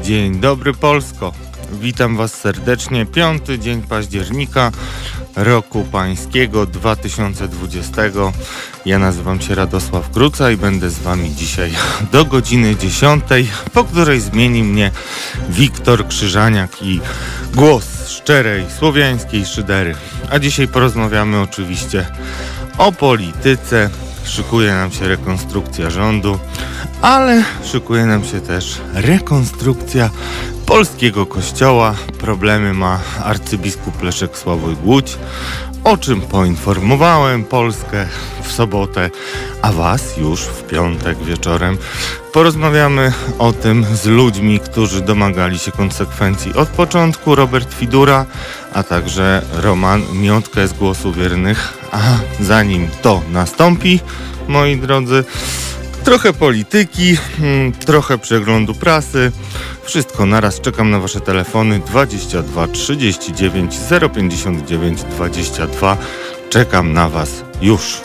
Dzień dobry Polsko, witam Was serdecznie. 5 dzień października roku pańskiego 2020. Ja nazywam się Radosław Gruca i będę z Wami dzisiaj do godziny 10, po której zmieni mnie Wiktor Krzyżaniak i głos szczerej słowiańskiej szydery. A dzisiaj porozmawiamy oczywiście o polityce. Szykuje nam się rekonstrukcja rządu, ale szykuje nam się też rekonstrukcja polskiego kościoła. Problemy ma arcybiskup Leszek Sławoj Głódź, o czym poinformowałem Polskę w sobotę, a Was już w piątek wieczorem. Porozmawiamy o tym z ludźmi, którzy domagali się konsekwencji od początku. Robert Fidura, a także Roman Miotka z Głosu Wiernych. A zanim to nastąpi, moi drodzy, trochę polityki, trochę przeglądu prasy. Wszystko naraz. Czekam na Wasze telefony 22 39 059 22. Czekam na Was już.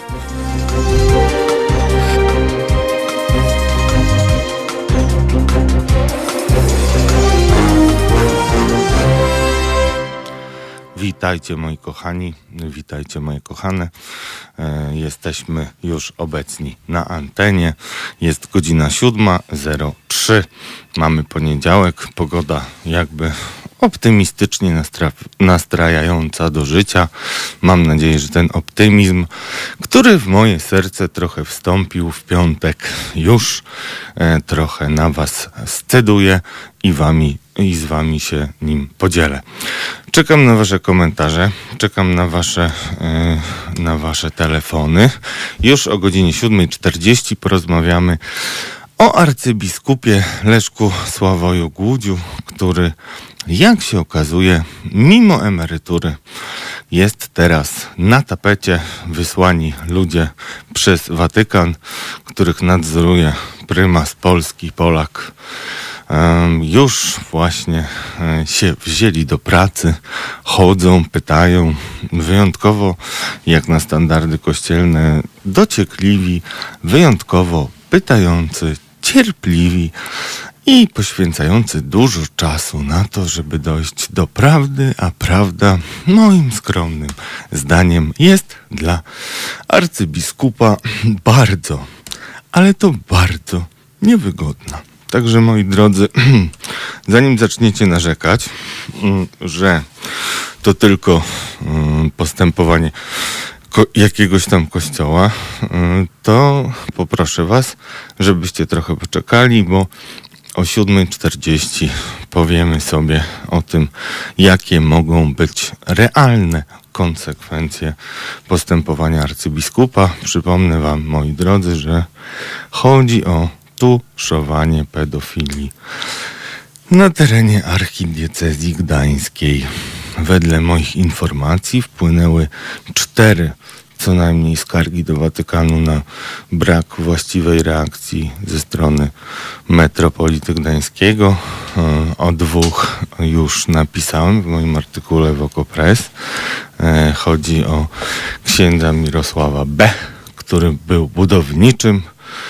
Witajcie moi kochani, witajcie moje kochane. Jesteśmy już obecni na antenie. Jest godzina 7:03. Mamy poniedziałek, pogoda jakby optymistycznie nastrajająca do życia. Mam nadzieję, że ten optymizm, który w moje serce trochę wstąpił w piątek, już trochę na Was sceduje i z Wami się nim podzielę. Czekam na Wasze komentarze, czekam na Wasze telefony. Już o godzinie 7:40 porozmawiamy o arcybiskupie Leszku Sławoju Głódziu, który, jak się okazuje, mimo emerytury jest teraz na tapecie. Wysłani ludzie przez Watykan, których nadzoruje prymas Polski, Polak, już właśnie się wzięli do pracy, chodzą, pytają, wyjątkowo jak na standardy kościelne dociekliwi, wyjątkowo pytający, cierpliwi i poświęcający dużo czasu na to, żeby dojść do prawdy, a prawda, moim skromnym zdaniem, jest dla arcybiskupa bardzo, ale to bardzo niewygodna. Także moi drodzy, zanim zaczniecie narzekać, że to tylko postępowanie jakiegoś tam kościoła, to poproszę Was, żebyście trochę poczekali, bo o 7:40 powiemy sobie o tym, jakie mogą być realne konsekwencje postępowania arcybiskupa. Przypomnę Wam, moi drodzy, że chodzi o tuszowanie pedofilii na terenie archidiecezji gdańskiej. Wedle moich informacji wpłynęły 4 co najmniej skargi do Watykanu na brak właściwej reakcji ze strony metropolity gdańskiego. O 2 już napisałem w moim artykule w Okopres. Chodzi o księdza Mirosława B., który był budowniczym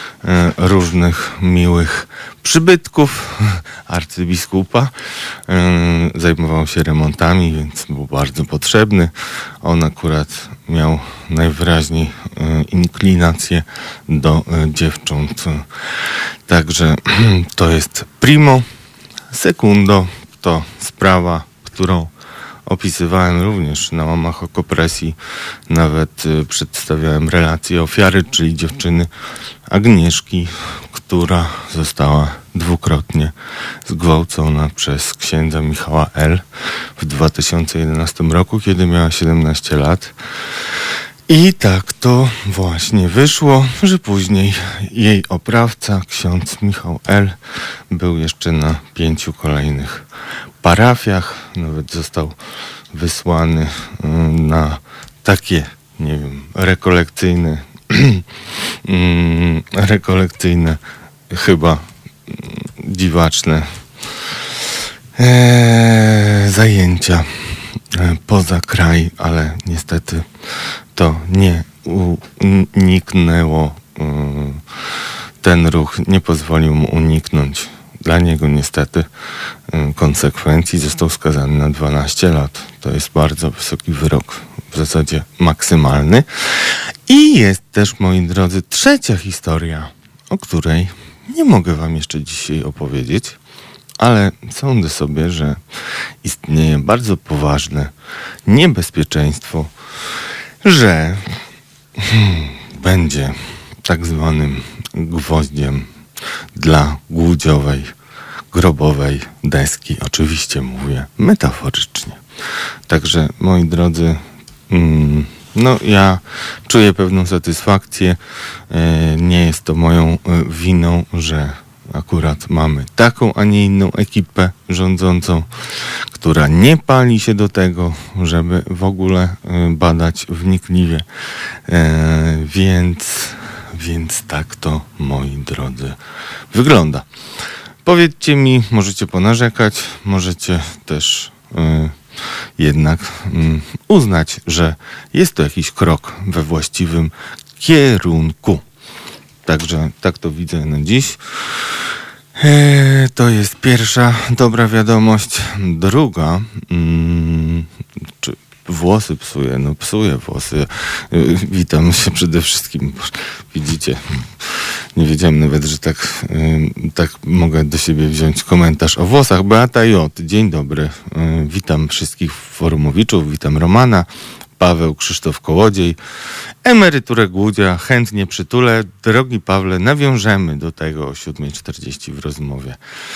różnych miłych przybytków arcybiskupa. Zajmował się remontami, więc był bardzo potrzebny. On akurat miał najwyraźniej inklinację do dziewcząt. Także to jest primo. Secundo to sprawa, którą opisywałem również na łamach Okopresji. Nawet przedstawiałem relację ofiary, czyli dziewczyny Agnieszki, która została dwukrotnie zgwałcona przez księdza Michała L. w 2011 roku, kiedy miała 17 lat. I tak to właśnie wyszło, że później jej oprawca, ksiądz Michał L., był jeszcze na 5 kolejnych parafiach. Nawet został wysłany na takie, nie wiem, rekolekcyjne, chyba dziwaczne zajęcia poza kraj, ale niestety to nie uniknęło, ten ruch nie pozwolił mu uniknąć dla niego niestety konsekwencji został skazany na 12 lat. To jest bardzo wysoki wyrok, w zasadzie maksymalny. I jest też, moi drodzy, trzecia historia, o której nie mogę wam jeszcze dzisiaj opowiedzieć, ale sądzę sobie, że istnieje bardzo poważne niebezpieczeństwo, że będzie tak zwanym gwoździem dla głudziowej, grobowej deski. Oczywiście mówię metaforycznie. Także, moi drodzy, ja czuję pewną satysfakcję. Nie jest to moją winą, że akurat mamy taką, a nie inną ekipę rządzącą, która nie pali się do tego, żeby w ogóle badać wnikliwie. Więc tak to, moi drodzy, wygląda. Powiedzcie mi, możecie ponarzekać, możecie też jednak uznać, że jest to jakiś krok we właściwym kierunku. Także tak to widzę na dziś. To jest pierwsza dobra wiadomość. Druga, czy włosy psuje? No psuje włosy. Witam się przede wszystkim. Widzicie, nie wiedziałem nawet, że tak mogę do siebie wziąć komentarz o włosach. Beata J. Dzień dobry. Witam wszystkich forumowiczów. Witam Romana, Paweł, Krzysztof Kołodziej. Emeryturę Głudzia chętnie przytulę. Drogi Pawle, nawiążemy do tego o 7:40 w rozmowie.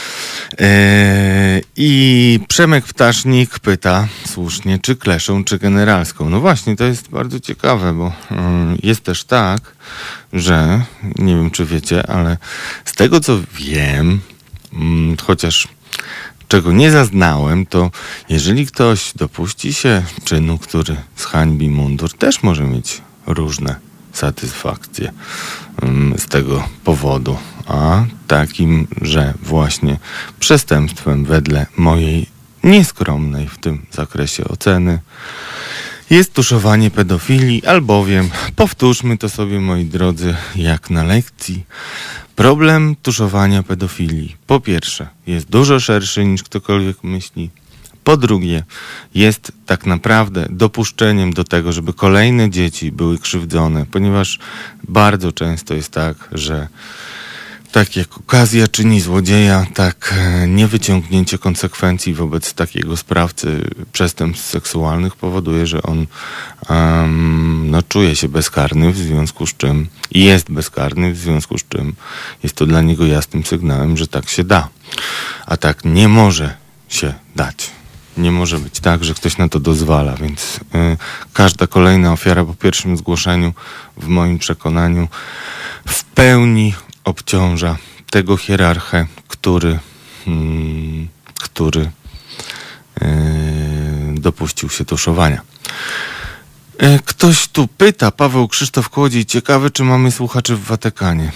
I Przemek Ptasznik pyta słusznie, czy Kleszą, czy Generalską. No właśnie, to jest bardzo ciekawe, bo jest też tak, że nie wiem, czy wiecie, ale z tego, co wiem, chociaż czego nie zaznałem, to jeżeli ktoś dopuści się czynu, który zhańbi mundur, też może mieć różne satysfakcje z tego powodu. A takim, że właśnie przestępstwem wedle mojej nieskromnej w tym zakresie oceny jest tuszowanie pedofilii, albowiem, powtórzmy to sobie, moi drodzy, jak na lekcji, problem tuszowania pedofilii, po pierwsze, jest dużo szerszy niż ktokolwiek myśli. Po drugie, jest tak naprawdę dopuszczeniem do tego, żeby kolejne dzieci były krzywdzone, ponieważ bardzo często jest tak, że tak jak okazja czyni złodzieja, tak niewyciągnięcie konsekwencji wobec takiego sprawcy przestępstw seksualnych powoduje, że on czuje się bezkarny, w związku z czym i jest bezkarny, w związku z czym jest to dla niego jasnym sygnałem, że tak się da. A tak nie może się dać. Nie może być tak, że ktoś na to dozwala, więc każda kolejna ofiara po pierwszym zgłoszeniu, w moim przekonaniu, w pełni obciąża tego hierarchę, który dopuścił się tuszowania. Ktoś tu pyta, Paweł Krzysztof Kołodziej, ciekawe, czy mamy słuchaczy w Watykanie.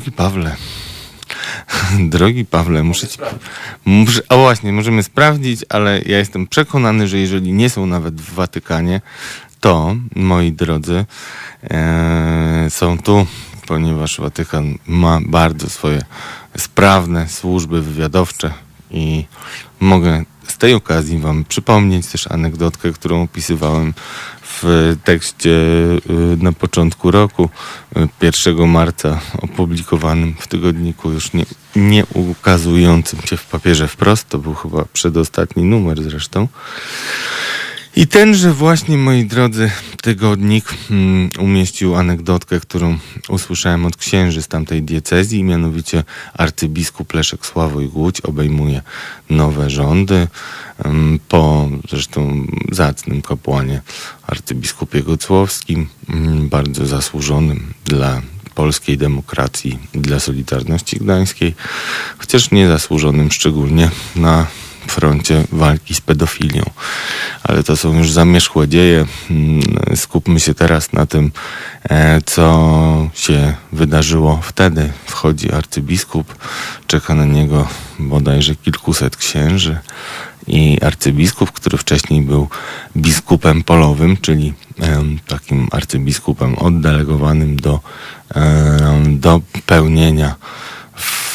Drogi Pawle, możemy sprawdzić, ale ja jestem przekonany, że jeżeli nie są nawet w Watykanie, to, moi drodzy, są tu, ponieważ Watykan ma bardzo swoje sprawne służby wywiadowcze i mogę z tej okazji wam przypomnieć też anegdotkę, którą opisywałem w tekście na początku roku, 1 marca, opublikowanym w tygodniku, już nie ukazującym się w papierze wprost. To był chyba przedostatni numer zresztą. I tenże właśnie, moi drodzy, tygodnik umieścił anegdotkę, którą usłyszałem od księży z tamtej diecezji, mianowicie arcybiskup Leszek Sławoj Głódź obejmuje nowe rządy po zresztą zacnym kapłanie arcybiskupie Gocłowskim, bardzo zasłużonym dla polskiej demokracji i dla Solidarności Gdańskiej, chociaż nie zasłużonym szczególnie na froncie walki z pedofilią. Ale to są już zamierzchłe dzieje. Skupmy się teraz na tym, co się wydarzyło wtedy. Wchodzi arcybiskup, czeka na niego bodajże kilkuset księży i arcybiskup, który wcześniej był biskupem polowym, czyli takim arcybiskupem oddelegowanym do pełnienia w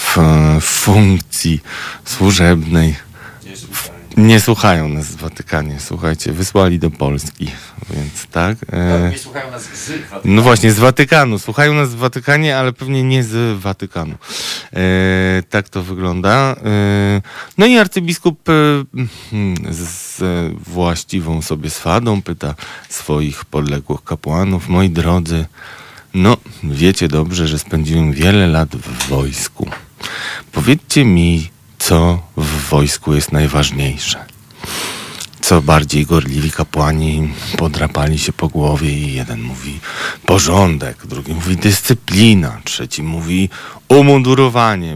w funkcji służebnej. Nie słuchają nas w Watykanie, słuchajcie, wysłali do Polski, więc tak. Nie słuchają nas z Watykanu. No właśnie, z Watykanu. Słuchają nas w Watykanie, ale pewnie nie z Watykanu. Tak to wygląda. No i arcybiskup z właściwą sobie swadą pyta swoich podległych kapłanów: moi drodzy, no wiecie dobrze, że spędziłem wiele lat w wojsku. Powiedzcie mi, co w wojsku jest najważniejsze. Co bardziej gorliwi kapłani podrapali się po głowie i jeden mówi porządek, drugi mówi dyscyplina, trzeci mówi umundurowanie,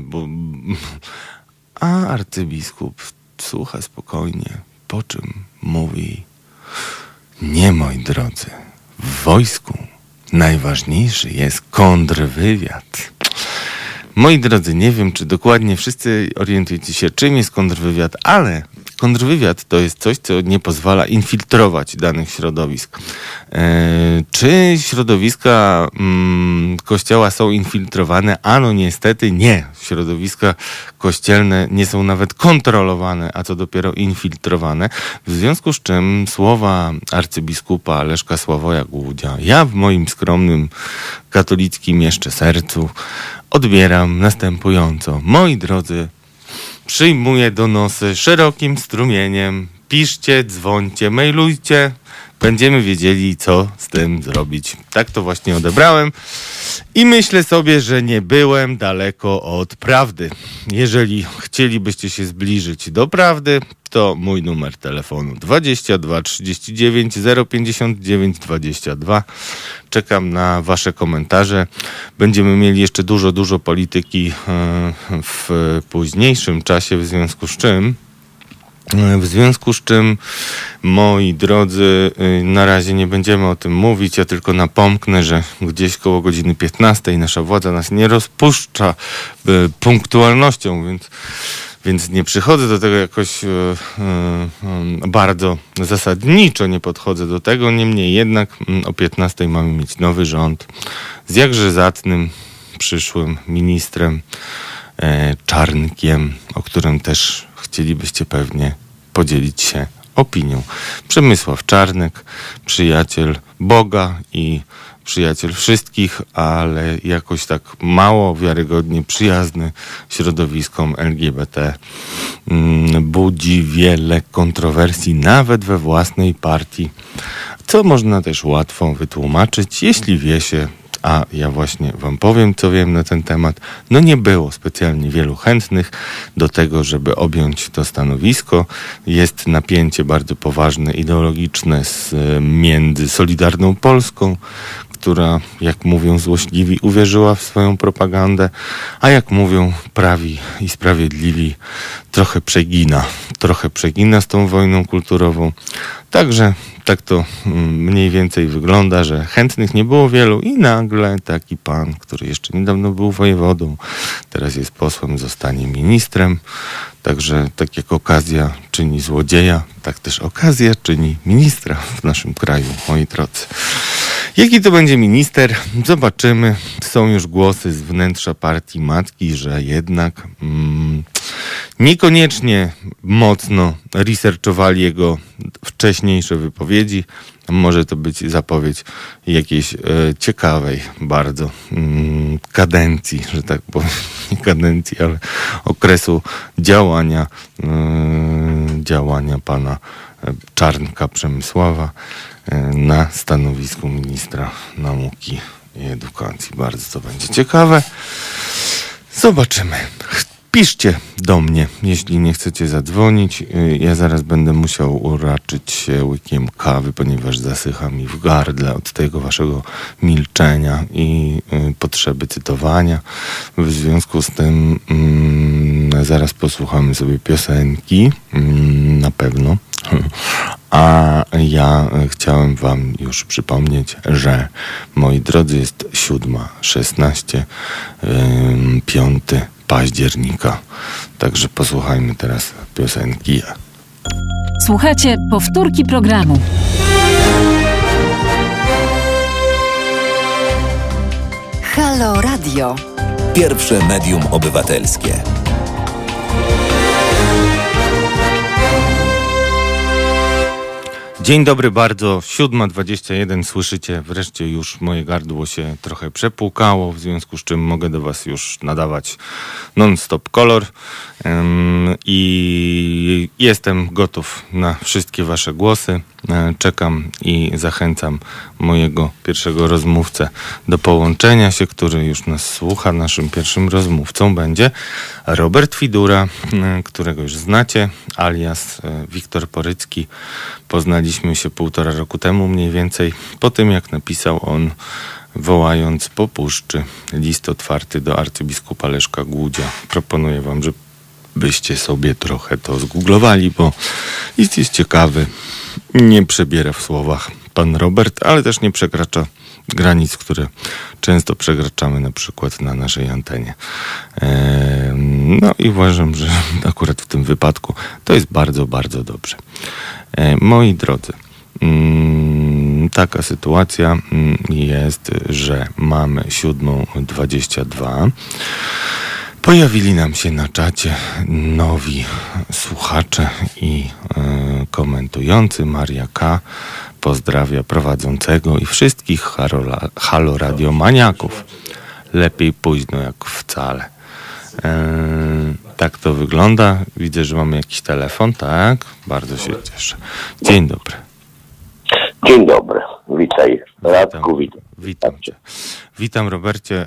a arcybiskup słucha spokojnie, po czym mówi: nie, moi drodzy, w wojsku najważniejszy jest kontrwywiad. Moi drodzy, nie wiem, czy dokładnie wszyscy orientujecie się, czym jest kontrwywiad, ale kontrwywiad to jest coś, co nie pozwala infiltrować danych środowisk. Czy środowiska kościoła są infiltrowane? Ano niestety nie. Środowiska kościelne nie są nawet kontrolowane, a co dopiero infiltrowane. W związku z czym słowa arcybiskupa Leszka Sławoja Głódzia ja w moim skromnym katolickim jeszcze sercu odbieram następująco. Moi drodzy, przyjmuję donosy szerokim strumieniem. Piszcie, dzwońcie, mailujcie. Będziemy wiedzieli, co z tym zrobić. Tak to właśnie odebrałem. I myślę sobie, że nie byłem daleko od prawdy. Jeżeli chcielibyście się zbliżyć do prawdy, to mój numer telefonu 22 39 059 22. Czekam na wasze komentarze. Będziemy mieli jeszcze dużo polityki w późniejszym czasie, w związku z czym, moi drodzy, na razie nie będziemy o tym mówić. Ja tylko napomknę, że gdzieś koło godziny 15 nasza władza nas nie rozpuszcza punktualnością, więc nie przychodzę do tego jakoś bardzo zasadniczo, nie podchodzę do tego. Niemniej jednak o 15 mamy mieć nowy rząd z jakże zacnym przyszłym ministrem Czarnkiem, o którym też chcielibyście pewnie podzielić się opinią. Przemysław Czarnek, przyjaciel Boga i przyjaciel wszystkich, ale jakoś tak mało wiarygodnie przyjazny środowiskom LGBT. Budzi wiele kontrowersji nawet we własnej partii, co można też łatwo wytłumaczyć, jeśli wie się, a ja właśnie wam powiem, co wiem na ten temat. No nie było specjalnie wielu chętnych do tego, żeby objąć to stanowisko. Jest napięcie bardzo poważne, ideologiczne między Solidarną Polską, która, jak mówią złośliwi, uwierzyła w swoją propagandę, a jak mówią prawi i sprawiedliwi, trochę przegina z tą wojną kulturową. Także tak to mniej więcej wygląda, że chętnych nie było wielu i nagle taki pan, który jeszcze niedawno był wojewodą, teraz jest posłem, zostanie ministrem. Także tak jak okazja czyni złodzieja, tak też okazja czyni ministra w naszym kraju, moi drodzy. Jaki to będzie minister? Zobaczymy. Są już głosy z wnętrza partii matki, że jednak niekoniecznie mocno researchowali jego wcześniejsze wypowiedzi. Może to być zapowiedź jakiejś ciekawej bardzo kadencji, że tak powiem, nie kadencji, ale okresu działania pana Czarnka Przemysława na stanowisku ministra nauki i edukacji. Bardzo to będzie ciekawe. Zobaczymy. Piszcie do mnie, jeśli nie chcecie zadzwonić. Ja zaraz będę musiał uraczyć się łykiem kawy, ponieważ zasycha mi w gardle od tego waszego milczenia i potrzeby cytowania. W związku z tym zaraz posłuchamy sobie piosenki, na pewno. A ja chciałem wam już przypomnieć, że moi drodzy, jest 7:16, 5 października. Także posłuchajmy teraz piosenki. Słuchajcie powtórki programu. Halo Radio. Pierwsze medium obywatelskie. Dzień dobry bardzo, 7:21, słyszycie, wreszcie już moje gardło się trochę przepłukało, w związku z czym mogę do was już nadawać non-stop kolor i jestem gotów na wszystkie wasze głosy. Czekam i zachęcam mojego pierwszego rozmówcę do połączenia się, który już nas słucha. Naszym pierwszym rozmówcą będzie Robert Fidura, którego już znacie, alias Wiktor Porycki. Poznaliśmy się 1,5 roku temu mniej więcej, po tym jak napisał on, wołając po puszczy, list otwarty do arcybiskupa Leszka Głudzia. Proponuję wam, żebyście sobie trochę to zgooglowali, bo list jest ciekawy. Nie przebiera w słowach pan Robert, ale też nie przekracza granic, które często przekraczamy na przykład na naszej antenie. No i uważam, że akurat w tym wypadku to jest bardzo, bardzo dobrze. Moi drodzy, taka sytuacja jest, że mamy 7:22. Pojawili nam się na czacie nowi słuchacze i komentujący. Maria K. pozdrawia prowadzącego i wszystkich Halo Radio maniaków. Lepiej późno jak wcale. Tak to wygląda. Widzę, że mamy jakiś telefon. Tak, bardzo się cieszę. Dzień dobry. Dzień dobry. Witaj, Radku. Witam cię. Witam, Robercie.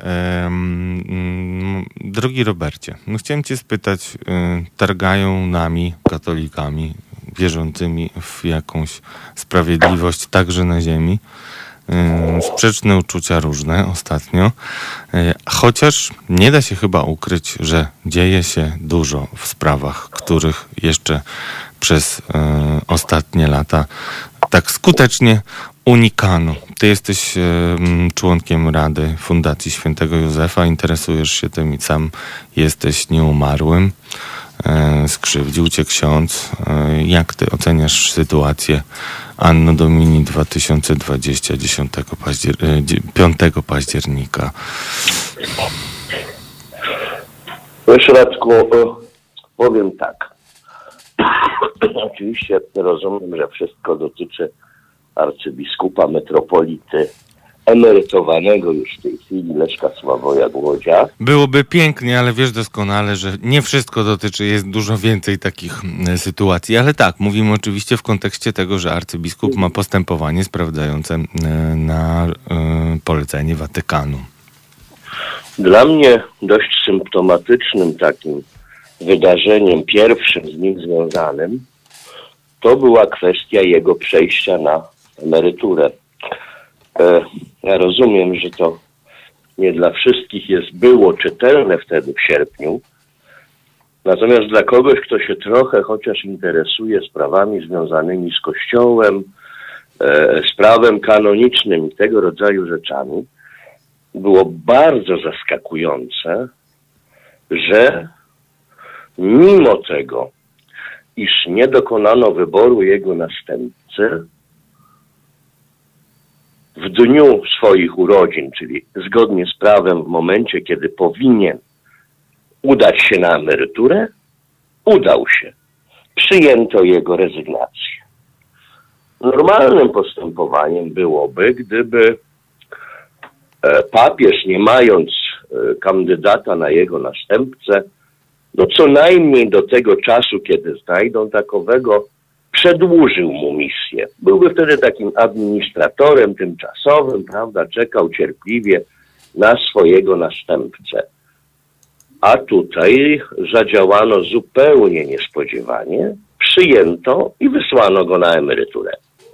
Drogi Robercie, no chciałem cię spytać, targają nami, katolikami, wierzącymi w jakąś sprawiedliwość także na ziemi, sprzeczne uczucia różne ostatnio, chociaż nie da się chyba ukryć, że dzieje się dużo w sprawach, których jeszcze przez ostatnie lata tak skutecznie unikano. Ty jesteś członkiem Rady Fundacji Świętego Józefa, interesujesz się tym i sam jesteś nieumarłym. Skrzywdził cię ksiądz. Jak ty oceniasz sytuację Anno Domini 2020, 5 października? Wiesz, Radku, powiem tak. Oczywiście rozumiem, że wszystko dotyczy arcybiskupa, metropolity, emerytowanego już w tej chwili Leszka Sławoja Głodzia. Byłoby pięknie, ale wiesz doskonale, że nie wszystko dotyczy, jest dużo więcej takich sytuacji. Ale tak, mówimy oczywiście w kontekście tego, że arcybiskup ma postępowanie sprawdzające na polecenie Watykanu. Dla mnie dość symptomatycznym takim wydarzeniem, pierwszym z nim związanym, to była kwestia jego przejścia na emeryturę. Ja rozumiem, że to nie dla wszystkich było czytelne wtedy w sierpniu, natomiast dla kogoś, kto się trochę chociaż interesuje sprawami związanymi z Kościołem, z prawem kanonicznym i tego rodzaju rzeczami, było bardzo zaskakujące, że mimo tego, iż nie dokonano wyboru jego następcy, w dniu swoich urodzin, czyli zgodnie z prawem w momencie, kiedy powinien udać się na emeryturę, udał się. Przyjęto jego rezygnację. Normalnym postępowaniem byłoby, gdyby papież, nie mając kandydata na jego następcę, no co najmniej do tego czasu, kiedy znajdą takowego, przedłużył mu misję. Byłby wtedy takim administratorem tymczasowym, prawda, czekał cierpliwie na swojego następcę. A tutaj zadziałano zupełnie niespodziewanie, przyjęto i wysłano go na emeryturę.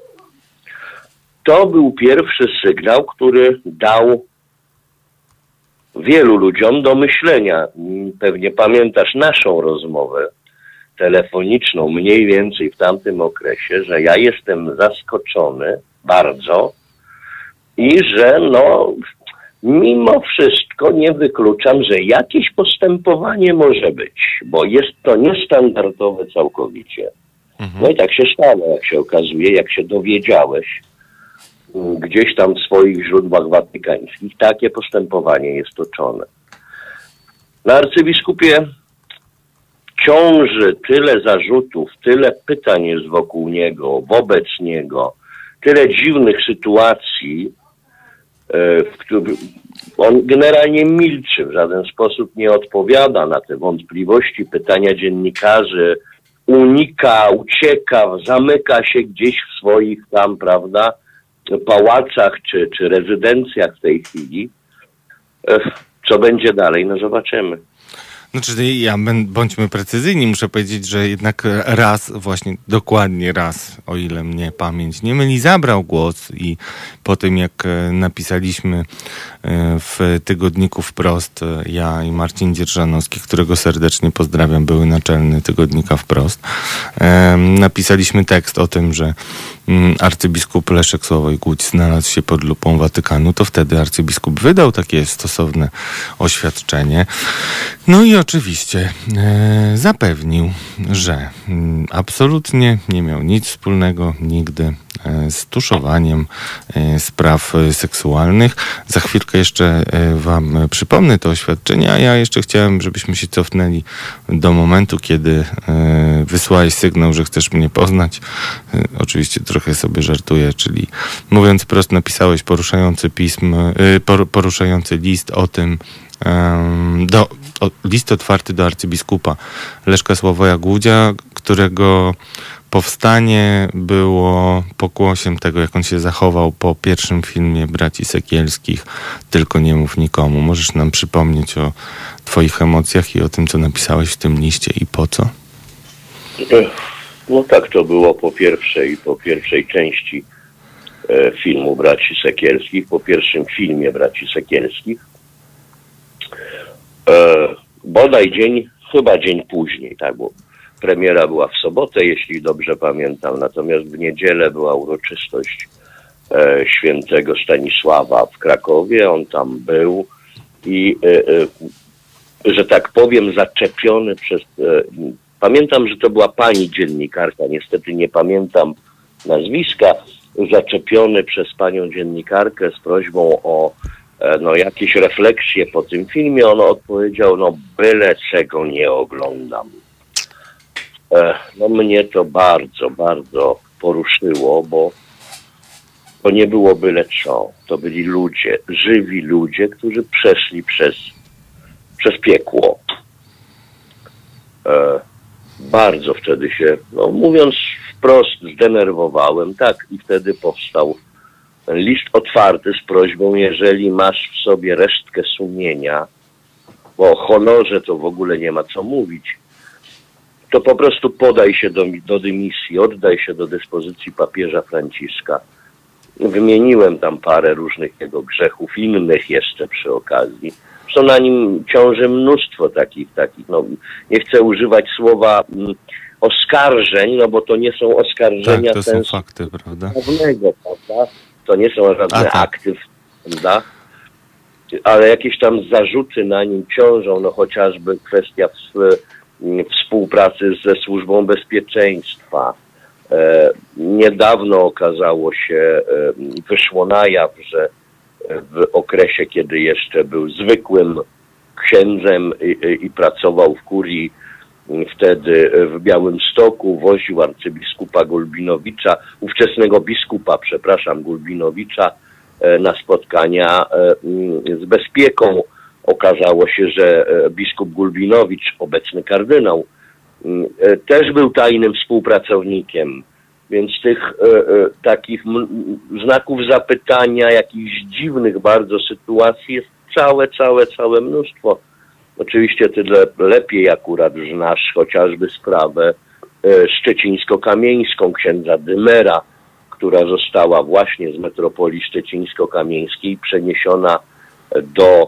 To był pierwszy sygnał, który dał wielu ludziom do myślenia. Pewnie pamiętasz naszą rozmowę telefoniczną mniej więcej w tamtym okresie, że ja jestem zaskoczony bardzo i że mimo wszystko nie wykluczam, że jakieś postępowanie może być, bo jest to niestandardowe całkowicie. No i tak się stało, jak się okazuje, jak się dowiedziałeś gdzieś tam w swoich źródłach watykańskich, takie postępowanie jest toczone. Na arcybiskupie ciąży tyle zarzutów, tyle pytań jest wokół niego, wobec niego, tyle dziwnych sytuacji, w których on generalnie milczy, w żaden sposób nie odpowiada na te wątpliwości, pytania dziennikarzy, unika, ucieka, zamyka się gdzieś w swoich tam, prawda, pałacach czy rezydencjach w tej chwili. Co będzie dalej? No zobaczymy. Znaczy, bądźmy precyzyjni, muszę powiedzieć, że jednak raz, właśnie dokładnie raz, o ile mnie pamięć nie myli, zabrał głos i po tym jak napisaliśmy w tygodniku Wprost, ja i Marcin Dzierżanowski, którego serdecznie pozdrawiam, były naczelny tygodnika Wprost, napisaliśmy tekst o tym, że arcybiskup Leszek Sławoj Głódź znalazł się pod lupą Watykanu, to wtedy arcybiskup wydał takie stosowne oświadczenie. No i oczywiście zapewnił, że absolutnie nie miał nic wspólnego nigdy z tuszowaniem spraw seksualnych. Za chwilkę jeszcze wam przypomnę to oświadczenie, a ja jeszcze chciałem, żebyśmy się cofnęli do momentu, kiedy wysłałeś sygnał, że chcesz mnie poznać. Oczywiście trochę sobie żartuję, czyli mówiąc prost, napisałeś poruszający list o tym, list otwarty do arcybiskupa Leszka Sławoja Głódzia, którego powstanie było pokłosiem tego, jak on się zachował po pierwszym filmie Braci Sekielskich, Tylko nie mów nikomu. Możesz nam przypomnieć o twoich emocjach i o tym, co napisałeś w tym liście i po co? No tak to było po pierwszej części filmu Braci Sekielskich, po pierwszym filmie Braci Sekielskich. Bodaj chyba dzień później, tak, bo premiera była w sobotę, jeśli dobrze pamiętam, natomiast w niedzielę była uroczystość świętego Stanisława w Krakowie, on tam był i, że tak powiem, zaczepiony przez... Pamiętam, że to była pani dziennikarka, niestety nie pamiętam nazwiska, zaczepiony przez panią dziennikarkę z prośbą o jakieś refleksje po tym filmie. On odpowiedział, byle czego nie oglądam. Mnie to bardzo, bardzo poruszyło, bo to nie było byle co. To byli ludzie, żywi ludzie, którzy przeszli przez piekło. Bardzo wtedy się, mówiąc wprost, zdenerwowałem. Tak, i wtedy powstał list otwarty z prośbą, jeżeli masz w sobie resztkę sumienia, bo o honorze to w ogóle nie ma co mówić, to po prostu podaj się do dymisji, oddaj się do dyspozycji papieża Franciszka. Wymieniłem tam parę różnych jego grzechów, innych jeszcze przy okazji. Co na nim ciąży mnóstwo takich, nie chcę używać słowa oskarżeń, bo to nie są oskarżenia. Tak, to są fakty, prawda? Prawda? To nie są żadne akty, prawda? Ale jakieś tam zarzuty na nim ciążą, chociażby kwestia współpracy ze Służbą Bezpieczeństwa. Niedawno okazało się, wyszło na jaw, że w okresie, kiedy jeszcze był zwykłym księdzem i pracował w kurii wtedy w Białymstoku, woził arcybiskupa Gulbinowicza, ówczesnego biskupa, Gulbinowicza, na spotkania z bezpieką. Okazało się, że biskup Gulbinowicz, obecny kardynał, też był tajnym współpracownikiem. Więc tych takich znaków zapytania, jakichś dziwnych bardzo sytuacji jest całe mnóstwo. Oczywiście tyle lepiej akurat znasz chociażby sprawę szczecińsko-kamieńską księdza Dymera, która została właśnie z metropolii szczecińsko-kamieńskiej przeniesiona do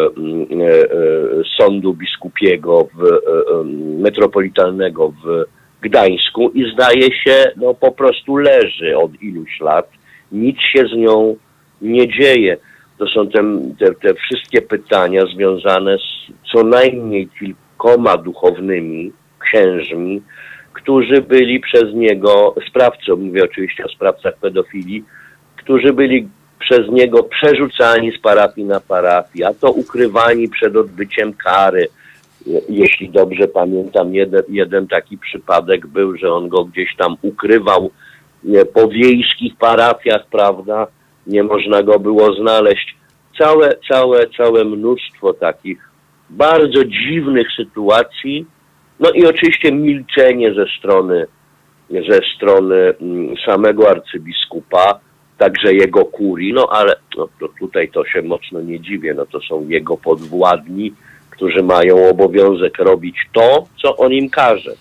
sądu biskupiego metropolitalnego w Gdańsku i zdaje się, po prostu leży od iluś lat. Nic się z nią nie dzieje. To są te wszystkie pytania związane z co najmniej kilkoma duchownymi księżmi, którzy byli przez niego sprawcą, mówię oczywiście o sprawcach pedofilii, którzy byli przez niego przerzucani z parafii na parafię, a to ukrywani przed odbyciem kary, Jeśli dobrze pamiętam, jeden taki przypadek był, że on go gdzieś tam ukrywał po wiejskich parafiach, prawda? Nie można go było znaleźć. Całe mnóstwo takich bardzo dziwnych sytuacji. No i oczywiście milczenie ze strony samego arcybiskupa, także jego kurii, no ale to tutaj to się mocno nie dziwię, no to są jego podwładni, którzy mają obowiązek robić to, co on im każe.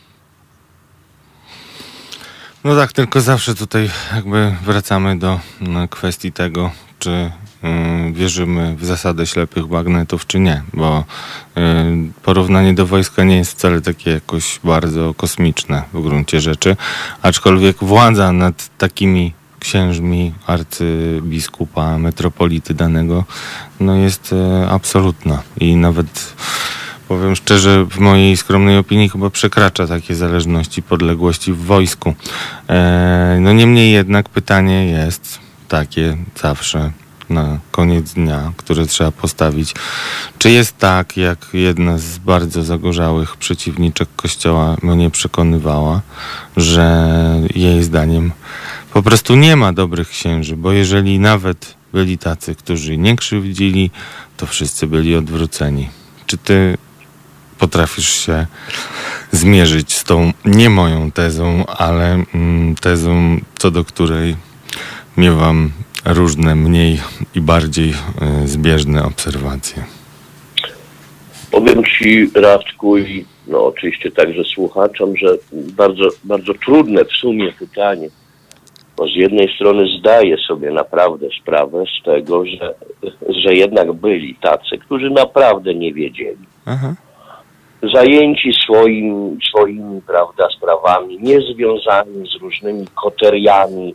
No tak, tylko zawsze tutaj jakby wracamy do kwestii tego, czy wierzymy w zasadę ślepych bagnetów, czy nie, bo porównanie do wojska nie jest wcale takie jakoś bardzo kosmiczne w gruncie rzeczy, aczkolwiek władza nad takimi księżmi, arcybiskupa, metropolity danego, no jest absolutna i nawet, powiem szczerze, w mojej skromnej opinii chyba przekracza takie zależności, podległości w wojsku. No niemniej jednak pytanie jest takie zawsze na koniec dnia, które trzeba postawić. Czy jest tak, jak jedna z bardzo zagorzałych przeciwniczek Kościoła mnie przekonywała, że jej zdaniem po prostu nie ma dobrych księży, bo jeżeli nawet byli tacy, którzy nie krzywdzili, to wszyscy byli odwróceni. Czy ty potrafisz się zmierzyć z tą nie moją tezą, ale tezą, co do której miewam różne mniej i bardziej zbieżne obserwacje? Powiem ci, Radku, i no oczywiście także słuchaczom, że bardzo, bardzo trudne w sumie pytanie, bo z jednej strony zdaję sobie naprawdę sprawę z tego, że jednak byli tacy, którzy naprawdę nie wiedzieli. Aha. Zajęci swoimi, prawda, sprawami, niezwiązani z różnymi koteriami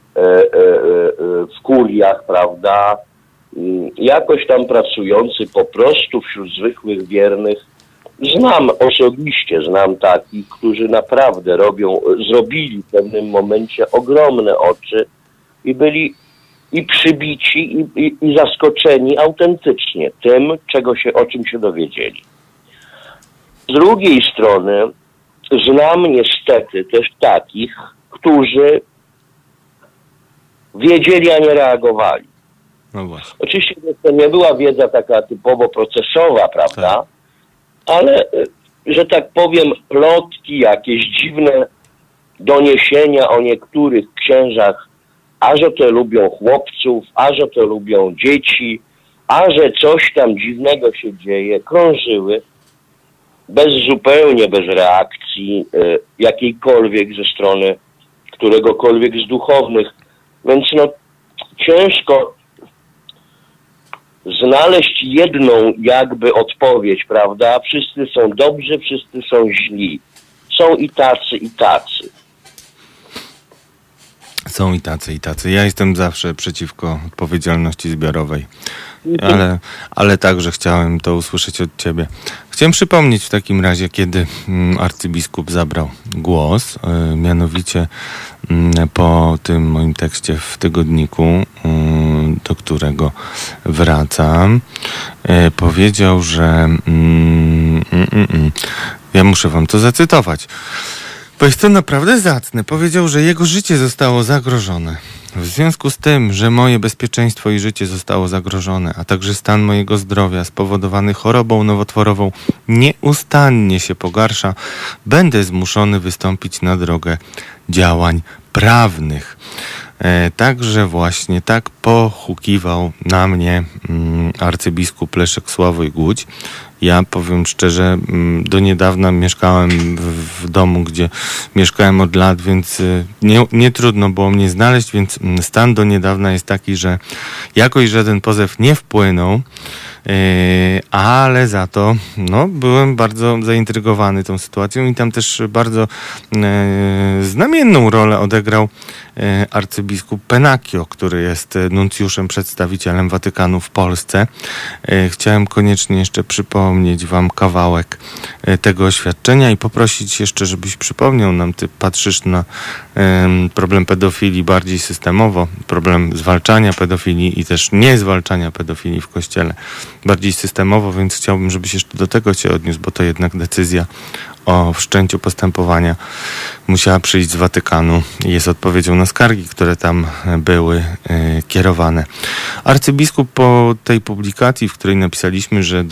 w kuriach, prawda, jakoś tam pracujący po prostu wśród zwykłych wiernych. Znam takich, którzy naprawdę zrobili w pewnym momencie ogromne oczy i byli i przybici, i zaskoczeni autentycznie tym, o czym się dowiedzieli. Z drugiej strony znam niestety też takich, którzy wiedzieli, a nie reagowali. No właśnie. Oczywiście to nie była wiedza taka typowo procesowa, prawda? Tak. Ale, że tak powiem, plotki, jakieś dziwne doniesienia o niektórych księżach, a że to lubią chłopców, a że to lubią dzieci, a że coś tam dziwnego się dzieje, krążyły zupełnie bez reakcji jakiejkolwiek ze strony któregokolwiek z duchownych. Więc no ciężko znaleźć jedną jakby odpowiedź, prawda? Wszyscy są dobrzy, wszyscy są źli. Są i tacy, i tacy. Są i tacy, i tacy. Ja jestem zawsze przeciwko odpowiedzialności zbiorowej. Ale także chciałem to usłyszeć od ciebie. Chciałem przypomnieć w takim razie, kiedy arcybiskup zabrał głos, mianowicie po tym moim tekście w tygodniku, do którego wracam, powiedział, że ja muszę wam to zacytować, bo jest to naprawdę zacne. Powiedział, że jego życie zostało zagrożone. W związku z tym, że moje bezpieczeństwo i życie zostało zagrożone, a także stan mojego zdrowia spowodowany chorobą nowotworową nieustannie się pogarsza, będę zmuszony wystąpić na drogę działań prawnych. Także właśnie tak pohukiwał na mnie arcybiskup Leszek Sławoj Głódź. Ja powiem szczerze, do niedawna mieszkałem w domu, gdzie mieszkałem od lat, więc nie trudno było mnie znaleźć, więc stan do niedawna jest taki, że jakoś żaden pozew nie wpłynął, ale za to byłem bardzo zaintrygowany tą sytuacją i tam też bardzo znamienną rolę odegrał arcybiskup Pennacchio, który jest nuncjuszem, przedstawicielem Watykanu w Polsce. Chciałem koniecznie jeszcze przypomnieć wam kawałek tego oświadczenia i poprosić jeszcze, żebyś przypomniał nam, ty patrzysz na problem pedofilii bardziej systemowo, problem zwalczania pedofilii i też niezwalczania pedofilii w Kościele bardziej systemowo, więc chciałbym, żebyś jeszcze do tego się odniósł, bo to jednak decyzja o wszczęciu postępowania musiała przyjść z Watykanu i jest odpowiedzią na skargi, które tam były kierowane. Arcybiskup po tej publikacji, w której napisaliśmy, że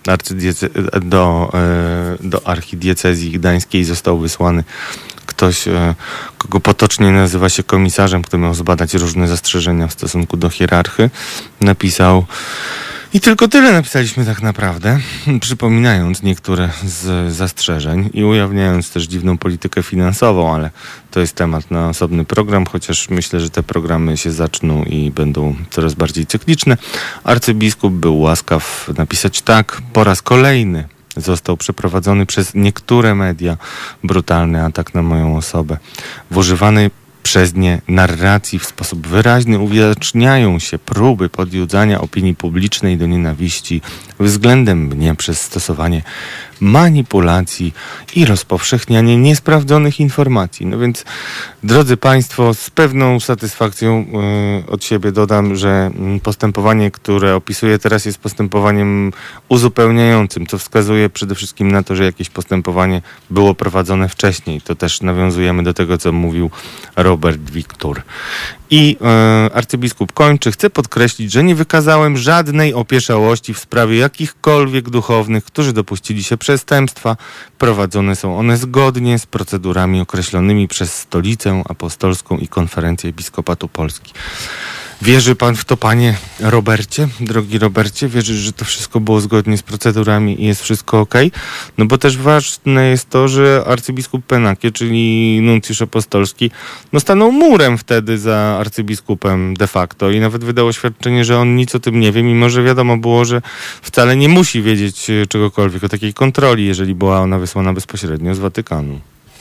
do archidiecezji gdańskiej został wysłany ktoś, kogo potocznie nazywa się komisarzem, który miał zbadać różne zastrzeżenia w stosunku do hierarchy, napisał. I tylko tyle napisaliśmy tak naprawdę, przypominając niektóre z zastrzeżeń i ujawniając też dziwną politykę finansową, ale to jest temat na osobny program, chociaż myślę, że te programy się zaczną i będą coraz bardziej cykliczne. Arcybiskup był łaskaw napisać tak: po raz kolejny został przeprowadzony przez niektóre media brutalny atak na moją osobę. W używanej przez nie narracji w sposób wyraźny uwidaczniają się próby podjudzania opinii publicznej do nienawiści względem mnie przez stosowanie manipulacji i rozpowszechnianie niesprawdzonych informacji. No więc, drodzy Państwo, z pewną satysfakcją od siebie dodam, że postępowanie, które opisuję teraz, jest postępowaniem uzupełniającym, co wskazuje przede wszystkim na to, że jakieś postępowanie było prowadzone wcześniej. To też nawiązujemy do tego, co mówił Robert Wiktor. I arcybiskup kończy: chcę podkreślić, że nie wykazałem żadnej opieszałości w sprawie jakichkolwiek duchownych, którzy dopuścili się przestępstwa. Prowadzone są one zgodnie z procedurami określonymi przez Stolicę Apostolską i Konferencję Episkopatu Polski. Wierzy pan w to, panie Robercie? Drogi Robercie, wierzysz, że to wszystko było zgodnie z procedurami i jest wszystko okej? No bo też ważne jest to, że arcybiskup Penakie, czyli nuncjusz apostolski, no stanął murem wtedy za arcybiskupem de facto i nawet wydał oświadczenie, że on nic o tym nie wie, mimo że wiadomo było, że wcale nie musi wiedzieć czegokolwiek o takiej kontroli, jeżeli była ona wysłana bezpośrednio z Watykanu.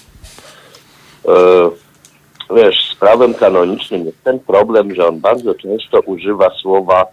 Wiesz, z prawem kanonicznym jest ten problem, że on bardzo często używa słowa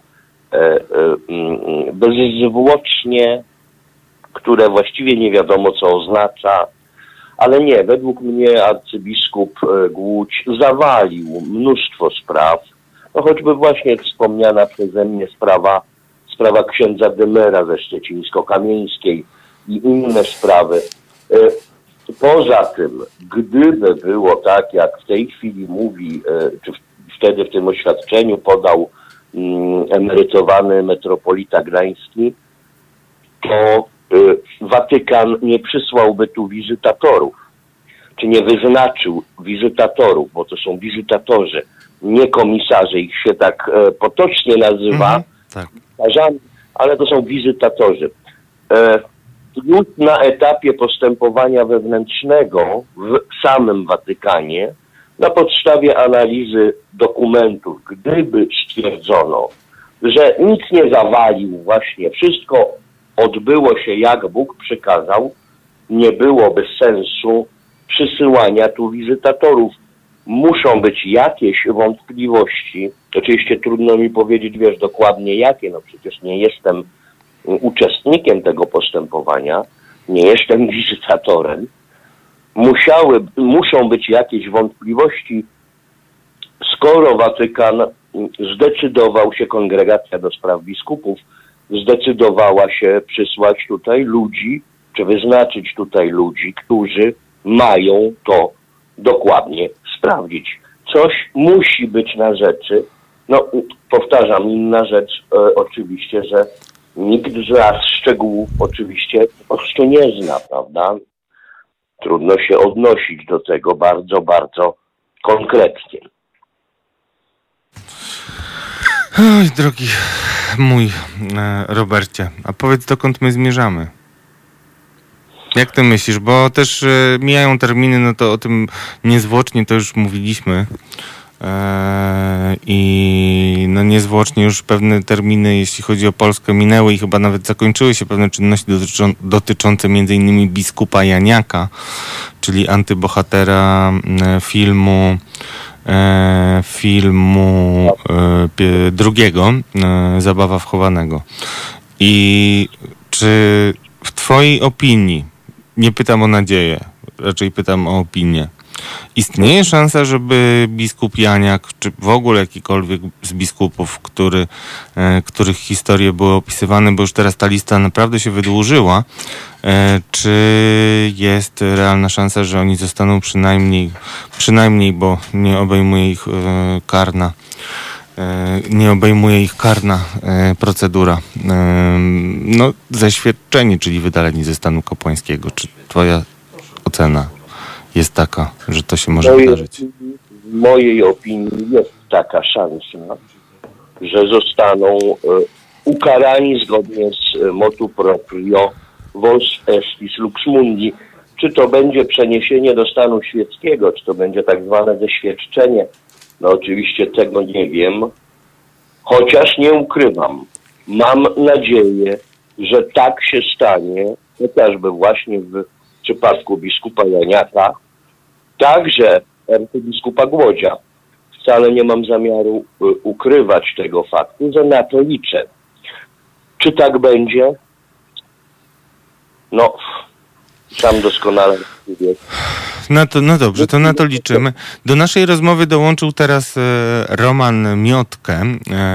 bezzwłocznie, które właściwie nie wiadomo co oznacza, ale nie, według mnie arcybiskup Głódź zawalił mnóstwo spraw, no choćby właśnie wspomniana przeze mnie sprawa księdza Dymera ze Szczecińsko-Kamieńskiej i inne sprawy. Poza tym, gdyby było tak, jak w tej chwili mówi, czy wtedy w tym oświadczeniu podał emerytowany metropolita gdański, to Watykan nie przysłałby tu wizytatorów, czy nie wyznaczył wizytatorów, bo to są wizytatorzy, nie komisarze, ich się tak potocznie nazywa, tak. Ale to są wizytatorzy. Już na etapie postępowania wewnętrznego w samym Watykanie, na podstawie analizy dokumentów, gdyby stwierdzono, że nic nie zawalił, właśnie wszystko odbyło się jak Bóg przykazał, nie byłoby sensu przysyłania tu wizytatorów. Muszą być jakieś wątpliwości. Oczywiście trudno mi powiedzieć, wiesz, dokładnie jakie, no przecież nie jestem uczestnikiem tego postępowania, nie jestem wizytatorem. Muszą być jakieś wątpliwości, skoro Watykan zdecydował się, Kongregacja do Spraw Biskupów zdecydowała się przysłać tutaj ludzi, czy wyznaczyć tutaj ludzi, którzy mają to dokładnie sprawdzić. Coś musi być na rzeczy. No, powtarzam, inna rzecz oczywiście, że nikt z nas szczegółów oczywiście po prostu nie zna, prawda? Trudno się odnosić do tego bardzo, bardzo konkretnie. Oj, drogi mój Robercie, a powiedz, dokąd my zmierzamy? Jak ty myślisz? Bo też mijają terminy, no to o tym niezwłocznie to już mówiliśmy. I no niezwłocznie już pewne terminy, jeśli chodzi o Polskę, minęły i chyba nawet zakończyły się pewne czynności dotyczące m.in. biskupa Janiaka, czyli antybohatera filmu drugiego, Zabawa wchowanego. I czy w twojej opinii, nie pytam o nadzieję, raczej pytam o opinię, istnieje szansa, żeby biskup Janiak, czy w ogóle jakikolwiek z biskupów, których historie były opisywane, bo już teraz ta lista naprawdę się wydłużyła, czy jest realna szansa, że oni zostaną przynajmniej, bo nie obejmuje ich karna procedura, zaświadczeni, czyli wydaleni ze stanu kapłańskiego. Czy twoja ocena jest taka, że to się może wydarzyć? W mojej opinii jest taka szansa, że zostaną ukarani zgodnie z motu proprio vos estis lux mundi. Czy to będzie przeniesienie do stanu świeckiego, czy to będzie tak zwane zeświadczenie, no oczywiście tego nie wiem, chociaż nie ukrywam. Mam nadzieję, że tak się stanie, chociażby właśnie w przypadku biskupa Janiaka, także arcybiskupa Głodzia. Wcale nie mam zamiaru ukrywać tego faktu, że na to liczę. Czy tak będzie? No, sam doskonale wiem. No dobrze, to na to liczymy. Do naszej rozmowy dołączył teraz Roman Miotkę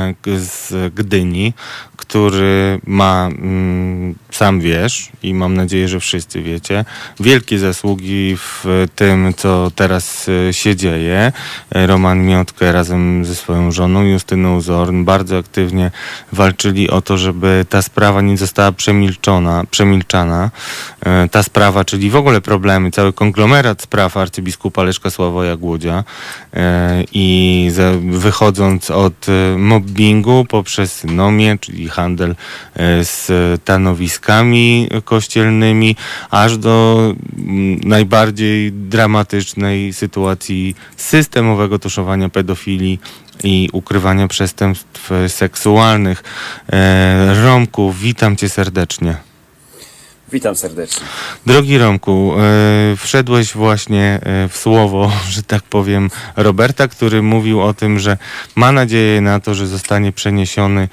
z Gdyni, który ma, sam wiesz i mam nadzieję, że wszyscy wiecie, wielkie zasługi w tym, co teraz się dzieje. Roman Miotkę razem ze swoją żoną Justyną Zorn bardzo aktywnie walczyli o to, żeby ta sprawa nie została przemilczana. Ta sprawa, czyli w ogóle problemy, cały konglomerat spraw arcybiskupa Leszka Sławoja Głodzia i wychodząc od mobbingu poprzez nomię, czyli handel stanowiskami kościelnymi, aż do najbardziej dramatycznej sytuacji systemowego tuszowania pedofilii i ukrywania przestępstw seksualnych. Romku, witam cię serdecznie. Witam serdecznie. Drogi Romku, wszedłeś właśnie w słowo, że tak powiem, Roberta, który mówił o tym, że ma nadzieję na to, że zostanie przeniesiony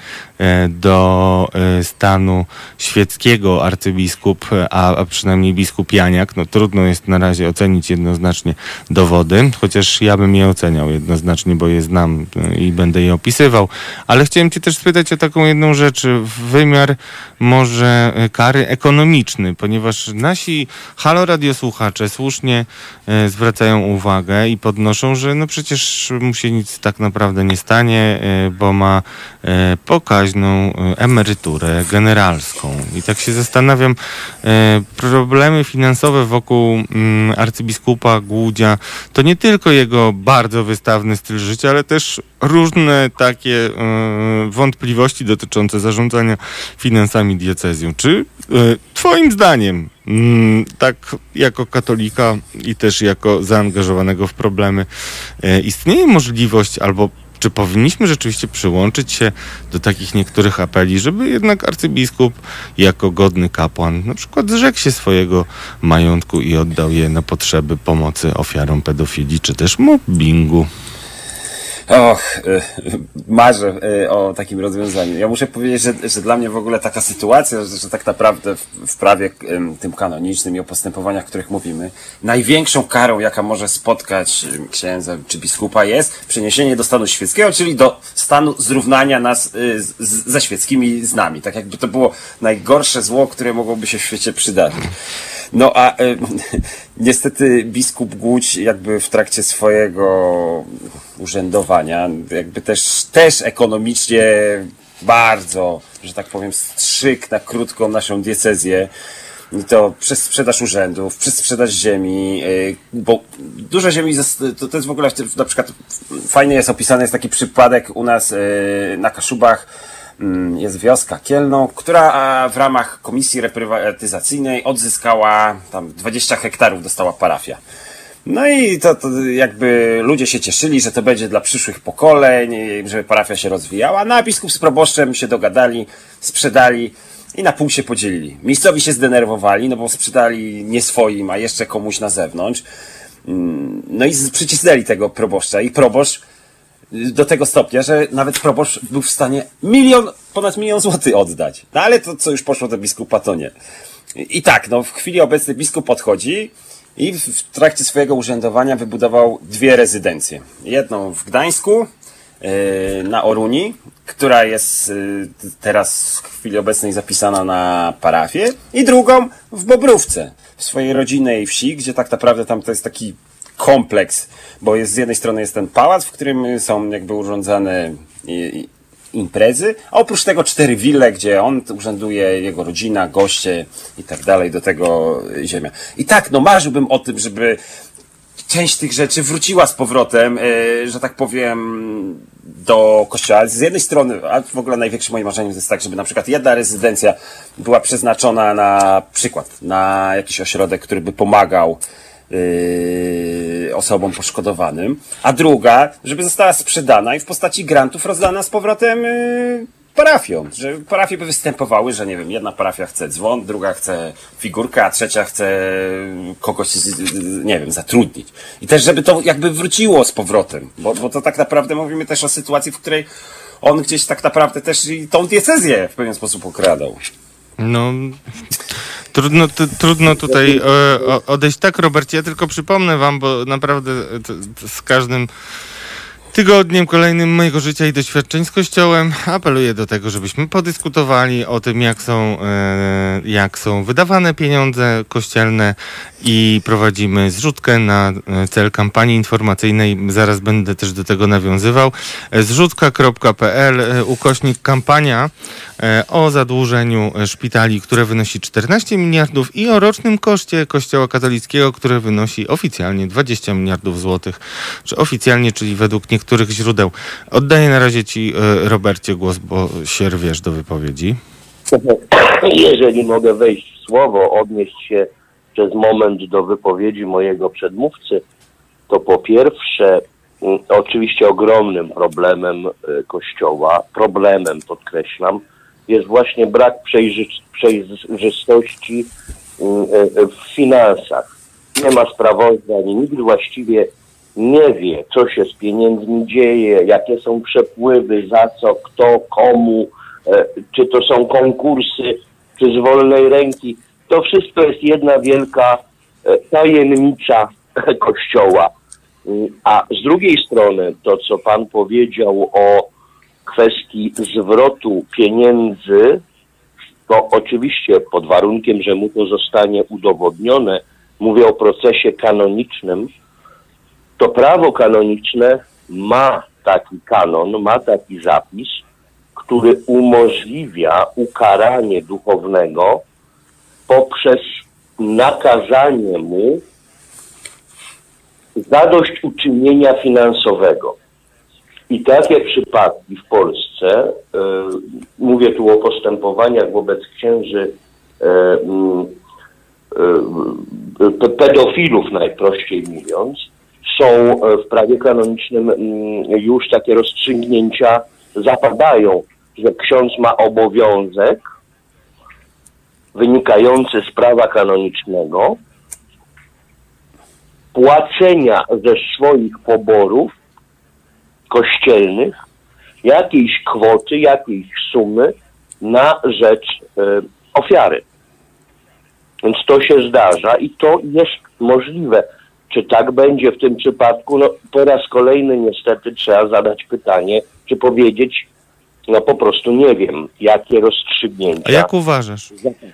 do stanu świeckiego arcybiskup, a przynajmniej biskup Janiak. No trudno jest na razie ocenić jednoznacznie dowody, chociaż ja bym je oceniał jednoznacznie, bo je znam i będę je opisywał. Ale chciałem cię też spytać o taką jedną rzecz, wymiar może kary ekonomiczny, ponieważ nasi Halo Radio słuchacze słusznie zwracają uwagę i podnoszą, że no przecież mu się nic tak naprawdę nie stanie, bo ma pokaźną emeryturę generalską. I tak się zastanawiam, problemy finansowe wokół arcybiskupa Głodzia to nie tylko jego bardzo wystawny styl życia, ale też różne takie wątpliwości dotyczące zarządzania finansami diecezją. Czy twoim zdaniem, tak jako katolika i też jako zaangażowanego w problemy, istnieje możliwość albo czy powinniśmy rzeczywiście przyłączyć się do takich niektórych apeli, żeby jednak arcybiskup jako godny kapłan na przykład zrzekł się swojego majątku i oddał je na potrzeby pomocy ofiarom pedofilii czy też mobbingu? Marzę o takim rozwiązaniu. Ja muszę powiedzieć, że dla mnie w ogóle taka sytuacja, że tak naprawdę w prawie tym kanonicznym i o postępowaniach, o których mówimy, największą karą, jaka może spotkać księdza czy biskupa, jest przeniesienie do stanu świeckiego, czyli do stanu zrównania nas ze świeckimi z nami. Tak jakby to było najgorsze zło, które mogłoby się w świecie przydarzyć. No a niestety biskup Głódź jakby w trakcie swojego urzędowania jakby też ekonomicznie bardzo, że tak powiem, strzykł na krótką naszą diecezję. I to przez sprzedaż urzędów, przez sprzedaż ziemi, bo dużo ziemi, to jest w ogóle, na przykład fajnie jest opisany, jest taki przypadek u nas na Kaszubach, jest wioska Kielno, która w ramach komisji reprywatyzacyjnej odzyskała tam 20 hektarów, dostała parafia. No i to jakby ludzie się cieszyli, że to będzie dla przyszłych pokoleń, żeby parafia się rozwijała, no a biskup z proboszczem się dogadali, sprzedali i na pół się podzielili. Miejscowi się zdenerwowali, no bo sprzedali nie swoim, a jeszcze komuś na zewnątrz. No i przycisnęli tego proboszcza i proboszcz do tego stopnia, że nawet proboszcz był w stanie ponad 1 milion złotych oddać. No ale to, co już poszło do biskupa, to nie. I tak, no w chwili obecnej biskup odchodzi i w trakcie swojego urzędowania wybudował 2 rezydencje. Jedną w Gdańsku, na Oruni, która jest teraz w chwili obecnej zapisana na parafię, i drugą w Bobrówce, w swojej rodzinnej wsi, gdzie tak naprawdę tam to jest taki kompleks, bo jest z jednej strony jest ten pałac, w którym są jakby urządzane imprezy, a oprócz tego 4 wille, gdzie on urzęduje, jego rodzina, goście i tak dalej, do tego ziemia. I tak, no marzyłbym o tym, żeby część tych rzeczy wróciła z powrotem, że tak powiem, do kościoła. Z jednej strony, a w ogóle największym moim marzeniem jest tak, żeby na przykład jedna rezydencja była przeznaczona na przykład na jakiś ośrodek, który by pomagał osobom poszkodowanym, a druga, żeby została sprzedana i w postaci grantów rozdana z powrotem parafiom, że parafie by występowały, że nie wiem, jedna parafia chce dzwon, druga chce figurkę, a trzecia chce kogoś, nie wiem, zatrudnić. I też, żeby to jakby wróciło z powrotem, bo to tak naprawdę mówimy też o sytuacji, w której on gdzieś tak naprawdę też i tą diecezję w pewien sposób okradał. No, trudno tutaj odejść. Tak, Robercie, ja tylko przypomnę wam, bo naprawdę z każdym tygodniem kolejnym mojego życia i doświadczeń z Kościołem apeluję do tego, żebyśmy podyskutowali o tym, jak są wydawane pieniądze kościelne, i prowadzimy zrzutkę na cel kampanii informacyjnej. Zaraz będę też do tego nawiązywał. Zrzutka.pl/kampania o zadłużeniu szpitali, które wynosi 14 miliardów, i o rocznym koszcie Kościoła katolickiego, które wynosi oficjalnie 20 miliardów złotych. Czy oficjalnie, czyli według niektórych źródeł. Oddaję na razie ci, Robercie, głos, bo się rwiesz do wypowiedzi. Jeżeli mogę wejść w słowo, odnieść się przez moment do wypowiedzi mojego przedmówcy, to po pierwsze, oczywiście ogromnym problemem Kościoła, podkreślam, jest właśnie brak przejrzystości w finansach. Nie ma sprawozdań, nikt właściwie nie wie, co się z pieniędzmi dzieje, jakie są przepływy, za co, kto, komu, czy to są konkursy, czy z wolnej ręki. To wszystko jest jedna wielka tajemnica Kościoła. A z drugiej strony to, co pan powiedział o kwestii zwrotu pieniędzy, to oczywiście pod warunkiem, że mu to zostanie udowodnione, mówię o procesie kanonicznym, to prawo kanoniczne ma taki kanon, ma taki zapis, który umożliwia ukaranie duchownego poprzez nakazanie mu zadośćuczynienia finansowego. I takie przypadki w Polsce, mówię tu o postępowaniach wobec księży pedofilów, najprościej mówiąc, są w prawie kanonicznym już takie rozstrzygnięcia zapadają, że ksiądz ma obowiązek wynikający z prawa kanonicznego płacenia ze swoich poborów kościelnych jakiejś kwoty, jakiejś sumy na rzecz ofiary. Więc to się zdarza i to jest możliwe. Czy tak będzie w tym przypadku? No, po raz kolejny niestety trzeba zadać pytanie, czy powiedzieć, no po prostu nie wiem, jakie rozstrzygnięcia. A jak uważasz?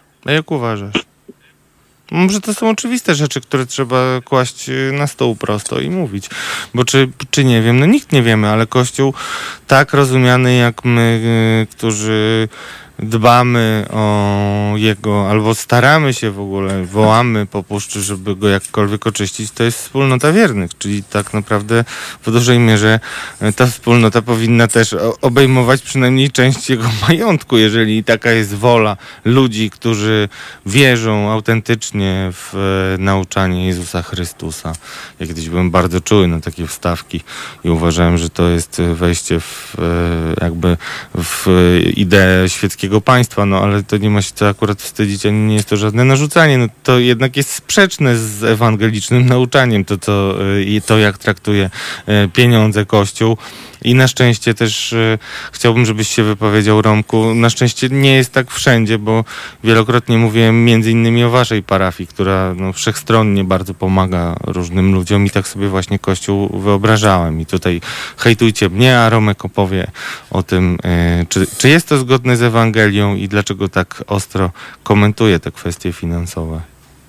Może to są oczywiste rzeczy, które trzeba kłaść na stół prosto i mówić. Bo czy nie wiem, no nikt nie wiemy, ale Kościół tak rozumiany jak my, którzy dbamy o jego, albo staramy się w ogóle, wołamy po puszczy, żeby go jakkolwiek oczyścić, to jest wspólnota wiernych, czyli tak naprawdę w dużej mierze ta wspólnota powinna też obejmować przynajmniej część jego majątku, jeżeli taka jest wola ludzi, którzy wierzą autentycznie w nauczanie Jezusa Chrystusa. Ja kiedyś byłem bardzo czuły na takie wstawki i uważałem, że to jest wejście w ideę świeckiego katolickiego państwa, no ale to nie ma się co akurat wstydzić, ani nie jest to żadne narzucanie, no to jednak jest sprzeczne z ewangelicznym nauczaniem, to jak traktuje pieniądze Kościół. I na szczęście też chciałbym, żebyś się wypowiedział, Romku. Na szczęście nie jest tak wszędzie, bo wielokrotnie mówiłem między innymi o waszej parafii, która wszechstronnie bardzo pomaga różnym ludziom i tak sobie właśnie Kościół wyobrażałem. I tutaj hejtujcie mnie, a Romek opowie o tym, czy jest to zgodne z Ewangelią i dlaczego tak ostro komentuje te kwestie finansowe.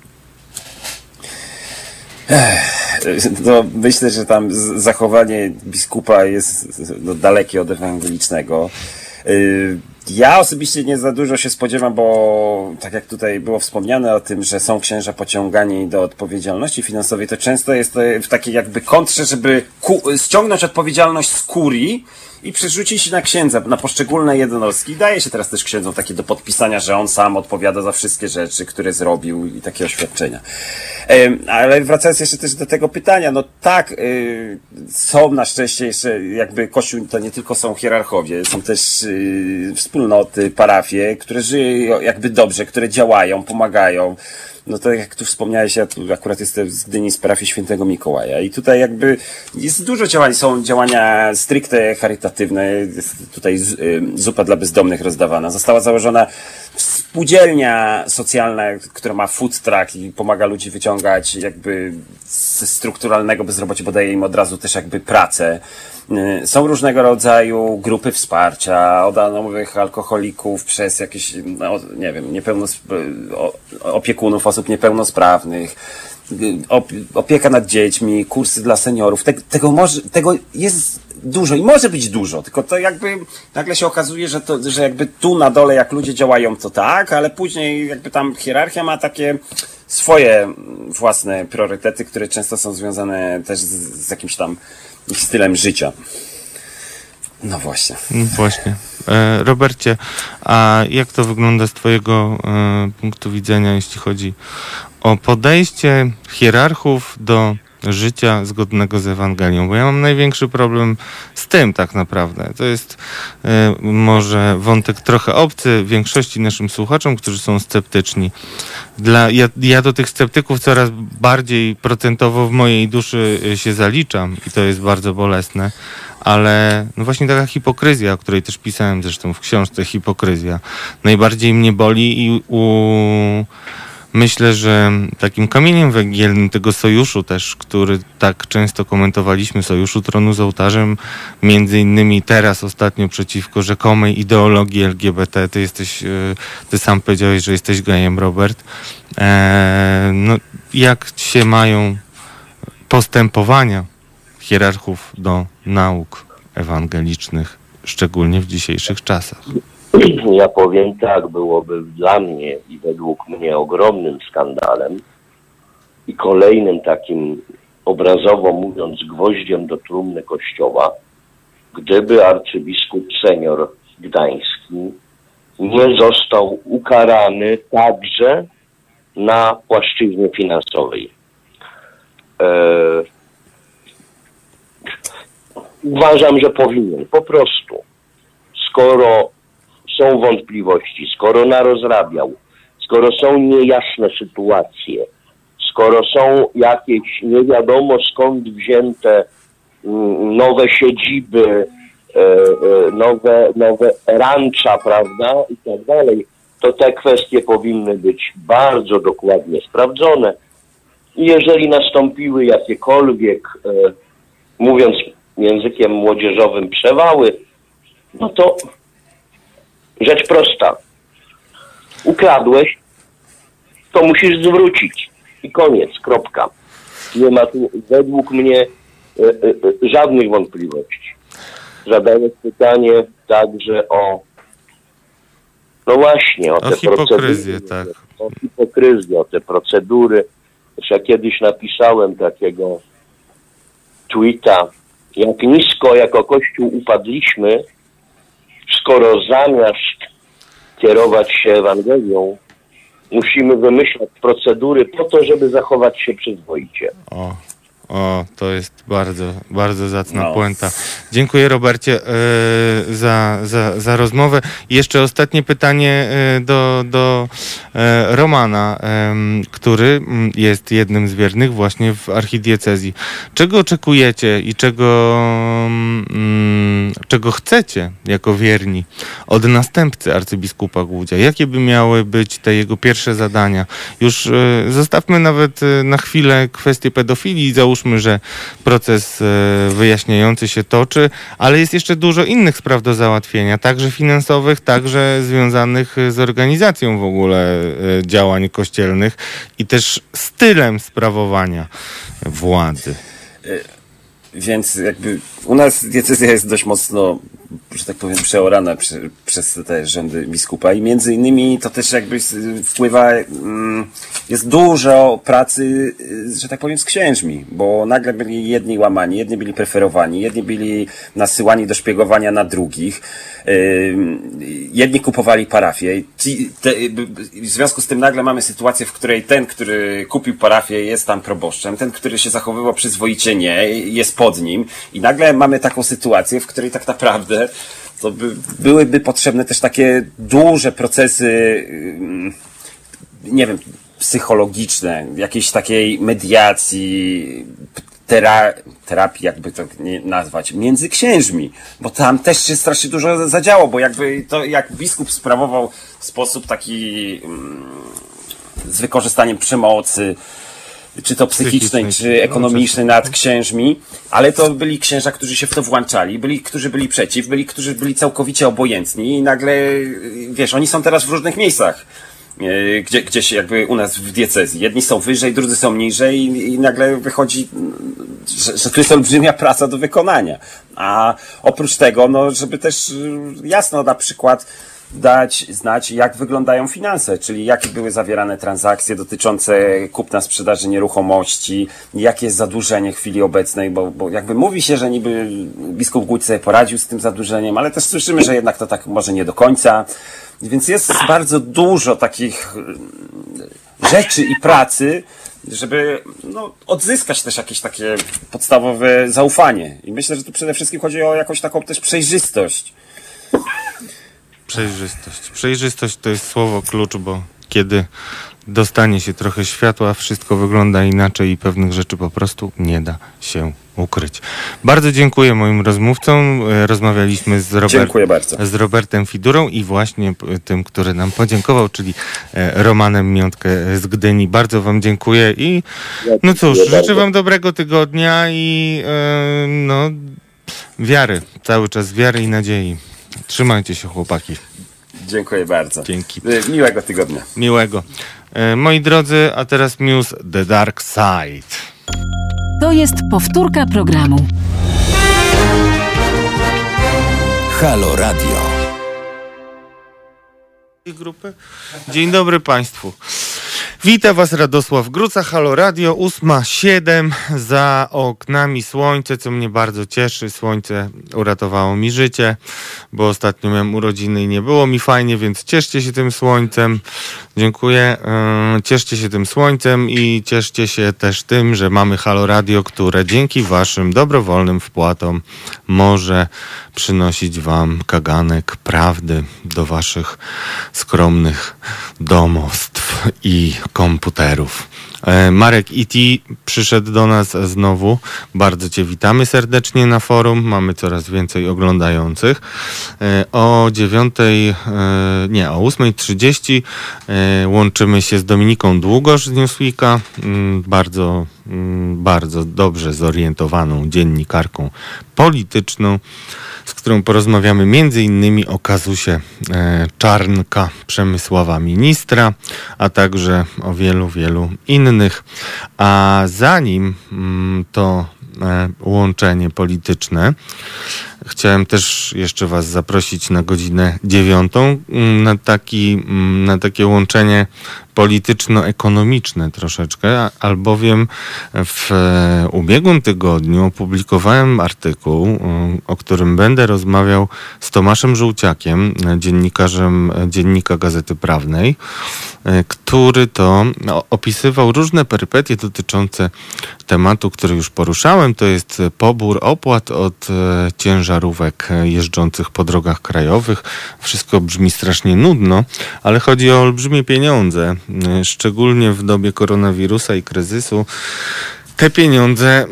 No, myślę, że tam zachowanie biskupa jest dalekie od ewangelicznego. Ja osobiście nie za dużo się spodziewam, bo tak jak tutaj było wspomniane o tym, że są księża pociągani do odpowiedzialności finansowej, to często jest to w takiej jakby kontrze, żeby ściągnąć odpowiedzialność z kurii i przerzucić na księdza, na poszczególne jednostki. Daje się teraz też księdzom takie do podpisania, że on sam odpowiada za wszystkie rzeczy, które zrobił i takie oświadczenia. Ale wracając jeszcze też do tego pytania, no tak, są na szczęście jeszcze jakby Kościół to nie tylko są hierarchowie, są też wspólnoty, parafie, które żyją jakby dobrze, które działają, pomagają. No to jak tu wspomniałeś, ja tu akurat jestem z Gdyni, z parafii Świętego Mikołaja i tutaj jakby jest dużo działań, są działania stricte charytatywne, jest tutaj zupa dla bezdomnych rozdawana. Została założona spółdzielnia socjalna, która ma food truck i pomaga ludzi wyciągać jakby ze strukturalnego bezrobocia, bo daje im od razu też jakby pracę. Są różnego rodzaju grupy wsparcia od anonimowych alkoholików przez jakieś, no, nie wiem, opiekunów osób niepełnosprawnych, opieka nad dziećmi, kursy dla seniorów. Tego jest dużo i może być dużo, tylko to jakby nagle się okazuje, że jakby tu na dole jak ludzie działają to tak, ale później jakby tam hierarchia ma takie swoje własne priorytety, które często są związane też z jakimś tam ich stylem życia. No właśnie. Właśnie. Robercie, a jak to wygląda z twojego punktu widzenia, jeśli chodzi o podejście hierarchów do życia zgodnego z Ewangelią? Bo ja mam największy problem z tym tak naprawdę. To jest może wątek trochę obcy większości naszym słuchaczom, którzy są sceptyczni. Ja do tych sceptyków coraz bardziej procentowo w mojej duszy się zaliczam i to jest bardzo bolesne. Ale no właśnie taka hipokryzja, o której też pisałem zresztą w książce Hipokryzja, najbardziej mnie boli i myślę, że takim kamieniem węgielnym tego sojuszu też, który tak często komentowaliśmy, sojuszu tronu z ołtarzem, między innymi teraz ostatnio przeciwko rzekomej ideologii LGBT, ty sam powiedziałeś, że jesteś gejem, Robert. No, jak się mają postępowania hierarchów do nauk ewangelicznych, szczególnie w dzisiejszych czasach? Ja powiem tak, byłoby dla mnie i według mnie ogromnym skandalem i kolejnym takim, obrazowo mówiąc, gwoździem do trumny Kościoła, gdyby arcybiskup senior gdański nie został ukarany także na płaszczyźnie finansowej. Uważam, że powinien. Po prostu. Skoro są wątpliwości, skoro narozrabiał, skoro są niejasne sytuacje, skoro są jakieś nie wiadomo skąd wzięte nowe siedziby, nowe rancza, prawda, i tak dalej, to te kwestie powinny być bardzo dokładnie sprawdzone. I jeżeli nastąpiły jakiekolwiek, mówiąc językiem młodzieżowym, przewały, no to rzecz prosta. Ukradłeś, to musisz zwrócić. I koniec, kropka. Nie ma tu według mnie żadnych wątpliwości. Zadając pytanie także o, no właśnie, o te hipokryzję, tak. O hipokryzję, o te procedury. Już ja kiedyś napisałem takiego tweeta, jak nisko jako Kościół upadliśmy, skoro zamiast kierować się Ewangelią, musimy wymyślać procedury po to, żeby zachować się przyzwoicie. O, to jest bardzo, bardzo zacna puenta. Dziękuję, Robercie, za rozmowę. I jeszcze ostatnie pytanie do Romana, który jest jednym z wiernych właśnie w archidiecezji. Czego oczekujecie i czego chcecie jako wierni od następcy arcybiskupa Głódzia? Jakie by miały być te jego pierwsze zadania? Już zostawmy nawet na chwilę kwestię pedofilii i załóżmy, że proces wyjaśniający się toczy, ale jest jeszcze dużo innych spraw do załatwienia, także finansowych, także związanych z organizacją w ogóle działań kościelnych i też stylem sprawowania władzy. Więc jakby u nas diecezja jest dość mocno, że tak powiem, przeorana przez te rządy biskupa i między innymi to też jakby wpływa, jest dużo pracy, że tak powiem, z księżmi, bo nagle byli jedni łamani, jedni byli preferowani, jedni byli nasyłani do szpiegowania na drugich, jedni kupowali parafię. W związku z tym nagle mamy sytuację, w której ten, który kupił parafię, jest tam proboszczem, ten, który się zachowywał przyzwoicie, nie, jest pod nim i nagle mamy taką sytuację, w której tak naprawdę to byłyby potrzebne też takie duże procesy, nie wiem, psychologiczne, jakiejś takiej mediacji, terapii, jakby to nie nazwać, między księżmi, bo tam też się strasznie dużo zadziało, bo jakby to, jak biskup sprawował w sposób taki z wykorzystaniem przemocy, czy to psychicznej, czy ekonomicznej nad księżmi, ale to byli księża, którzy się w to włączali, którzy byli przeciw, którzy byli całkowicie obojętni i nagle, wiesz, oni są teraz w różnych miejscach, gdzieś jakby u nas w diecezji. Jedni są wyżej, drudzy są niżej i nagle wychodzi, że tu jest olbrzymia praca do wykonania. A oprócz tego, no, żeby też jasno na przykład dać znać, jak wyglądają finanse, czyli jakie były zawierane transakcje dotyczące kupna, sprzedaży nieruchomości, jakie jest zadłużenie w chwili obecnej, bo jakby mówi się, że niby biskup Głódź sobie poradził z tym zadłużeniem, ale też słyszymy, że jednak to tak może nie do końca. Więc jest bardzo dużo takich rzeczy i pracy, żeby odzyskać też jakieś takie podstawowe zaufanie. I myślę, że tu przede wszystkim chodzi o jakąś taką też przejrzystość. Przejrzystość to jest słowo klucz, bo kiedy dostanie się trochę światła, wszystko wygląda inaczej i pewnych rzeczy po prostu nie da się ukryć. Bardzo dziękuję moim rozmówcom. Rozmawialiśmy z Robertem Fidurą i właśnie tym, który nam podziękował, czyli Romanem Miątkę z Gdyni. Bardzo wam dziękuję i no cóż, życzę wam dobrego tygodnia i wiary, cały czas wiary i nadziei. Trzymajcie się, chłopaki. Dziękuję bardzo. Dzięki. Miłego tygodnia. Miłego. Moi drodzy, a teraz news The Dark Side. To jest powtórka programu. Halo Radio. Dzień dobry Państwu. Witam Was, Radosław Gruca, Halo Radio, 8:07, za oknami słońce, co mnie bardzo cieszy. Słońce uratowało mi życie, bo ostatnio miałem urodziny i nie było mi fajnie, więc cieszcie się tym słońcem. Dziękuję. Cieszcie się tym słońcem i cieszcie się też tym, że mamy Halo Radio, które dzięki Waszym dobrowolnym wpłatom może przynosić Wam kaganek prawdy do Waszych skromnych domostw i komputerów. Marek E.T. przyszedł do nas znowu. Bardzo Cię witamy serdecznie na forum. Mamy coraz więcej oglądających. O 8:30 łączymy się z Dominiką Długosz z Newsweeka. Bardzo dobrze zorientowaną dziennikarką polityczną, z którą porozmawiamy m.in. o kazusie Czarnka, Przemysława ministra, a także o wielu, wielu innych. A zanim to łączenie polityczne, chciałem też jeszcze was zaprosić na godzinę 9 na takie łączenie polityczno-ekonomiczne troszeczkę, albowiem w ubiegłym tygodniu opublikowałem artykuł, o którym będę rozmawiał z Tomaszem Żółciakiem, dziennikarzem Dziennika Gazety Prawnej, który to opisywał różne perypetie dotyczące tematu, który już poruszałem, to jest pobór opłat od ciężarówek jeżdżących po drogach krajowych. Wszystko brzmi strasznie nudno, ale chodzi o olbrzymie pieniądze, szczególnie w dobie koronawirusa i kryzysu. Te pieniądze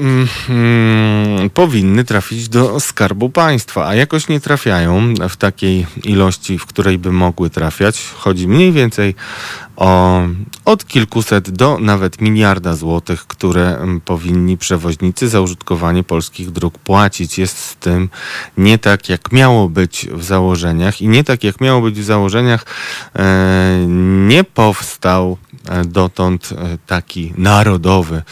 powinny trafić do Skarbu Państwa, a jakoś nie trafiają w takiej ilości, w której by mogły trafiać. Chodzi mniej więcej o od kilkuset do nawet miliarda złotych, które powinni przewoźnicy za użytkowanie polskich dróg płacić. Jest z tym nie tak, jak miało być w założeniach i nie tak, jak miało być w założeniach nie powstał dotąd taki narodowy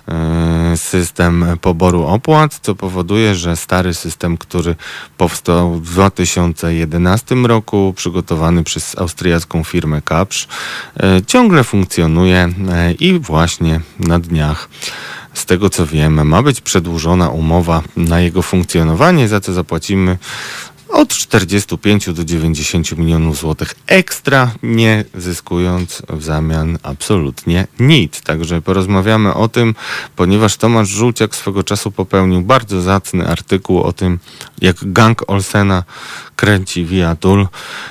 system poboru opłat, co powoduje, że stary system, który powstał w 2011 roku, przygotowany przez austriacką firmę Kapsch, ciągle funkcjonuje i właśnie na dniach, z tego co wiem, ma być przedłużona umowa na jego funkcjonowanie, za co zapłacimy od 45 do 90 milionów złotych ekstra, nie zyskując w zamian absolutnie nic. Także porozmawiamy o tym, ponieważ Tomasz Żółciak swego czasu popełnił bardzo zacny artykuł o tym, jak gang Olsena kręci via Toul,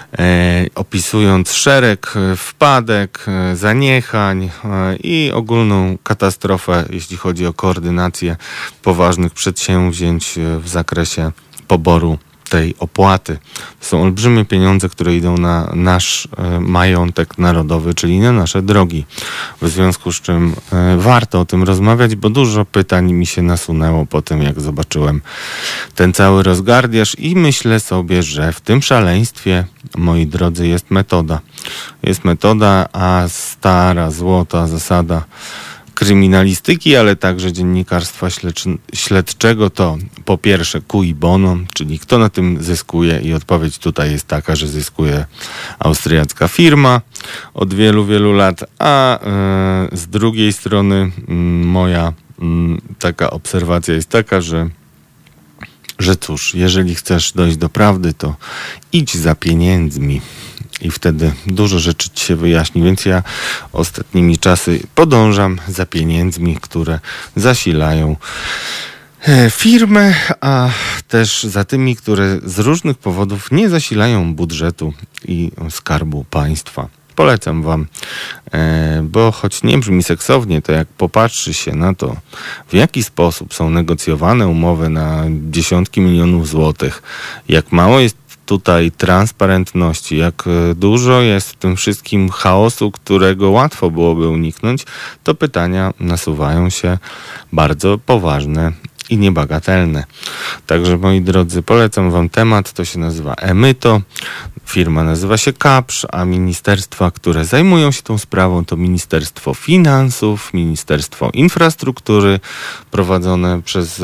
opisując szereg wpadek, zaniechań i ogólną katastrofę, jeśli chodzi o koordynację poważnych przedsięwzięć w zakresie poboru tej opłaty. To są olbrzymie pieniądze, które idą na nasz majątek narodowy, czyli na nasze drogi. W związku z czym warto o tym rozmawiać, bo dużo pytań mi się nasunęło po tym, jak zobaczyłem ten cały rozgardiaż i myślę sobie, że w tym szaleństwie, moi drodzy, jest metoda. Jest metoda, a stara, złota zasada kryminalistyki, ale także dziennikarstwa śledczego to po pierwsze cui bono, czyli kto na tym zyskuje, i odpowiedź tutaj jest taka, że zyskuje austriacka firma od wielu, wielu lat, a z drugiej strony moja taka obserwacja jest taka, że cóż, jeżeli chcesz dojść do prawdy, to idź za pieniędzmi. I wtedy dużo rzeczy ci się wyjaśni, więc ja ostatnimi czasy podążam za pieniędzmi, które zasilają firmę, a też za tymi, które z różnych powodów nie zasilają budżetu i Skarbu Państwa. Polecam wam, bo choć nie brzmi seksownie, to jak popatrzy się na to, w jaki sposób są negocjowane umowy na dziesiątki milionów złotych, jak mało jest tutaj transparentności, jak dużo jest w tym wszystkim chaosu, którego łatwo byłoby uniknąć, to pytania nasuwają się bardzo poważne i niebagatelne. Także, moi drodzy, polecam wam temat, to się nazywa Emyto, firma nazywa się Kapsch, a ministerstwa, które zajmują się tą sprawą, to Ministerstwo Finansów, Ministerstwo Infrastruktury, prowadzone przez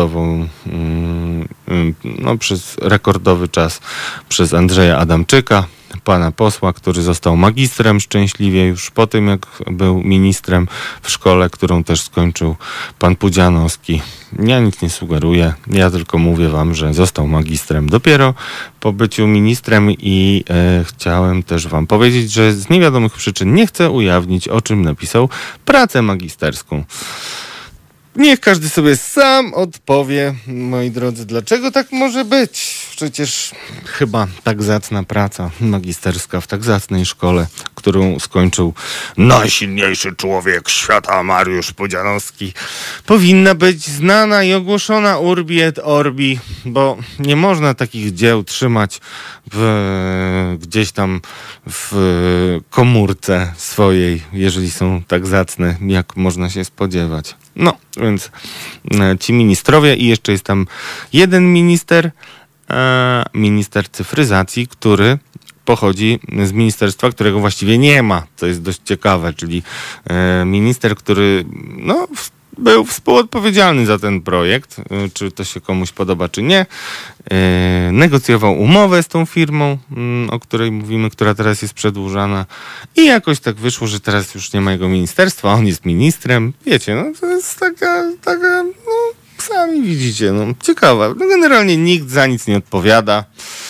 przez rekordowy czas przez Andrzeja Adamczyka, pana posła, który został magistrem szczęśliwie już po tym, jak był ministrem w szkole, którą też skończył pan Pudzianowski. Ja nic nie sugeruję, ja tylko mówię wam, że został magistrem dopiero po byciu ministrem i chciałem też wam powiedzieć, że z niewiadomych przyczyn nie chcę ujawnić, o czym napisał pracę magisterską. Niech każdy sobie sam odpowie, moi drodzy, dlaczego tak może być. Przecież chyba tak zacna praca magisterska w tak zacnej szkole, którą skończył najsilniejszy człowiek świata, Mariusz Pudzianowski, powinna być znana i ogłoszona urbi et orbi, bo nie można takich dzieł trzymać gdzieś tam w komórce swojej, jeżeli są tak zacne, jak można się spodziewać. No, więc ci ministrowie i jeszcze jest tam jeden minister cyfryzacji, który pochodzi z ministerstwa, którego właściwie nie ma, co jest dość ciekawe, czyli minister, który był współodpowiedzialny za ten projekt, czy to się komuś podoba, czy nie. Negocjował umowę z tą firmą, o której mówimy, która teraz jest przedłużana i jakoś tak wyszło, że teraz już nie ma jego ministerstwa, on jest ministrem. Wiecie, no to jest taka no sami widzicie, no ciekawa. No generalnie nikt za nic nie odpowiada.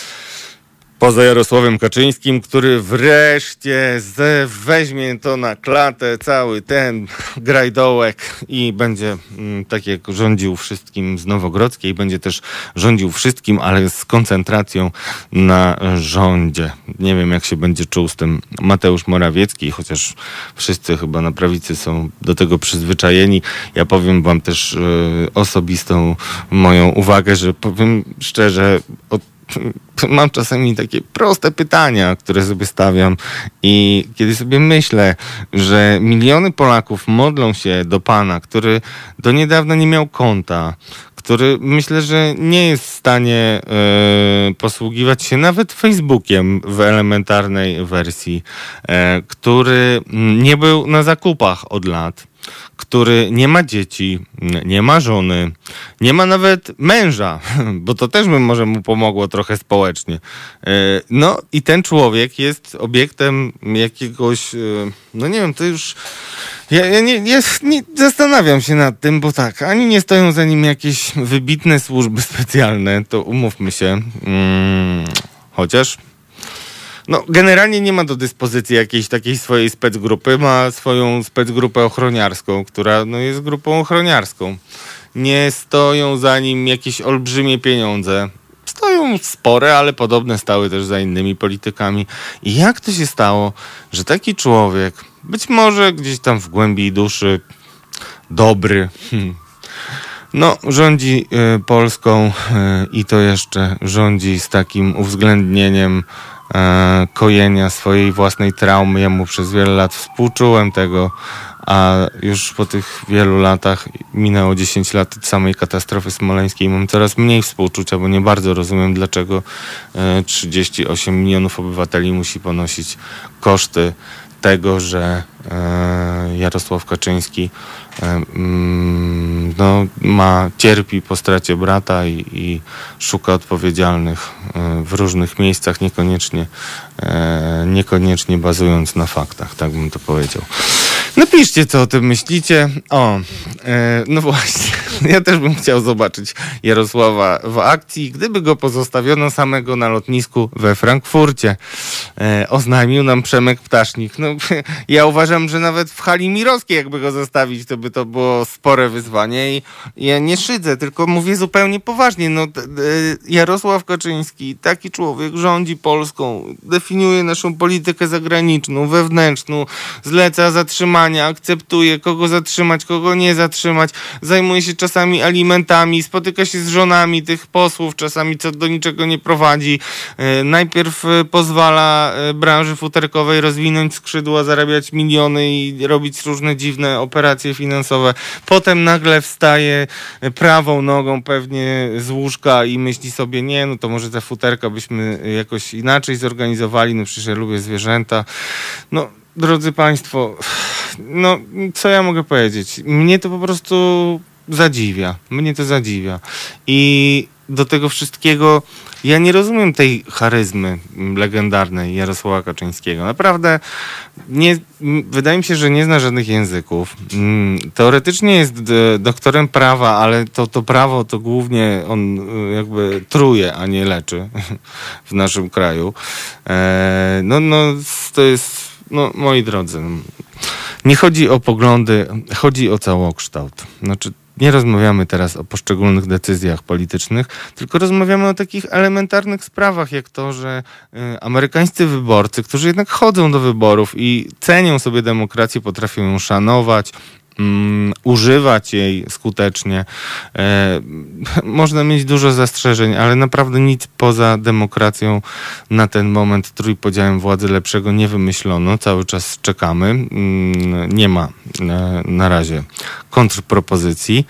Poza Jarosławem Kaczyńskim, który wreszcie weźmie to na klatę, cały ten grajdołek i będzie tak jak rządził wszystkim z Nowogrodzkiej, będzie też rządził wszystkim, ale z koncentracją na rządzie. Nie wiem, jak się będzie czuł z tym Mateusz Morawiecki, chociaż wszyscy chyba na prawicy są do tego przyzwyczajeni. Ja powiem wam też osobistą moją uwagę, że powiem szczerze, mam czasami takie proste pytania, które sobie stawiam i kiedy sobie myślę, że miliony Polaków modlą się do Pana, który do niedawna nie miał konta, który myślę, że nie jest w stanie posługiwać się nawet Facebookiem w elementarnej wersji, który nie był na zakupach od lat, który nie ma dzieci, nie ma żony, nie ma nawet męża, bo to też by może mu pomogło trochę społecznie. No i ten człowiek jest obiektem jakiegoś, no nie wiem, to już... Ja nie zastanawiam się nad tym, bo tak, ani nie stoją za nim jakieś wybitne służby specjalne, to umówmy się, chociaż... No, generalnie nie ma do dyspozycji jakiejś takiej swojej specgrupy, ma swoją specgrupę ochroniarską, która no, jest grupą ochroniarską. Nie stoją za nim jakieś olbrzymie pieniądze. Stoją spore, ale podobne stały też za innymi politykami. I jak to się stało, że taki człowiek, być może gdzieś tam w głębi duszy, dobry, no, rządzi Polską i to jeszcze rządzi z takim uwzględnieniem kojenia swojej własnej traumy. Ja mu przez wiele lat współczułem tego, a już po tych wielu latach, minęło 10 lat od samej katastrofy smoleńskiej, mam coraz mniej współczucia, bo nie bardzo rozumiem, dlaczego 38 milionów obywateli musi ponosić koszty tego, że Jarosław Kaczyński no, cierpi po stracie brata i szuka odpowiedzialnych w różnych miejscach, niekoniecznie bazując na faktach, tak bym to powiedział. Napiszcie, co o tym myślicie. No właśnie, ja też bym chciał zobaczyć Jarosława w akcji, gdyby go pozostawiono samego na lotnisku we Frankfurcie. Oznajmił nam Przemek Ptasznik. No, ja uważam, że nawet w hali Mirowskiej jakby go zostawić, to by to było spore wyzwanie i ja nie szydzę, tylko mówię zupełnie poważnie. No, Jarosław Kaczyński, taki człowiek rządzi Polską, definiuje naszą politykę zagraniczną, wewnętrzną, zleca zatrzymania, akceptuje kogo zatrzymać, kogo nie zatrzymać, zajmuje się czasami alimentami, spotyka się z żonami tych posłów, czasami co do niczego nie prowadzi. Najpierw pozwala branży futerkowej rozwinąć skrzydła, zarabiać miliony i robić różne dziwne operacje finansowe. Potem nagle wstaje prawą nogą pewnie z łóżka i myśli sobie, nie, no to może te futerka byśmy jakoś inaczej zorganizowali, no przecież ja lubię zwierzęta. No, drodzy Państwo, no co ja mogę powiedzieć? Mnie to po prostu zadziwia. Mnie to zadziwia. I do tego wszystkiego ja nie rozumiem tej charyzmy legendarnej Jarosława Kaczyńskiego. Naprawdę wydaje mi się, że nie zna żadnych języków. Teoretycznie jest doktorem prawa, ale to prawo to głównie on jakby truje, a nie leczy w naszym kraju. No to jest... No, moi drodzy, nie chodzi o poglądy, chodzi o całokształt. Znaczy, nie rozmawiamy teraz o poszczególnych decyzjach politycznych, tylko rozmawiamy o takich elementarnych sprawach, jak to, że amerykańscy wyborcy, którzy jednak chodzą do wyborów i cenią sobie demokrację, potrafią ją szanować, używać jej skutecznie. Można mieć dużo zastrzeżeń, ale naprawdę nic poza demokracją na ten moment trójpodziałem władzy lepszego nie wymyślono. Cały czas czekamy. Nie ma na razie kontrpropozycji.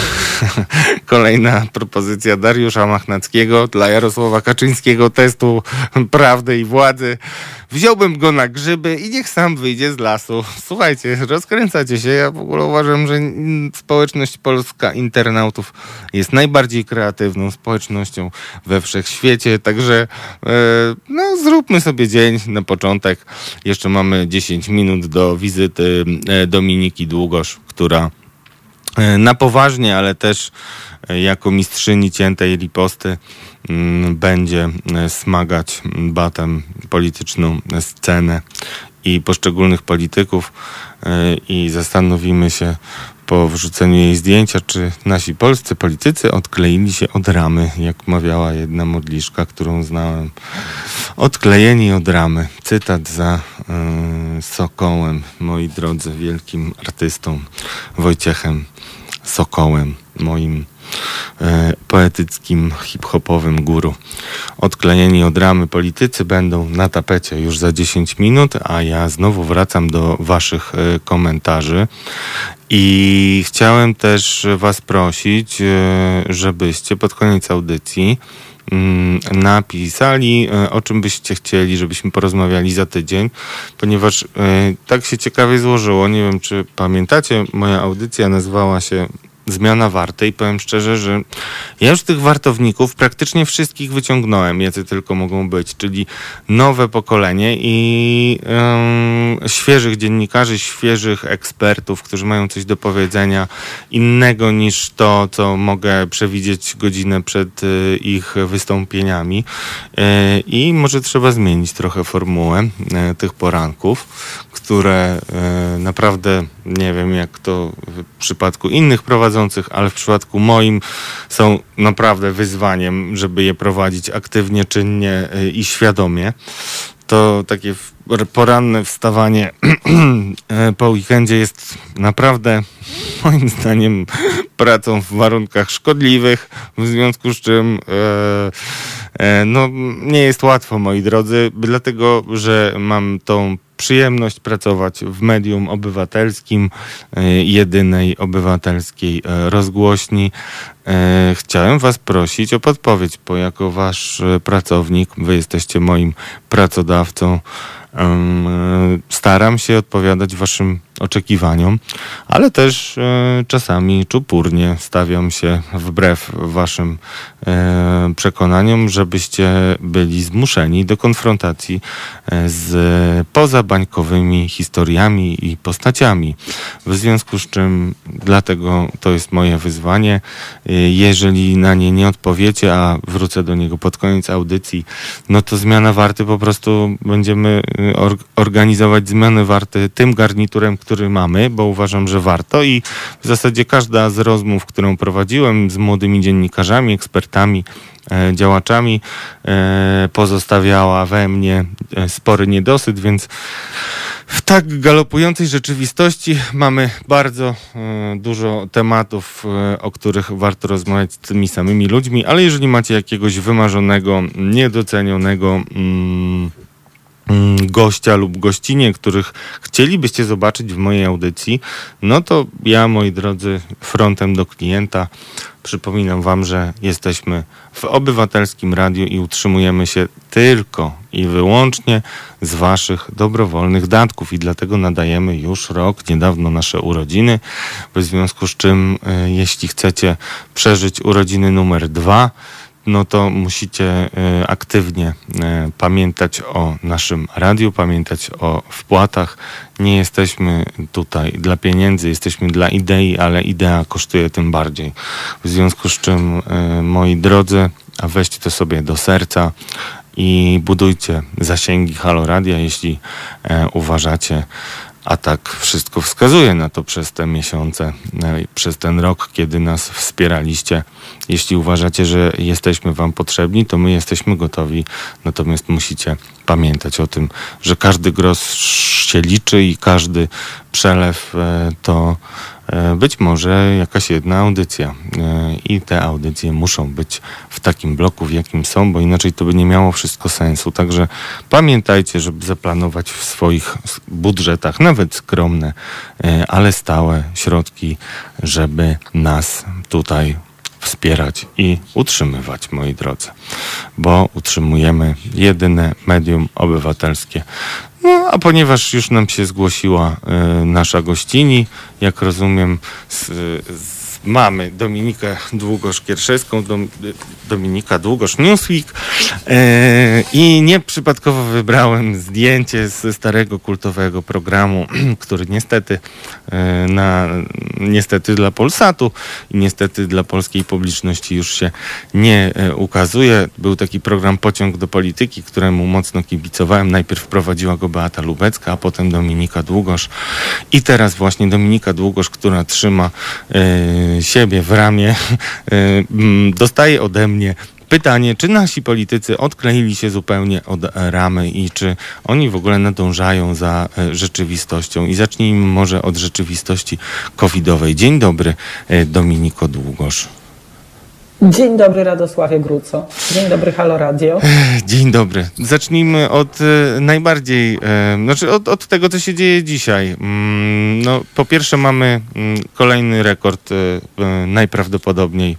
Kolejna propozycja Dariusza Machnackiego dla Jarosława Kaczyńskiego, testu prawdy i władzy. wziąłbym go na grzyby i niech sam wyjdzie z lasu. Słuchajcie, rozkręcacie się. Ja w ogóle uważam, że społeczność polska internautów jest najbardziej kreatywną społecznością we wszechświecie, także no zróbmy sobie dzień na początek. Jeszcze mamy 10 minut do wizyty Dominiki Długosz, która na poważnie, ale też jako mistrzyni ciętej riposty będzie smagać batem polityczną scenę i poszczególnych polityków i zastanowimy się po wrzuceniu jej zdjęcia, czy nasi polscy politycy odkleili się od ramy, jak mawiała jedna modliszka, którą znałem. Odklejeni od ramy. Cytat za Sokołem, moi drodzy, wielkim artystą Wojciechem Sokołem, moim poetyckim, hip-hopowym guru. Odklejeni od ramy politycy będą na tapecie już za 10 minut, a ja znowu wracam do waszych komentarzy i chciałem też was prosić, żebyście pod koniec audycji napisali, o czym byście chcieli, żebyśmy porozmawiali za tydzień, ponieważ tak się ciekawie złożyło. Nie wiem, czy pamiętacie, moja audycja nazywała się Zmiana warty i powiem szczerze, że ja już tych wartowników praktycznie wszystkich wyciągnąłem, jacy tylko mogą być, czyli nowe pokolenie i świeżych dziennikarzy, świeżych ekspertów, którzy mają coś do powiedzenia innego niż to, co mogę przewidzieć godzinę przed ich wystąpieniami i może trzeba zmienić trochę formułę tych poranków, które naprawdę nie wiem jak to w przypadku innych prowadzących, ale w przypadku moim są naprawdę wyzwaniem, żeby je prowadzić aktywnie, czynnie i świadomie. To takie poranne wstawanie po weekendzie jest naprawdę moim zdaniem pracą w warunkach szkodliwych, w związku z czym no, nie jest łatwo, moi drodzy, dlatego, że mam tą przyjemność pracować w medium obywatelskim, jedynej obywatelskiej rozgłośni. Chciałem was prosić o podpowiedź, bo jako wasz pracownik, wy jesteście moim pracodawcą, staram się odpowiadać waszym oczekiwaniom, ale też czasami czupurnie stawiam się wbrew waszym przekonaniom, żebyście byli zmuszeni do konfrontacji z pozabańkowymi historiami i postaciami. W związku z czym dlatego to jest moje wyzwanie. Jeżeli na nie nie odpowiecie, a wrócę do niego pod koniec audycji, no to zmiana warty po prostu będziemy organizować zmiany warty tym garniturem, który mamy, bo uważam, że warto i w zasadzie każda z rozmów, którą prowadziłem z młodymi dziennikarzami, ekspertami, działaczami pozostawiała we mnie spory niedosyt, więc w tak galopującej rzeczywistości mamy bardzo dużo tematów, o których warto rozmawiać z tymi samymi ludźmi, ale jeżeli macie jakiegoś wymarzonego, niedocenionego gościa lub gościnie, których chcielibyście zobaczyć w mojej audycji, no to ja, moi drodzy, frontem do klienta przypominam wam, że jesteśmy w obywatelskim radiu i utrzymujemy się tylko i wyłącznie z waszych dobrowolnych datków i dlatego nadajemy już rok, niedawno nasze urodziny, w związku z czym jeśli chcecie przeżyć urodziny numer 2, no to musicie aktywnie pamiętać o naszym radiu, pamiętać o wpłatach. Nie jesteśmy tutaj dla pieniędzy, jesteśmy dla idei, ale idea kosztuje tym bardziej. W związku z czym, moi drodzy, a weźcie to sobie do serca i budujcie zasięgi Halo Radia, jeśli uważacie, a tak wszystko wskazuje na to przez te miesiące, przez ten rok, kiedy nas wspieraliście. Jeśli uważacie, że jesteśmy wam potrzebni, to my jesteśmy gotowi. Natomiast musicie pamiętać o tym, że każdy grosz się liczy i każdy przelew to być może jakaś jedna audycja. I te audycje muszą być w takim bloku, w jakim są, bo inaczej to by nie miało wszystko sensu. Także pamiętajcie, żeby zaplanować w swoich budżetach, nawet skromne, ale stałe środki, żeby nas tutaj wspierać i utrzymywać, moi drodzy, bo utrzymujemy jedyne medium obywatelskie. No, a ponieważ już nam się zgłosiła nasza gościni, jak rozumiem, mamy Dominikę Długosz-Kierszewską, Dominika Długosz-Newsweek i nieprzypadkowo wybrałem zdjęcie ze starego kultowego programu, który niestety dla Polsatu i niestety dla polskiej publiczności już się nie ukazuje. Był taki program Pociąg do polityki, któremu mocno kibicowałem. Najpierw prowadziła go Beata Lubecka, a potem Dominika Długosz. I teraz właśnie Dominika Długosz, która trzyma siebie w ramię, dostaje ode mnie pytanie, czy nasi politycy odkleili się zupełnie od ramy i czy oni w ogóle nadążają za rzeczywistością. I zacznijmy może od rzeczywistości covidowej. Dzień dobry, Dominiko Długosz. Dzień dobry, Radosławie Gruco. Dzień dobry, Halo Radio. Dzień dobry. Zacznijmy od najbardziej, od tego, co się dzieje dzisiaj. No, po pierwsze mamy kolejny rekord najprawdopodobniej,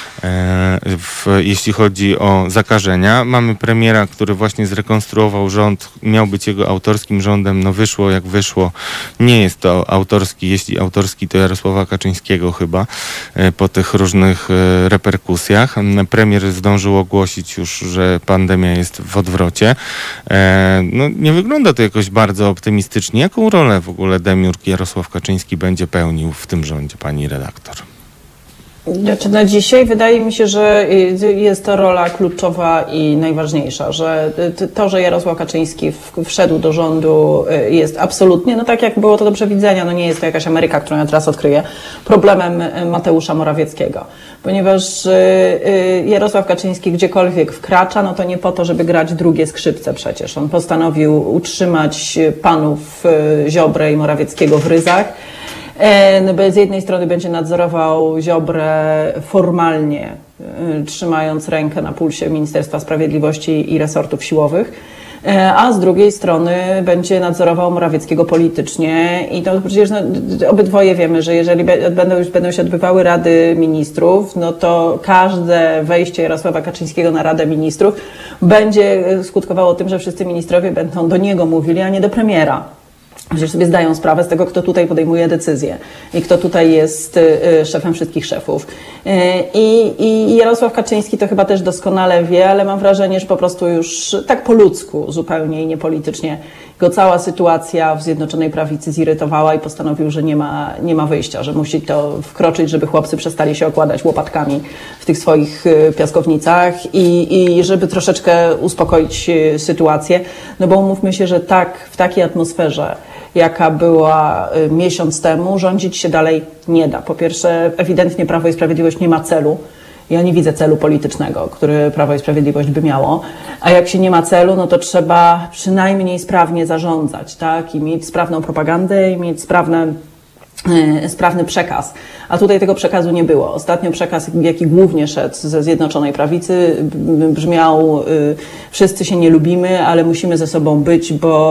jeśli chodzi o zakażenia. Mamy premiera, który właśnie zrekonstruował rząd, miał być jego autorskim rządem, no wyszło jak wyszło. Nie jest to autorski, jeśli autorski, to Jarosława Kaczyńskiego chyba, po tych różnych reperkusjach. Premier zdążył ogłosić już, że pandemia jest w odwrocie. No, nie wygląda to jakoś bardzo optymistycznie. Jaką rolę w ogóle demiurg Jarosław Kaczyński będzie pełnił w tym rządzie, pani redaktor? Znaczy na dzisiaj wydaje mi się, że jest to rola kluczowa i najważniejsza, że to, że Jarosław Kaczyński wszedł do rządu jest absolutnie, no tak jak było to do przewidzenia, no nie jest to jakaś Ameryka, którą ja teraz odkryję, problemem Mateusza Morawieckiego. Ponieważ Jarosław Kaczyński gdziekolwiek wkracza, no to nie po to, żeby grać drugie skrzypce przecież. On postanowił utrzymać panów Ziobrę i Morawieckiego w ryzach. No bo z jednej strony będzie nadzorował Ziobrę formalnie, trzymając rękę na pulsie Ministerstwa Sprawiedliwości i resortów siłowych, a z drugiej strony będzie nadzorował Morawieckiego politycznie i to przecież obydwoje wiemy, że jeżeli będą się odbywały Rady Ministrów, no to każde wejście Jarosława Kaczyńskiego na Radę Ministrów będzie skutkowało tym, że wszyscy ministrowie będą do niego mówili, a nie do premiera. Przecież sobie zdają sprawę z tego, kto tutaj podejmuje decyzje i kto tutaj jest szefem wszystkich szefów. I Jarosław Kaczyński to chyba też doskonale wie, ale mam wrażenie, że po prostu już tak po ludzku zupełnie i niepolitycznie go cała sytuacja w Zjednoczonej Prawicy zirytowała i postanowił, że nie ma wyjścia, że musi to wkroczyć, żeby chłopcy przestali się okładać łopatkami w tych swoich piaskownicach i żeby troszeczkę uspokoić sytuację. No bo umówmy się, że w takiej atmosferze, jaka była miesiąc temu, rządzić się dalej nie da. Po pierwsze, ewidentnie Prawo i Sprawiedliwość nie ma celu. Ja nie widzę celu politycznego, który Prawo i Sprawiedliwość by miało. A jak się nie ma celu, no to trzeba przynajmniej sprawnie zarządzać, tak? I mieć sprawną propagandę i mieć sprawny przekaz. A tutaj tego przekazu nie było. Ostatnio przekaz, jaki głównie szedł ze Zjednoczonej Prawicy, brzmiał: wszyscy się nie lubimy, ale musimy ze sobą być,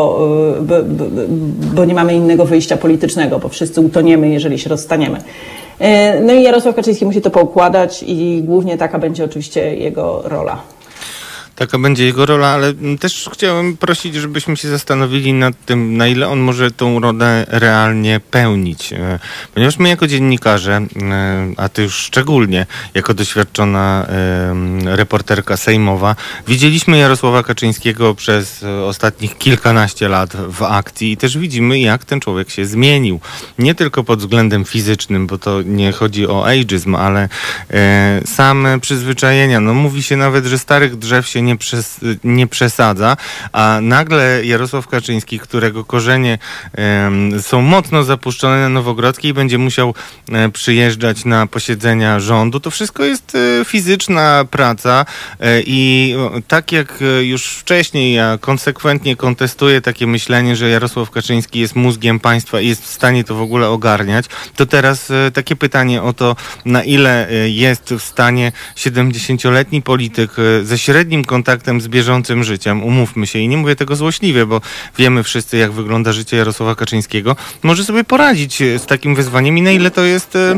bo nie mamy innego wyjścia politycznego, bo wszyscy utoniemy, jeżeli się rozstaniemy. No i Jarosław Kaczyński musi to poukładać i głównie taka będzie oczywiście jego rola. Taka będzie jego rola, ale też chciałem prosić, żebyśmy się zastanowili nad tym, na ile on może tą rolę realnie pełnić. Ponieważ my jako dziennikarze, a ty już szczególnie jako doświadczona reporterka sejmowa, widzieliśmy Jarosława Kaczyńskiego przez ostatnich kilkanaście lat w akcji i też widzimy, jak ten człowiek się zmienił. Nie tylko pod względem fizycznym, bo to nie chodzi o ageizm, ale same przyzwyczajenia. No mówi się nawet, że starych drzew się nie przesadza, a nagle Jarosław Kaczyński, którego korzenie są mocno zapuszczone na Nowogrodzkiej, będzie musiał przyjeżdżać na posiedzenia rządu. To wszystko jest fizyczna praca i tak jak już wcześniej ja konsekwentnie kontestuję takie myślenie, że Jarosław Kaczyński jest mózgiem państwa i jest w stanie to w ogóle ogarniać, to teraz takie pytanie o to, na ile jest w stanie 70-letni polityk ze średnim kontaktem z bieżącym życiem, umówmy się, i nie mówię tego złośliwie, bo wiemy wszyscy, jak wygląda życie Jarosława Kaczyńskiego, może sobie poradzić z takim wyzwaniem i na ile to jest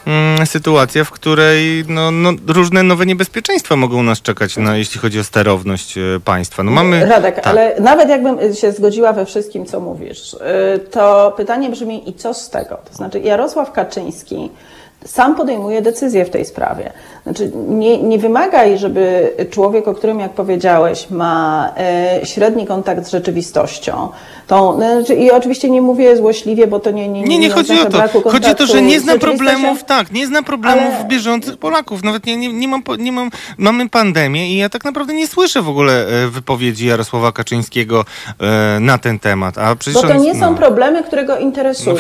sytuacja, w której różne nowe niebezpieczeństwa mogą nas czekać, jeśli chodzi o sterowność państwa. Radek, tak. Ale nawet jakbym się zgodziła we wszystkim, co mówisz, to pytanie brzmi, i co z tego? To znaczy Jarosław Kaczyński sam podejmuje decyzję w tej sprawie. Znaczy, nie wymagaj, żeby człowiek, o którym, jak powiedziałeś, ma średni kontakt z rzeczywistością. I oczywiście nie mówię złośliwie, bo to nie chodzi o to. Chodzi o to, że nie zna problemów, nie zna problemów bieżących Polaków. Nawet mamy pandemię i ja tak naprawdę nie słyszę w ogóle wypowiedzi Jarosława Kaczyńskiego na ten temat. Bo to nie są problemy, które go interesują.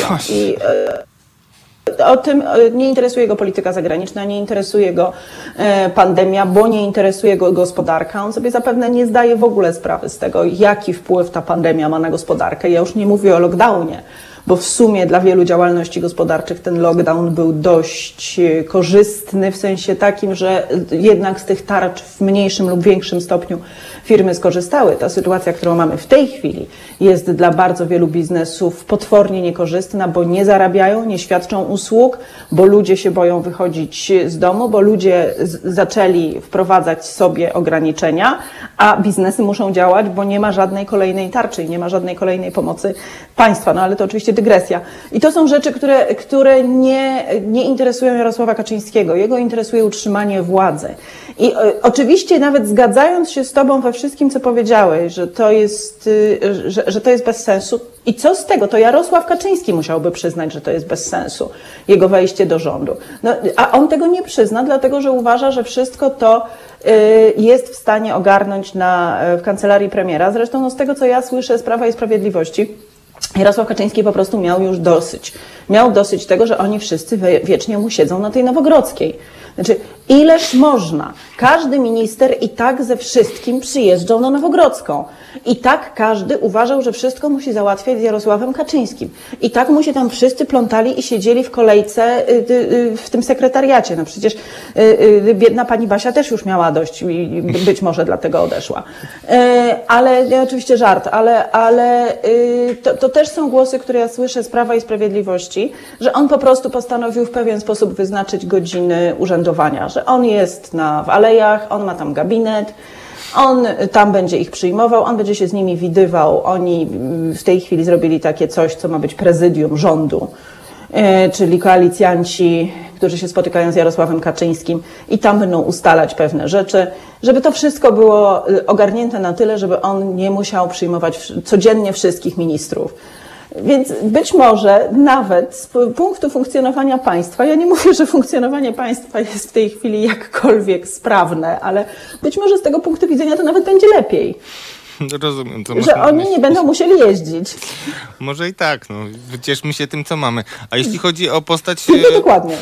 O tym nie interesuje go polityka zagraniczna, nie interesuje go pandemia, bo nie interesuje go gospodarka. On sobie zapewne nie zdaje w ogóle sprawy z tego, jaki wpływ ta pandemia ma na gospodarkę. Ja już nie mówię o lockdownie, bo w sumie dla wielu działalności gospodarczych ten lockdown był dość korzystny w sensie takim, że jednak z tych tarcz w mniejszym lub większym stopniu firmy skorzystały. Ta sytuacja, którą mamy w tej chwili, jest dla bardzo wielu biznesów potwornie niekorzystna, bo nie zarabiają, nie świadczą usług, bo ludzie się boją wychodzić z domu, bo ludzie zaczęli wprowadzać sobie ograniczenia, a biznesy muszą działać, bo nie ma żadnej kolejnej tarczy i nie ma żadnej kolejnej pomocy państwa. Ale to oczywiście dygresja. I to są rzeczy, które nie interesują Jarosława Kaczyńskiego. Jego interesuje utrzymanie władzy. I oczywiście nawet zgadzając się z tobą we wszystkim, co powiedziałeś, że to jest bez sensu. I co z tego? To Jarosław Kaczyński musiałby przyznać, że to jest bez sensu, jego wejście do rządu. A on tego nie przyzna, dlatego że uważa, że wszystko to jest w stanie ogarnąć w kancelarii premiera. Zresztą z tego, co ja słyszę z Prawa i Sprawiedliwości, Jarosław Kaczyński po prostu miał już dosyć. Miał dosyć tego, że oni wszyscy wiecznie mu siedzą na tej Nowogrodzkiej. Znaczy, ileż można? Każdy minister i tak ze wszystkim przyjeżdżał na Nowogrodzką. I tak każdy uważał, że wszystko musi załatwiać z Jarosławem Kaczyńskim. I tak mu się tam wszyscy plątali i siedzieli w kolejce w tym sekretariacie. No przecież biedna pani Basia też już miała dość i być może dlatego odeszła. Ale oczywiście żart, ale to też są głosy, które ja słyszę z Prawa i Sprawiedliwości, że on po prostu postanowił w pewien sposób wyznaczyć godziny urzędowania, że on jest w alejach, on ma tam gabinet, on tam będzie ich przyjmował, on będzie się z nimi widywał. Oni w tej chwili zrobili takie coś, co ma być prezydium rządu, czyli koalicjanci, którzy się spotykają z Jarosławem Kaczyńskim i tam będą ustalać pewne rzeczy, żeby to wszystko było ogarnięte na tyle, żeby on nie musiał przyjmować codziennie wszystkich ministrów. Więc być może nawet z punktu funkcjonowania państwa, ja nie mówię, że funkcjonowanie państwa jest w tej chwili jakkolwiek sprawne, ale być może z tego punktu widzenia to nawet będzie lepiej. Rozumiem, co że oni nie będą musieli jeździć. Może i tak, wycieszmy się tym, co mamy. A jeśli chodzi o postać... dokładnie.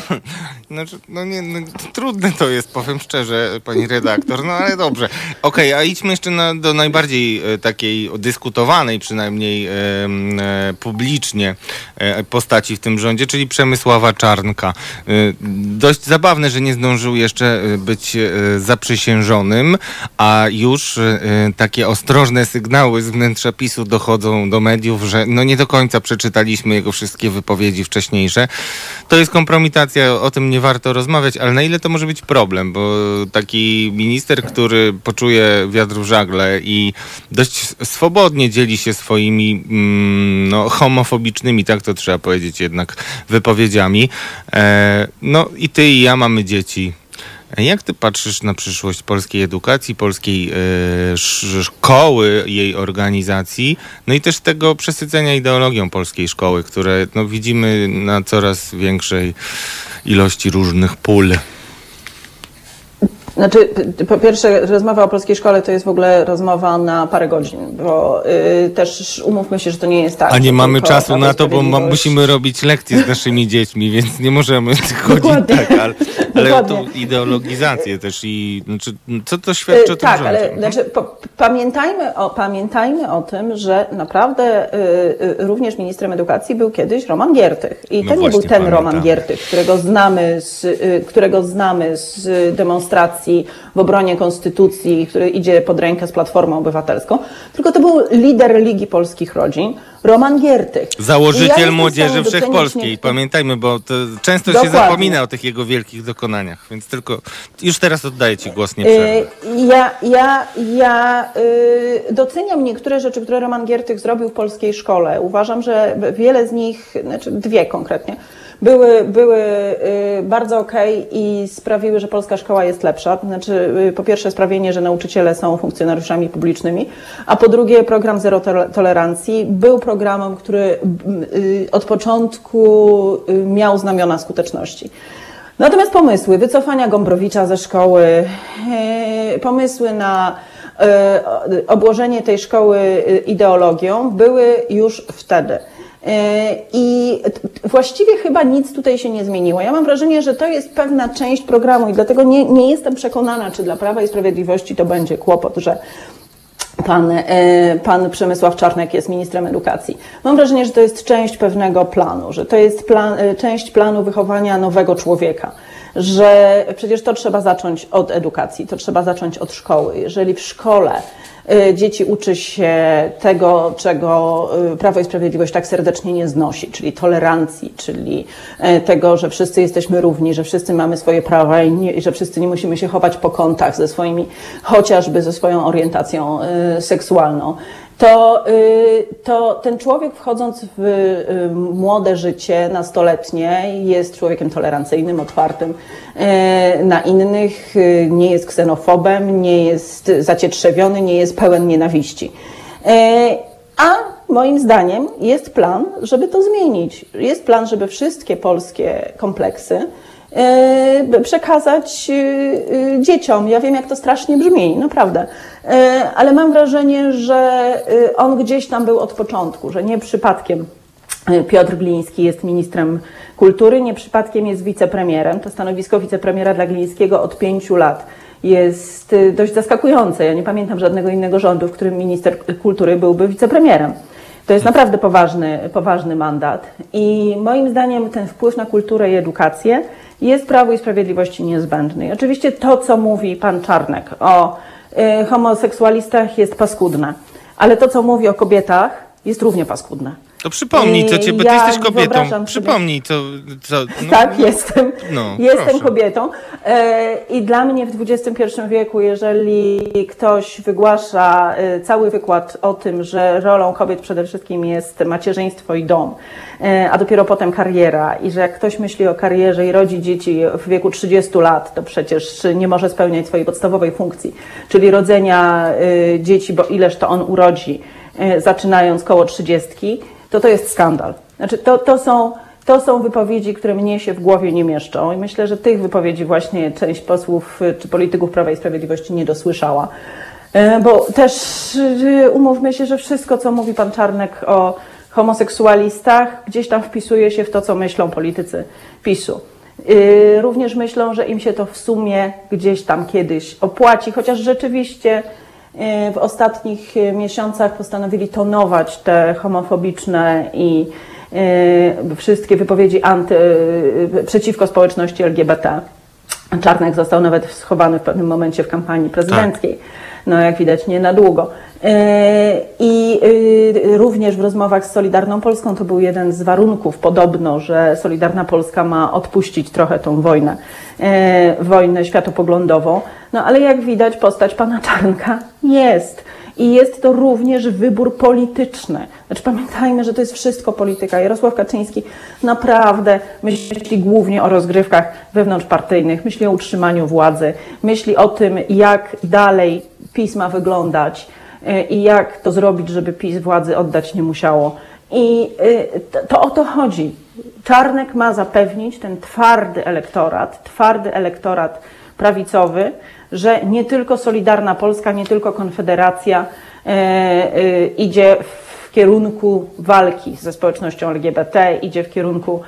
Trudne to jest, powiem szczerze, pani redaktor, ale dobrze. Okej, a idźmy jeszcze do najbardziej takiej dyskutowanej, przynajmniej publicznie, postaci w tym rządzie, czyli Przemysława Czarnka. Dość zabawne, że nie zdążył jeszcze być zaprzysiężonym, a już takie ostrożne sygnały z wnętrza PiS-u dochodzą do mediów, że nie do końca przeczytaliśmy jego wszystkie wypowiedzi wcześniejsze. To jest kompromitacja, o tym nie warto rozmawiać, ale na ile to może być problem, bo taki minister, który poczuje wiatr w żagle i dość swobodnie dzieli się swoimi homofobicznymi, tak to trzeba powiedzieć jednak, wypowiedziami. I ty i ja mamy dzieci. Jak ty patrzysz na przyszłość polskiej edukacji, polskiej szkoły, jej organizacji, i też tego przesycenia ideologią polskiej szkoły, które widzimy na coraz większej ilości różnych pól? Znaczy, po pierwsze, rozmowa o polskiej szkole to jest w ogóle rozmowa na parę godzin, bo też umówmy się, że to nie jest tak. A nie mamy czasu na to, bo musimy robić lekcje z naszymi dziećmi, więc nie możemy chodzić tak, ale o tą ideologizację też i co to świadczy o tym rządzie? Ale pamiętajmy o tym, że naprawdę również ministrem edukacji był kiedyś Roman Giertych. I to nie był ten Roman Giertych, którego znamy z demonstracji w obronie konstytucji, który idzie pod rękę z Platformą Obywatelską, tylko to był lider Ligi Polskich Rodzin. Roman Giertych. Założyciel Młodzieży Wszechpolskiej. Pamiętajmy, bo to często się zapomina o tych jego wielkich dokonaniach, więc tylko już teraz oddaję Ci głos, nie przerwę. Ja doceniam niektóre rzeczy, które Roman Giertych zrobił w polskiej szkole. Uważam, że wiele z nich, znaczy dwie konkretnie, były bardzo okej i sprawiły, że polska szkoła jest lepsza. Znaczy, po pierwsze sprawienie, że nauczyciele są funkcjonariuszami publicznymi, a po drugie program Zero Tolerancji był programem, który od początku miał znamiona skuteczności. Natomiast pomysły wycofania Gombrowicza ze szkoły, pomysły na obłożenie tej szkoły ideologią były już wtedy. I właściwie chyba nic tutaj się nie zmieniło. Ja mam wrażenie, że to jest pewna część programu i dlatego nie jestem przekonana, czy dla Prawa i Sprawiedliwości to będzie kłopot, że pan Przemysław Czarnek jest ministrem edukacji. Mam wrażenie, że to jest część pewnego planu, że to jest część planu wychowania nowego człowieka, że przecież to trzeba zacząć od edukacji, to trzeba zacząć od szkoły. Jeżeli w szkole dzieci uczy się tego, czego Prawo i Sprawiedliwość tak serdecznie nie znosi, czyli tolerancji, czyli tego, że wszyscy jesteśmy równi, że wszyscy mamy swoje prawa i że wszyscy nie musimy się chować po kątach chociażby ze swoją orientacją seksualną, to ten człowiek wchodząc w młode życie, nastoletnie, jest człowiekiem tolerancyjnym, otwartym na innych, nie jest ksenofobem, nie jest zacietrzewiony, nie jest pełen nienawiści. A moim zdaniem jest plan, żeby to zmienić. Jest plan, żeby wszystkie polskie kompleksy przekazać dzieciom. Ja wiem, jak to strasznie brzmi, naprawdę. Ale mam wrażenie, że on gdzieś tam był od początku, że nie przypadkiem Piotr Gliński jest ministrem kultury, nie przypadkiem jest wicepremierem. To stanowisko wicepremiera dla Glińskiego od 5 lat jest dość zaskakujące. Ja nie pamiętam żadnego innego rządu, w którym minister kultury byłby wicepremierem. To jest naprawdę poważny mandat i moim zdaniem ten wpływ na kulturę i edukację jest Prawu i Sprawiedliwości niezbędny. I oczywiście to, co mówi pan Czarnek o homoseksualistach jest paskudne, ale to, co mówi o kobietach jest równie paskudne. To przypomnij, ty jesteś kobietą. Przypomnij to. Tak, jestem. Jestem proszę. Kobietą. I dla mnie w XXI wieku, jeżeli ktoś wygłasza cały wykład o tym, że rolą kobiet przede wszystkim jest macierzyństwo i dom, a dopiero potem kariera i że jak ktoś myśli o karierze i rodzi dzieci w wieku 30 lat, to przecież nie może spełniać swojej podstawowej funkcji, czyli rodzenia dzieci, bo ileż to on urodzi, zaczynając koło 30, to jest skandal. Znaczy, to są wypowiedzi, które mnie się w głowie nie mieszczą i myślę, że tych wypowiedzi właśnie część posłów czy polityków Prawa i Sprawiedliwości nie dosłyszała. Bo też umówmy się, że wszystko, co mówi pan Czarnek o homoseksualistach, gdzieś tam wpisuje się w to, co myślą politycy PiS-u. Również myślą, że im się to w sumie gdzieś tam kiedyś opłaci, chociaż rzeczywiście w ostatnich miesiącach postanowili tonować te homofobiczne i wszystkie wypowiedzi przeciwko społeczności LGBT. Czarnek został nawet schowany w pewnym momencie w kampanii prezydenckiej. Tak. No jak widać nie na długo. I również w rozmowach z Solidarną Polską to był jeden z warunków podobno, że Solidarna Polska ma odpuścić trochę tą wojnę światopoglądową. No ale jak widać postać pana Czarnka jest. I jest to również wybór polityczny. Znaczy pamiętajmy, że to jest wszystko polityka. Jarosław Kaczyński naprawdę myśli głównie o rozgrywkach wewnątrzpartyjnych, myśli o utrzymaniu władzy, myśli o tym, jak dalej PiS ma wyglądać i jak to zrobić, żeby PiS władzy oddać nie musiało. I to o to chodzi. Czarnek ma zapewnić ten twardy elektorat prawicowy, że nie tylko Solidarna Polska, nie tylko Konfederacja idzie w kierunku walki ze społecznością LGBT, idzie w kierunku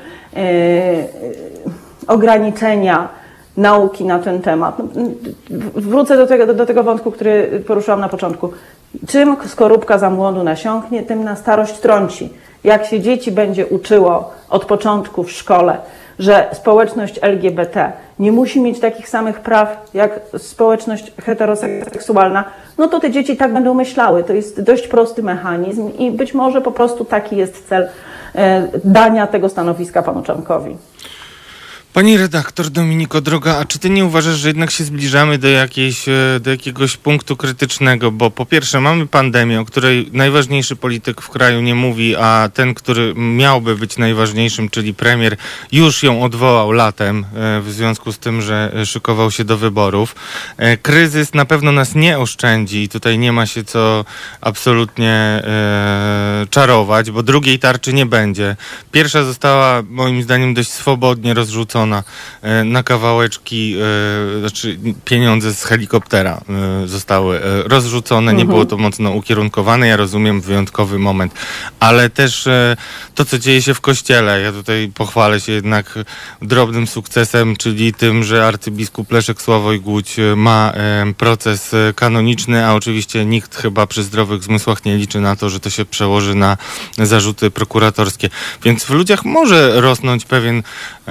ograniczenia nauki na ten temat. Wrócę do tego wątku, który poruszyłam na początku. Czym skorupka za młodu nasiąknie, tym na starość trąci. jak się dzieci będzie uczyło od początku w szkole, że społeczność LGBT nie musi mieć takich samych praw jak społeczność heteroseksualna, no to te dzieci tak będą myślały. To jest dość prosty mechanizm i być może po prostu taki jest cel dania tego stanowiska panu Czarnkowi. Pani redaktor Dominiko droga, a czy ty nie uważasz, że jednak się zbliżamy do jakiegoś punktu krytycznego? Bo po pierwsze mamy pandemię, o której najważniejszy polityk w kraju nie mówi, a ten, który miałby być najważniejszym, czyli premier, już ją odwołał latem w związku z tym, że szykował się do wyborów. Kryzys na pewno nas nie oszczędzi i tutaj nie ma się co absolutnie czarować, bo drugiej tarczy nie będzie. Pierwsza została moim zdaniem dość swobodnie rozrzucona na kawałeczki, znaczy pieniądze z helikoptera zostały rozrzucone, nie było to mocno ukierunkowane, ja rozumiem wyjątkowy moment, ale też to, co dzieje się w kościele, ja tutaj pochwalę się jednak drobnym sukcesem, czyli tym, że arcybiskup Leszek Sławoj Głódź ma proces kanoniczny, a oczywiście nikt chyba przy zdrowych zmysłach nie liczy na to, że to się przełoży na zarzuty prokuratorskie, więc w ludziach może rosnąć pewien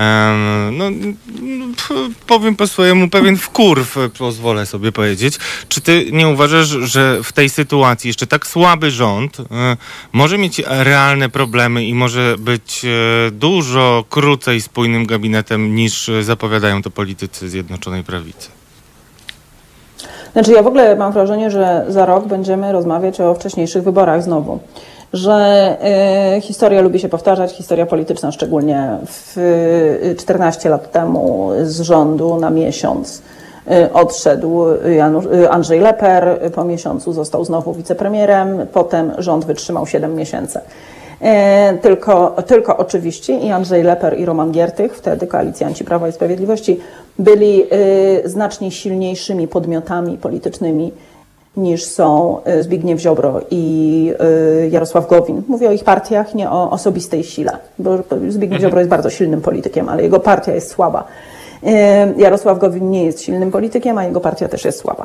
powiem po swojemu, pewien wkurw, pozwolę sobie powiedzieć. Czy ty nie uważasz, że w tej sytuacji jeszcze tak słaby rząd może mieć realne problemy i może być dużo krócej spójnym gabinetem niż zapowiadają to politycy Zjednoczonej Prawicy? Znaczy ja w ogóle mam wrażenie, że za rok będziemy rozmawiać o wcześniejszych wyborach znowu. Że historia lubi się powtarzać, historia polityczna szczególnie. 14 lat temu z rządu na miesiąc odszedł Andrzej Leper, po miesiącu został znowu wicepremierem, potem rząd wytrzymał 7 miesięcy. Tylko oczywiście i Andrzej Leper i Roman Giertych, wtedy koalicjanci Prawa i Sprawiedliwości, byli znacznie silniejszymi podmiotami politycznymi niż są Zbigniew Ziobro i Jarosław Gowin. Mówię o ich partiach, nie o osobistej sile, bo Zbigniew Ziobro jest bardzo silnym politykiem, ale jego partia jest słaba. Jarosław Gowin nie jest silnym politykiem, a jego partia też jest słaba.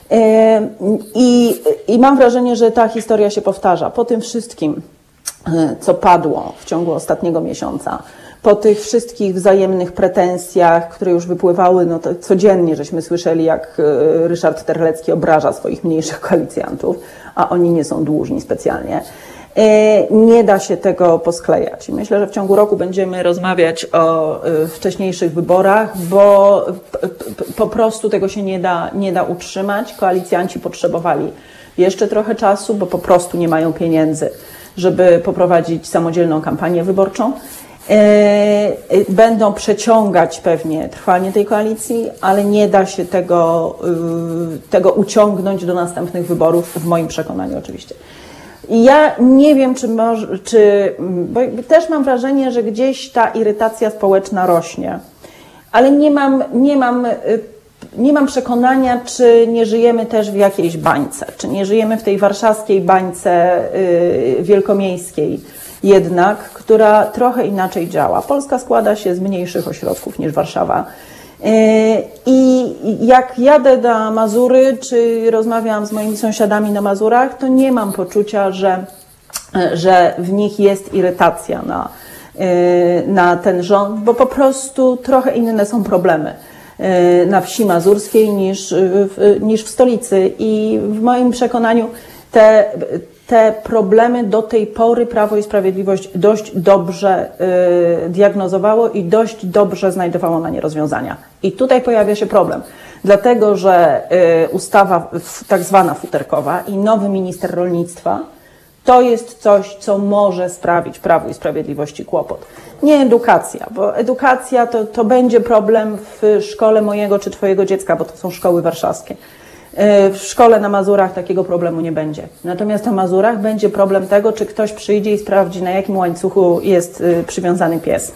I mam wrażenie, że ta historia się powtarza. Po tym wszystkim, co padło w ciągu ostatniego miesiąca, po tych wszystkich wzajemnych pretensjach, które już wypływały, no to codziennie żeśmy słyszeli, jak Ryszard Terlecki obraża swoich mniejszych koalicjantów, a oni nie są dłużni specjalnie. Nie da się tego posklejać. Myślę, że w ciągu roku będziemy rozmawiać o wcześniejszych wyborach, bo po prostu tego się nie da utrzymać. Koalicjanci potrzebowali jeszcze trochę czasu, bo po prostu nie mają pieniędzy, żeby poprowadzić samodzielną kampanię wyborczą. Będą przeciągać pewnie trwanie tej koalicji, ale nie da się tego uciągnąć do następnych wyborów, w moim przekonaniu oczywiście. I ja nie wiem, bo też mam wrażenie, że gdzieś ta irytacja społeczna rośnie, ale nie mam przekonania, czy nie żyjemy też w jakiejś bańce, czy nie żyjemy w tej warszawskiej bańce wielkomiejskiej jednak, która trochę inaczej działa. Polska składa się z mniejszych ośrodków niż Warszawa. I jak jadę na Mazury, czy rozmawiam z moimi sąsiadami na Mazurach, to nie mam poczucia, że w nich jest irytacja na ten rząd, bo po prostu trochę inne są problemy na wsi mazurskiej niż w stolicy. I w moim przekonaniu te problemy do tej pory Prawo i Sprawiedliwość dość dobrze diagnozowało i dość dobrze znajdowało na nie rozwiązania. I tutaj pojawia się problem, dlatego że ustawa tak zwana futerkowa i nowy minister rolnictwa to jest coś, co może sprawić Prawu i Sprawiedliwości kłopot. Nie edukacja, bo edukacja to będzie problem w szkole mojego czy twojego dziecka, bo to są szkoły warszawskie. W szkole na Mazurach takiego problemu nie będzie. Natomiast na Mazurach będzie problem tego, czy ktoś przyjdzie i sprawdzi, na jakim łańcuchu jest przywiązany pies.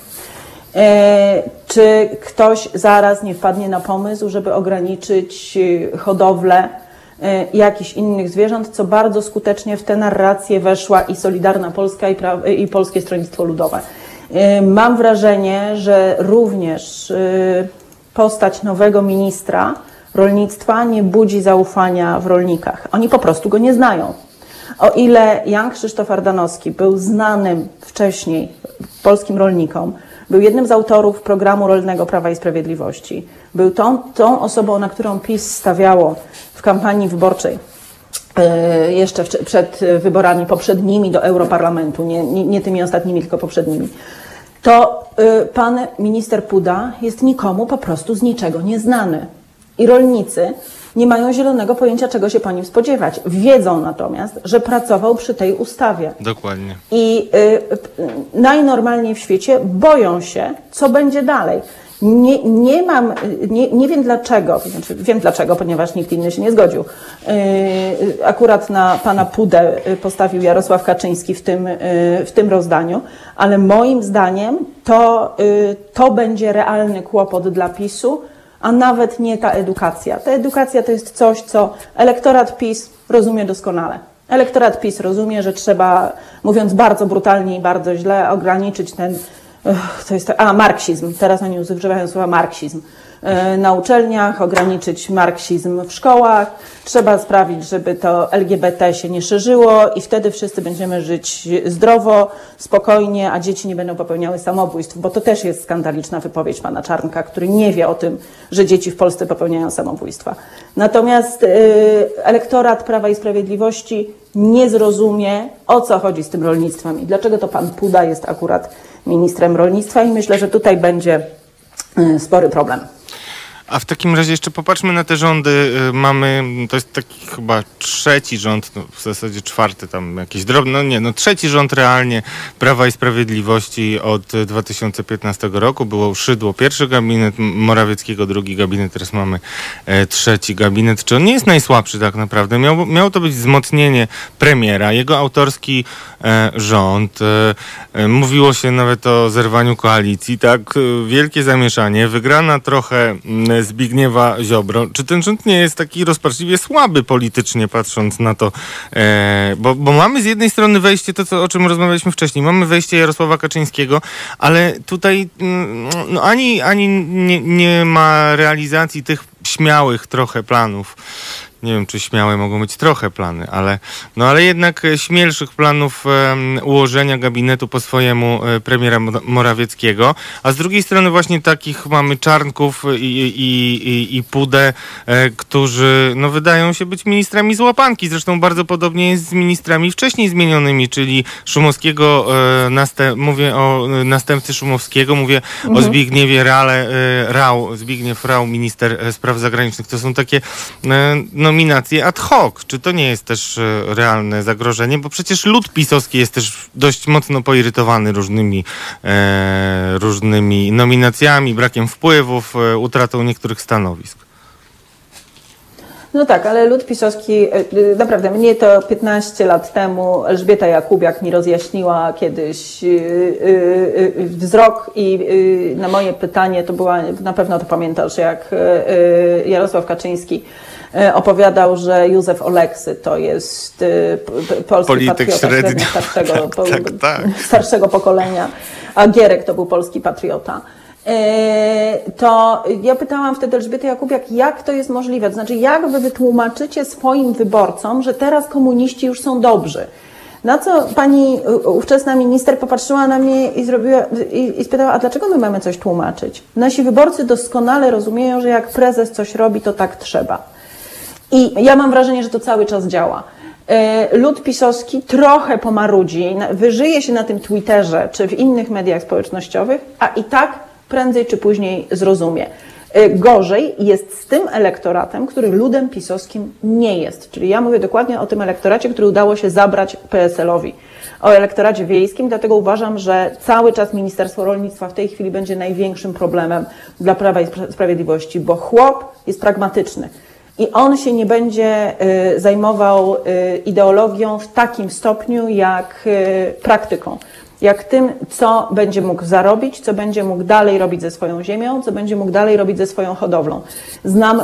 Czy ktoś zaraz nie wpadnie na pomysł, żeby ograniczyć hodowlę jakichś innych zwierząt, co bardzo skutecznie w tę narrację weszła i Solidarna Polska i Polskie Stronnictwo Ludowe. Mam wrażenie, że również postać nowego ministra rolnictwa nie budzi zaufania w rolnikach. Oni po prostu go nie znają. O ile Jan Krzysztof Ardanowski był znanym wcześniej polskim rolnikom, był jednym z autorów programu rolnego Prawa i Sprawiedliwości, był tą osobą, na którą PiS stawiało w kampanii wyborczej, jeszcze przed wyborami poprzednimi do Europarlamentu, nie tymi ostatnimi, tylko poprzednimi, to pan minister Puda jest nikomu po prostu z niczego nieznany. I rolnicy nie mają zielonego pojęcia, czego się po nim spodziewać. Wiedzą natomiast, że pracował przy tej ustawie. Dokładnie. I najnormalniej w świecie boją się, co będzie dalej. Nie wiem dlaczego, znaczy wiem dlaczego, ponieważ nikt inny się nie zgodził. Akurat na pana Pudę postawił Jarosław Kaczyński w tym rozdaniu, ale moim zdaniem to będzie realny kłopot dla PiS-u, a nawet nie ta edukacja. Ta edukacja to jest coś, co elektorat PiS rozumie doskonale. Elektorat PiS rozumie, że trzeba, mówiąc bardzo brutalnie i bardzo źle, ograniczyć marksizm. Teraz oni używają słowa marksizm. Na uczelniach, ograniczyć marksizm w szkołach. Trzeba sprawić, żeby to LGBT się nie szerzyło i wtedy wszyscy będziemy żyć zdrowo, spokojnie, a dzieci nie będą popełniały samobójstw, bo to też jest skandaliczna wypowiedź pana Czarnka, który nie wie o tym, że dzieci w Polsce popełniają samobójstwa. Natomiast elektorat Prawa i Sprawiedliwości nie zrozumie, o co chodzi z tym rolnictwem i dlaczego to pan Puda jest akurat ministrem rolnictwa i myślę, że tutaj będzie spory problem. A w takim razie jeszcze popatrzmy na te rządy. To jest taki chyba trzeci rząd, w zasadzie czwarty tam jakieś drobne, trzeci rząd realnie Prawa i Sprawiedliwości od 2015 roku. Było Szydło, pierwszy gabinet, Morawieckiego drugi gabinet, teraz mamy trzeci gabinet. Czy on nie jest najsłabszy tak naprawdę? Miało to być wzmocnienie premiera, jego autorski rząd. Mówiło się nawet o zerwaniu koalicji, tak? Wielkie zamieszanie, wygrana trochę Zbigniewa Ziobro. Czy ten rząd nie jest taki rozpaczliwie słaby politycznie, patrząc na to? Bo mamy z jednej strony wejście, o czym rozmawialiśmy wcześniej, mamy wejście Jarosława Kaczyńskiego, ale tutaj ani nie ma realizacji tych śmiałych trochę planów. Nie wiem, czy śmiałe mogą być trochę plany, ale jednak śmielszych planów ułożenia gabinetu po swojemu premiera Morawieckiego, a z drugiej strony właśnie takich mamy Czarnków i Pudę, którzy wydają się być ministrami z łapanki. Zresztą bardzo podobnie jest z ministrami wcześniej zmienionymi, czyli Szumowskiego, mówię o następcy Szumowskiego, mówię o Zbigniewie Zbigniew Rau, minister spraw zagranicznych. To są takie nominacje ad hoc. Czy to nie jest też realne zagrożenie? Bo przecież lud pisowski jest też dość mocno poirytowany różnymi nominacjami, brakiem wpływów, utratą niektórych stanowisk. No tak, ale lud pisowski, naprawdę mnie to 15 lat temu Elżbieta Jakubiak mi rozjaśniła kiedyś wzrok i na moje pytanie to była, na pewno to pamiętasz, jak Jarosław Kaczyński opowiadał, że Józef Oleksy to jest polski polityk patriota starszego pokolenia, a Gierek to był polski patriota. To ja pytałam wtedy Elżbietę Jakubiak, jak to jest możliwe? To znaczy, jak wy wytłumaczycie swoim wyborcom, że teraz komuniści już są dobrzy? Na co pani ówczesna minister popatrzyła na mnie i spytała, a dlaczego my mamy coś tłumaczyć? Nasi wyborcy doskonale rozumieją, że jak prezes coś robi, to tak trzeba. I ja mam wrażenie, że to cały czas działa. Lud pisowski trochę pomarudzi, wyżyje się na tym Twitterze czy w innych mediach społecznościowych, a i tak prędzej czy później zrozumie. Gorzej jest z tym elektoratem, który ludem pisowskim nie jest. Czyli ja mówię dokładnie o tym elektoracie, który udało się zabrać PSL-owi. O elektoracie wiejskim, dlatego uważam, że cały czas Ministerstwo Rolnictwa w tej chwili będzie największym problemem dla Prawa i Sprawiedliwości, bo chłop jest pragmatyczny. I on się nie będzie zajmował ideologią w takim stopniu jak praktyką. Jak tym, co będzie mógł zarobić, co będzie mógł dalej robić ze swoją ziemią, co będzie mógł dalej robić ze swoją hodowlą. Znam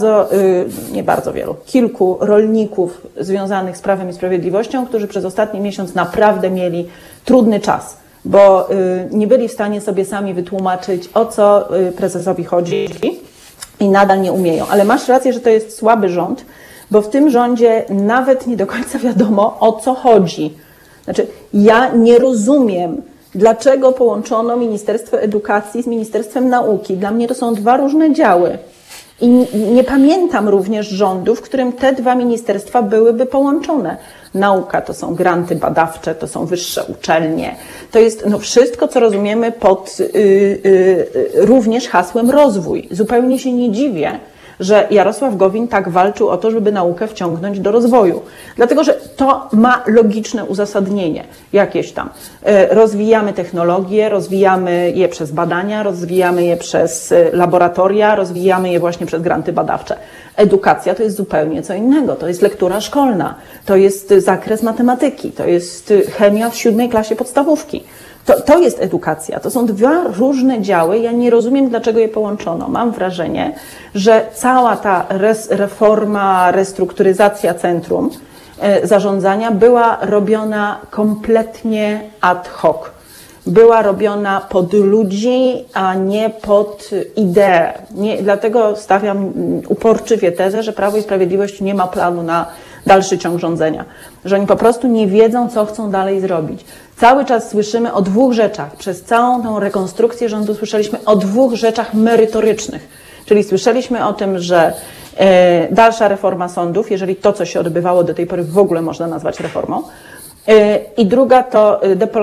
kilku rolników związanych z Prawem i Sprawiedliwością, którzy przez ostatni miesiąc naprawdę mieli trudny czas, bo nie byli w stanie sobie sami wytłumaczyć, o co prezesowi chodzi i nadal nie umieją. Ale masz rację, że to jest słaby rząd, bo w tym rządzie nawet nie do końca wiadomo, o co chodzi. Znaczy, ja nie rozumiem, dlaczego połączono Ministerstwo Edukacji z Ministerstwem Nauki. Dla mnie to są dwa różne działy. I nie pamiętam również rządu, w którym te dwa ministerstwa byłyby połączone. Nauka to są granty badawcze, to są wyższe uczelnie. To jest wszystko, co rozumiemy pod również hasłem rozwój. Zupełnie się nie dziwię, że Jarosław Gowin tak walczył o to, żeby naukę wciągnąć do rozwoju. Dlatego, że to ma logiczne uzasadnienie jakieś tam. Rozwijamy technologie, rozwijamy je przez badania, rozwijamy je przez laboratoria, rozwijamy je właśnie przez granty badawcze. Edukacja to jest zupełnie co innego. To jest lektura szkolna, to jest zakres matematyki, to jest chemia w 7. klasie podstawówki. To jest edukacja. To są dwa różne działy. Ja nie rozumiem, dlaczego je połączono. Mam wrażenie, że cała ta reforma, restrukturyzacja centrum zarządzania była robiona kompletnie ad hoc. Była robiona pod ludzi, a nie pod ideę. Dlatego stawiam uporczywie tezę, że Prawo i Sprawiedliwość nie ma planu na dalszy ciąg rządzenia. Że oni po prostu nie wiedzą, co chcą dalej zrobić. Cały czas słyszymy o dwóch rzeczach. Przez całą tą rekonstrukcję rządu słyszeliśmy o dwóch rzeczach merytorycznych. Czyli słyszeliśmy o tym, że dalsza reforma sądów, jeżeli to, co się odbywało do tej pory w ogóle można nazwać reformą. I druga to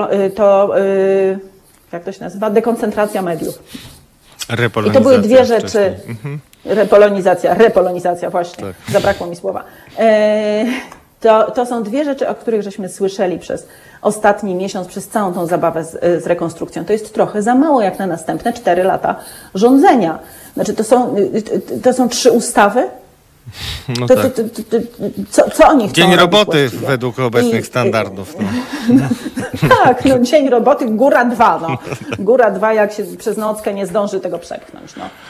jak to się nazywa? Dekoncentracja mediów. I to były dwie rzeczy. Repolonizacja właśnie. Tak. Zabrakło mi słowa. To są dwie rzeczy, o których żeśmy słyszeli przez ostatni miesiąc, przez całą tą zabawę z rekonstrukcją. To jest trochę za mało jak na następne 4 lata rządzenia. Znaczy to są 3 ustawy. No tak. Co oni chcą Dzień roboty właściwie? według obecnych standardów. Tak, dzień roboty, góra 2. Góra 2, jak się przez nockę nie zdąży tego przepchnąć.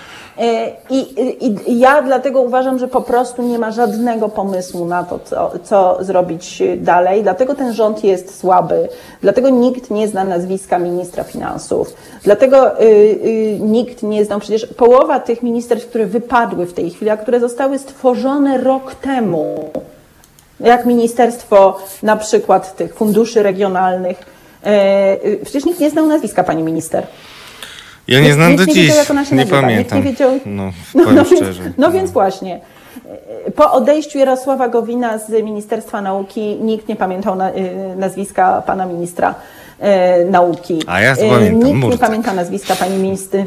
I ja dlatego uważam, że po prostu nie ma żadnego pomysłu na to, co zrobić dalej. Dlatego ten rząd jest słaby. Dlatego nikt nie zna nazwiska ministra finansów. Dlatego nikt nie znał, przecież połowa tych ministerstw, które wypadły w tej chwili, a które zostały stworzone rok temu, jak ministerstwo na przykład tych funduszy regionalnych, przecież nikt nie znał nazwiska pani minister. Ja nie znam do dziś, nie pamiętam. Więc właśnie. Po odejściu Jarosława Gowina z Ministerstwa Nauki nikt nie pamiętał nazwiska pana ministra nauki. A ja pamiętam. Nikt nie pamięta nazwiska pani minister...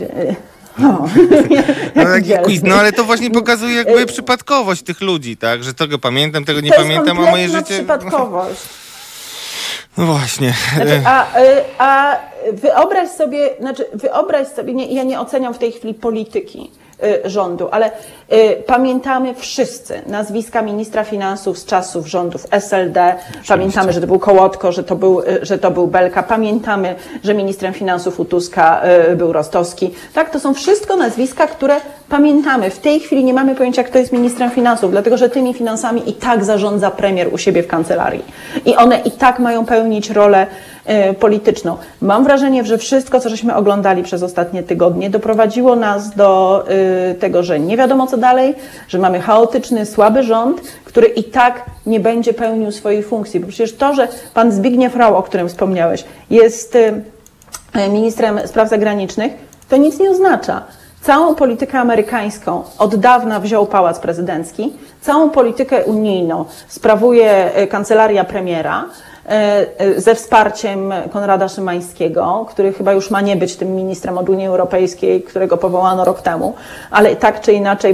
ale to właśnie pokazuje jakby przypadkowość tych ludzi, tak? Że tego pamiętam, tego nie pamiętam, a moje życie... przypadkowość. No właśnie. Znaczy, a wyobraź sobie, ja nie oceniam w tej chwili polityki rządu, ale pamiętamy wszyscy nazwiska ministra finansów z czasów rządów SLD. Oczywiście. Pamiętamy, że to był Kołotko, że to był Belka. Pamiętamy, że ministrem finansów u Tuska był Rostowski. Tak, to są wszystko nazwiska, które pamiętamy. W tej chwili nie mamy pojęcia, kto jest ministrem finansów, dlatego że tymi finansami i tak zarządza premier u siebie w kancelarii. I one i tak mają pełnić rolę polityczną. Mam wrażenie, że wszystko, co żeśmy oglądali przez ostatnie tygodnie, doprowadziło nas do tego, że nie wiadomo co dalej, że mamy chaotyczny, słaby rząd, który i tak nie będzie pełnił swojej funkcji. Bo przecież to, że pan Zbigniew Rau, o którym wspomniałeś, jest ministrem spraw zagranicznych, to nic nie oznacza. Całą politykę amerykańską od dawna wziął Pałac Prezydencki, całą politykę unijną sprawuje kancelaria premiera, ze wsparciem Konrada Szymańskiego, który chyba już ma nie być tym ministrem od Unii Europejskiej, którego powołano rok temu, ale tak czy inaczej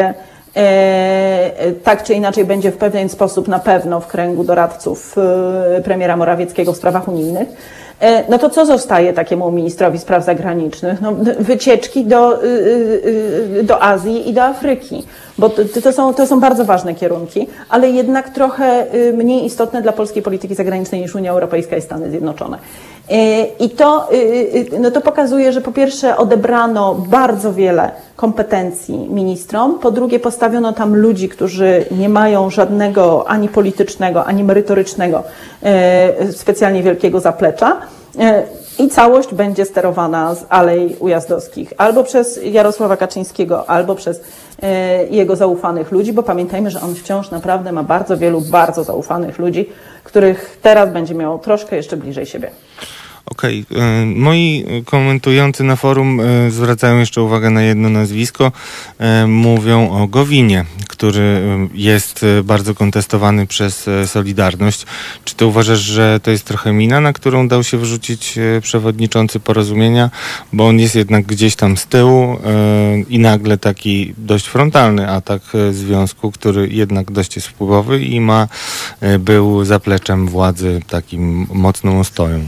będzie w pewien sposób na pewno w kręgu doradców premiera Morawieckiego w sprawach unijnych. No to co zostaje takiemu ministrowi spraw zagranicznych? No, wycieczki do Azji i do Afryki, bo to są bardzo ważne kierunki, ale jednak trochę mniej istotne dla polskiej polityki zagranicznej niż Unia Europejska i Stany Zjednoczone. I to pokazuje, że po pierwsze odebrano bardzo wiele kompetencji ministrom, po drugie postawiono tam ludzi, którzy nie mają żadnego ani politycznego, ani merytorycznego specjalnie wielkiego zaplecza. I całość będzie sterowana z Alei Ujazdowskich albo przez Jarosława Kaczyńskiego, albo przez jego zaufanych ludzi, bo pamiętajmy, że on wciąż naprawdę ma bardzo wielu, bardzo zaufanych ludzi, których teraz będzie miał troszkę jeszcze bliżej siebie. Okej. Moi komentujący na forum zwracają jeszcze uwagę na jedno nazwisko. Mówią o Gowinie, który jest bardzo kontestowany przez Solidarność. Czy ty uważasz, że to jest trochę mina, na którą dał się wrzucić przewodniczący Porozumienia? Bo on jest jednak gdzieś tam z tyłu i nagle taki dość frontalny atak związku, który jednak dość jest wpływowy i był zapleczem władzy takim mocną ostoją.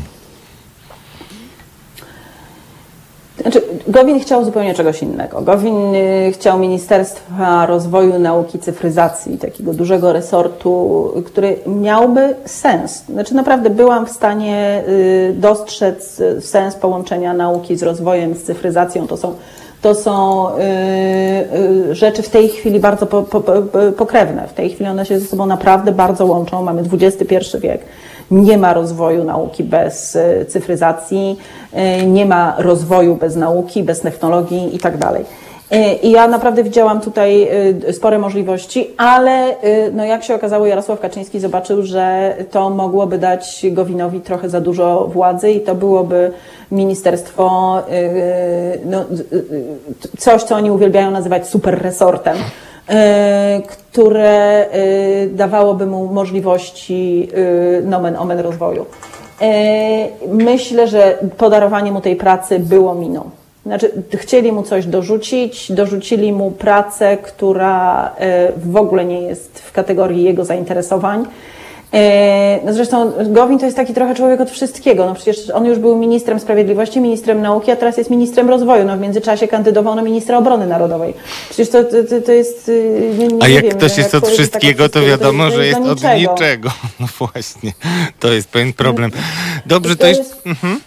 Znaczy, Gowin chciał zupełnie czegoś innego. Gowin chciał Ministerstwa Rozwoju, Nauki, Cyfryzacji, takiego dużego resortu, który miałby sens. Znaczy, naprawdę byłam w stanie dostrzec sens połączenia nauki z rozwojem, z cyfryzacją. To są rzeczy w tej chwili bardzo pokrewne. W tej chwili one się ze sobą naprawdę bardzo łączą. Mamy XXI wiek. Nie ma rozwoju nauki bez cyfryzacji, nie ma rozwoju bez nauki, bez technologii i tak dalej. I ja naprawdę widziałam tutaj spore możliwości, ale no jak się okazało, Jarosław Kaczyński zobaczył, że to mogłoby dać Gowinowi trochę za dużo władzy i to byłoby ministerstwo, no, coś, co oni uwielbiają nazywać super resortem, które dawałoby mu możliwości nomen omen rozwoju. Myślę, że podarowanie mu tej pracy było miną. Znaczy, chcieli mu coś dorzucili mu pracę, która w ogóle nie jest w kategorii jego zainteresowań. No zresztą Gowin to jest taki trochę człowiek od wszystkiego. No przecież on już był ministrem sprawiedliwości, ministrem nauki, a teraz jest ministrem rozwoju. No w międzyczasie kandydował na ministra obrony narodowej. Przecież to jest... A jak ktoś jest od wszystkiego, to wiadomo, że jest od niczego. No właśnie, to jest pewien problem. Dobrze, to jest...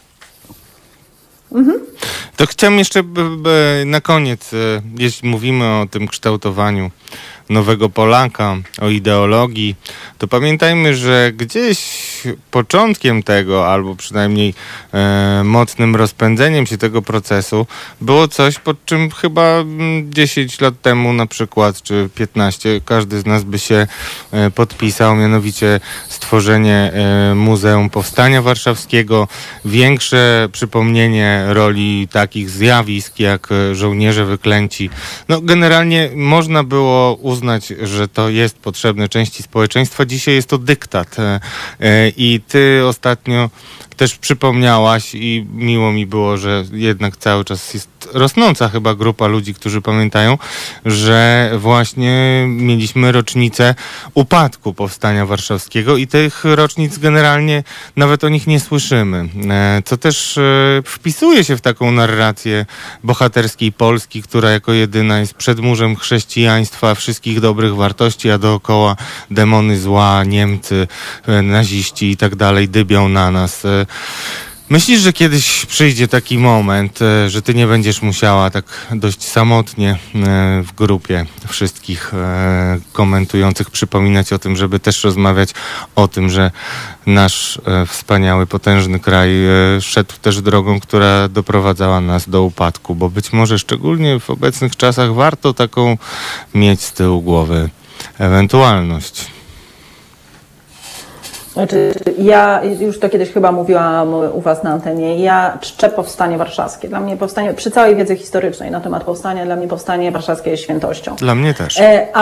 To chciałem jeszcze na koniec, jeśli mówimy o tym kształtowaniu nowego Polaka, o ideologii, to pamiętajmy, że gdzieś początkiem tego, albo przynajmniej mocnym rozpędzeniem się tego procesu było coś, pod czym chyba 10 lat temu na przykład, czy 15, każdy z nas by się podpisał, mianowicie stworzenie Muzeum Powstania Warszawskiego, większe przypomnienie roli takich zjawisk jak żołnierze wyklęci. No generalnie można było uznać, że to jest potrzebne części społeczeństwa. Dzisiaj jest to dyktat. I ty ostatnio też przypomniałaś i miło mi było, że jednak cały czas jest rosnąca chyba grupa ludzi, którzy pamiętają, że właśnie mieliśmy rocznicę upadku Powstania Warszawskiego i tych rocznic generalnie nawet o nich nie słyszymy. Co też wpisuje się w taką narrację bohaterskiej Polski, która jako jedyna jest przedmurzem chrześcijaństwa, wszystkich dobrych wartości, a dookoła demony zła, Niemcy, naziści i tak dalej dybią na nas. Myślisz, że kiedyś przyjdzie taki moment, że ty nie będziesz musiała tak dość samotnie w grupie wszystkich komentujących przypominać o tym, żeby też rozmawiać o tym, że nasz wspaniały, potężny kraj szedł też drogą, która doprowadzała nas do upadku, bo być może szczególnie w obecnych czasach warto taką mieć z tyłu głowy ewentualność. Znaczy, ja już to kiedyś chyba mówiłam u was na antenie, ja czczę Powstanie Warszawskie. Dla mnie powstanie, przy całej wiedzy historycznej na temat powstania, dla mnie Powstanie Warszawskie jest świętością. Dla mnie też.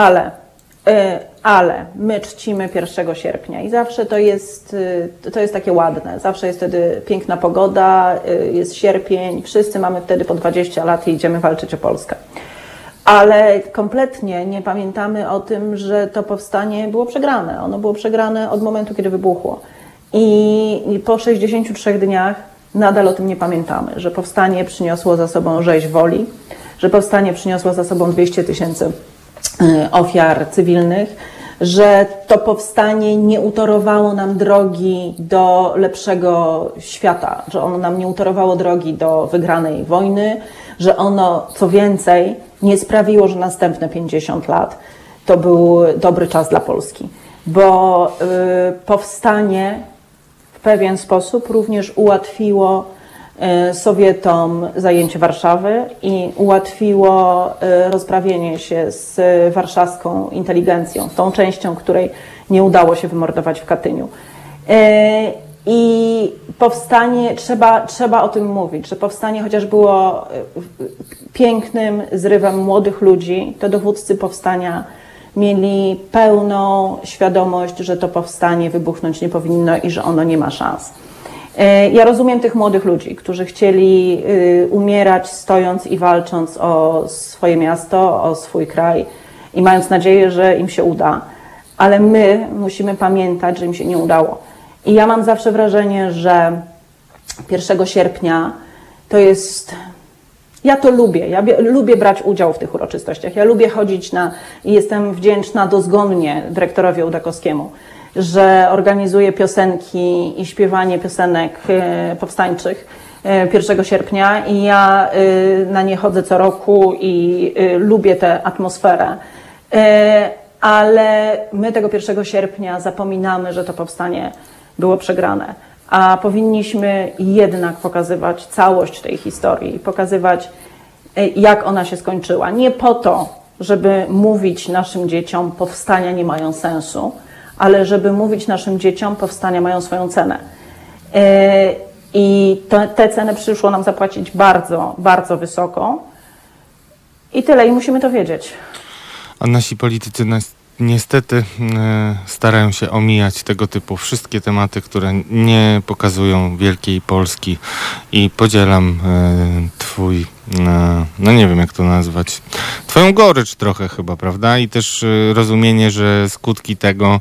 Ale my czcimy 1 sierpnia i zawsze to jest takie ładne. Zawsze jest wtedy piękna pogoda, jest sierpień, wszyscy mamy wtedy po 20 lat i idziemy walczyć o Polskę. Ale kompletnie nie pamiętamy o tym, że to powstanie było przegrane. Ono było przegrane od momentu, kiedy wybuchło. I po 63 dniach nadal o tym nie pamiętamy, że powstanie przyniosło za sobą rzeź woli, że powstanie przyniosło za sobą 200 000 ofiar cywilnych, że to powstanie nie utorowało nam drogi do lepszego świata, że ono nam nie utorowało drogi do wygranej wojny, że ono, co więcej, nie sprawiło, że następne 50 lat to był dobry czas dla Polski, bo powstanie w pewien sposób również ułatwiło Sowietom zajęcie Warszawy i ułatwiło rozprawienie się z warszawską inteligencją, tą częścią, której nie udało się wymordować w Katyniu. I powstanie, trzeba o tym mówić, że powstanie chociaż było pięknym zrywem młodych ludzi, to dowódcy powstania mieli pełną świadomość, że to powstanie wybuchnąć nie powinno i że ono nie ma szans. Ja rozumiem tych młodych ludzi, którzy chcieli umierać stojąc i walcząc o swoje miasto, o swój kraj i mając nadzieję, że im się uda, ale my musimy pamiętać, że im się nie udało. I ja mam zawsze wrażenie, że 1 sierpnia to jest... Ja to lubię. Ja lubię brać udział w tych uroczystościach. Ja lubię chodzić i jestem wdzięczna dozgonnie dyrektorowi Ołdakowskiemu, że organizuje piosenki i śpiewanie piosenek powstańczych 1 sierpnia i ja na nie chodzę co roku i lubię tę atmosferę. Ale my tego 1 sierpnia zapominamy, że to powstanie było przegrane. A powinniśmy jednak pokazywać całość tej historii, pokazywać, jak ona się skończyła. Nie po to, żeby mówić naszym dzieciom, powstania nie mają sensu, ale żeby mówić naszym dzieciom, powstania mają swoją cenę. I tę cenę przyszło nam zapłacić bardzo, bardzo wysoko. I tyle, i musimy to wiedzieć. A nasi politycy niestety starają się omijać tego typu wszystkie tematy, które nie pokazują wielkiej Polski i podzielam twój, no nie wiem jak to nazwać, twoją gorycz trochę chyba, prawda? I też rozumienie, że skutki tego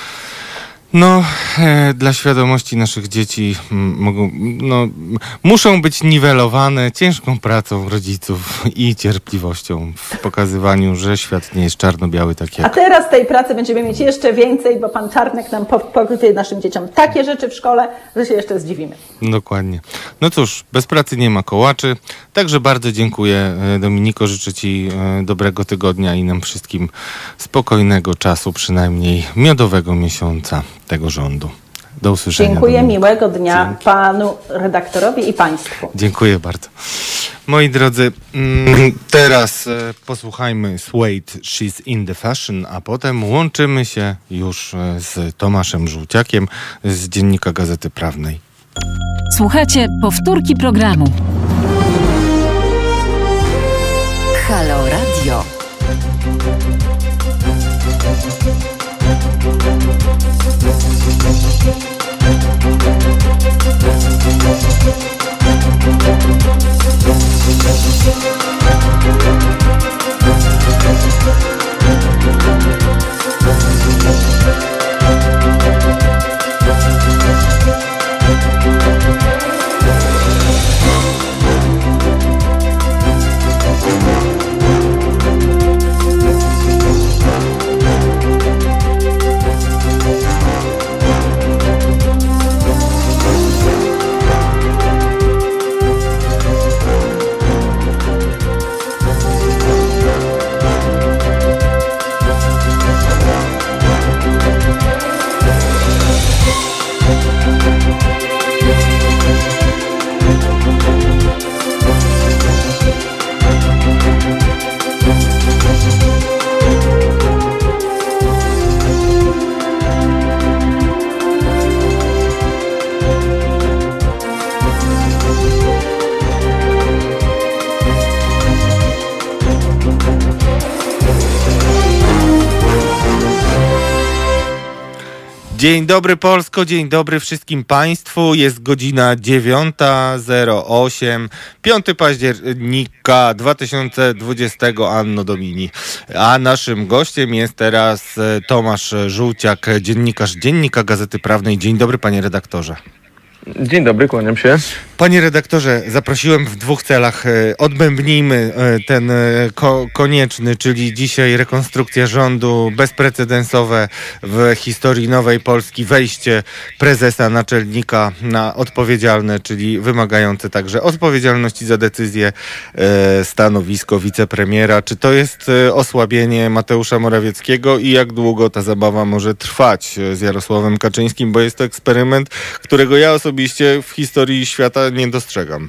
dla świadomości naszych dzieci muszą być niwelowane ciężką pracą rodziców i cierpliwością w pokazywaniu, że świat nie jest czarno-biały tak jak... A teraz tej pracy będziemy mieć jeszcze więcej, bo pan Czarnek nam powie naszym dzieciom takie rzeczy w szkole, że się jeszcze zdziwimy. Dokładnie. No cóż, bez pracy nie ma kołaczy, także bardzo dziękuję, Dominiko, życzę ci dobrego tygodnia i nam wszystkim spokojnego czasu, przynajmniej miodowego miesiąca tego rządu. Do usłyszenia. Dziękuję, Dominika. miłego dnia Dzięki. panu redaktorowi i państwu. Dziękuję bardzo. Moi drodzy, teraz posłuchajmy Suede, She's in the Fashion, a potem łączymy się już z Tomaszem Żółciakiem z Dziennika Gazety Prawnej. Słuchacie powtórki programu. Halo Radio. Dzień dobry Polsko, dzień dobry wszystkim Państwu. Jest godzina 9:08, 5 października 2020 Anno Domini. A naszym gościem jest teraz Tomasz Żółciak, dziennikarz Dziennika Gazety Prawnej. Dzień dobry, panie redaktorze. Dzień dobry, kłaniam się. Panie redaktorze, zaprosiłem w dwóch celach. Odbębnijmy ten konieczny, czyli dzisiaj rekonstrukcja rządu, bezprecedensowe w historii nowej Polski wejście prezesa, naczelnika na odpowiedzialne, czyli wymagające także odpowiedzialności za decyzję, stanowisko wicepremiera. Czy to jest osłabienie Mateusza Morawieckiego i jak długo ta zabawa może trwać z Jarosławem Kaczyńskim, bo jest to eksperyment, którego ja osobiście w historii świata nie dostrzegam.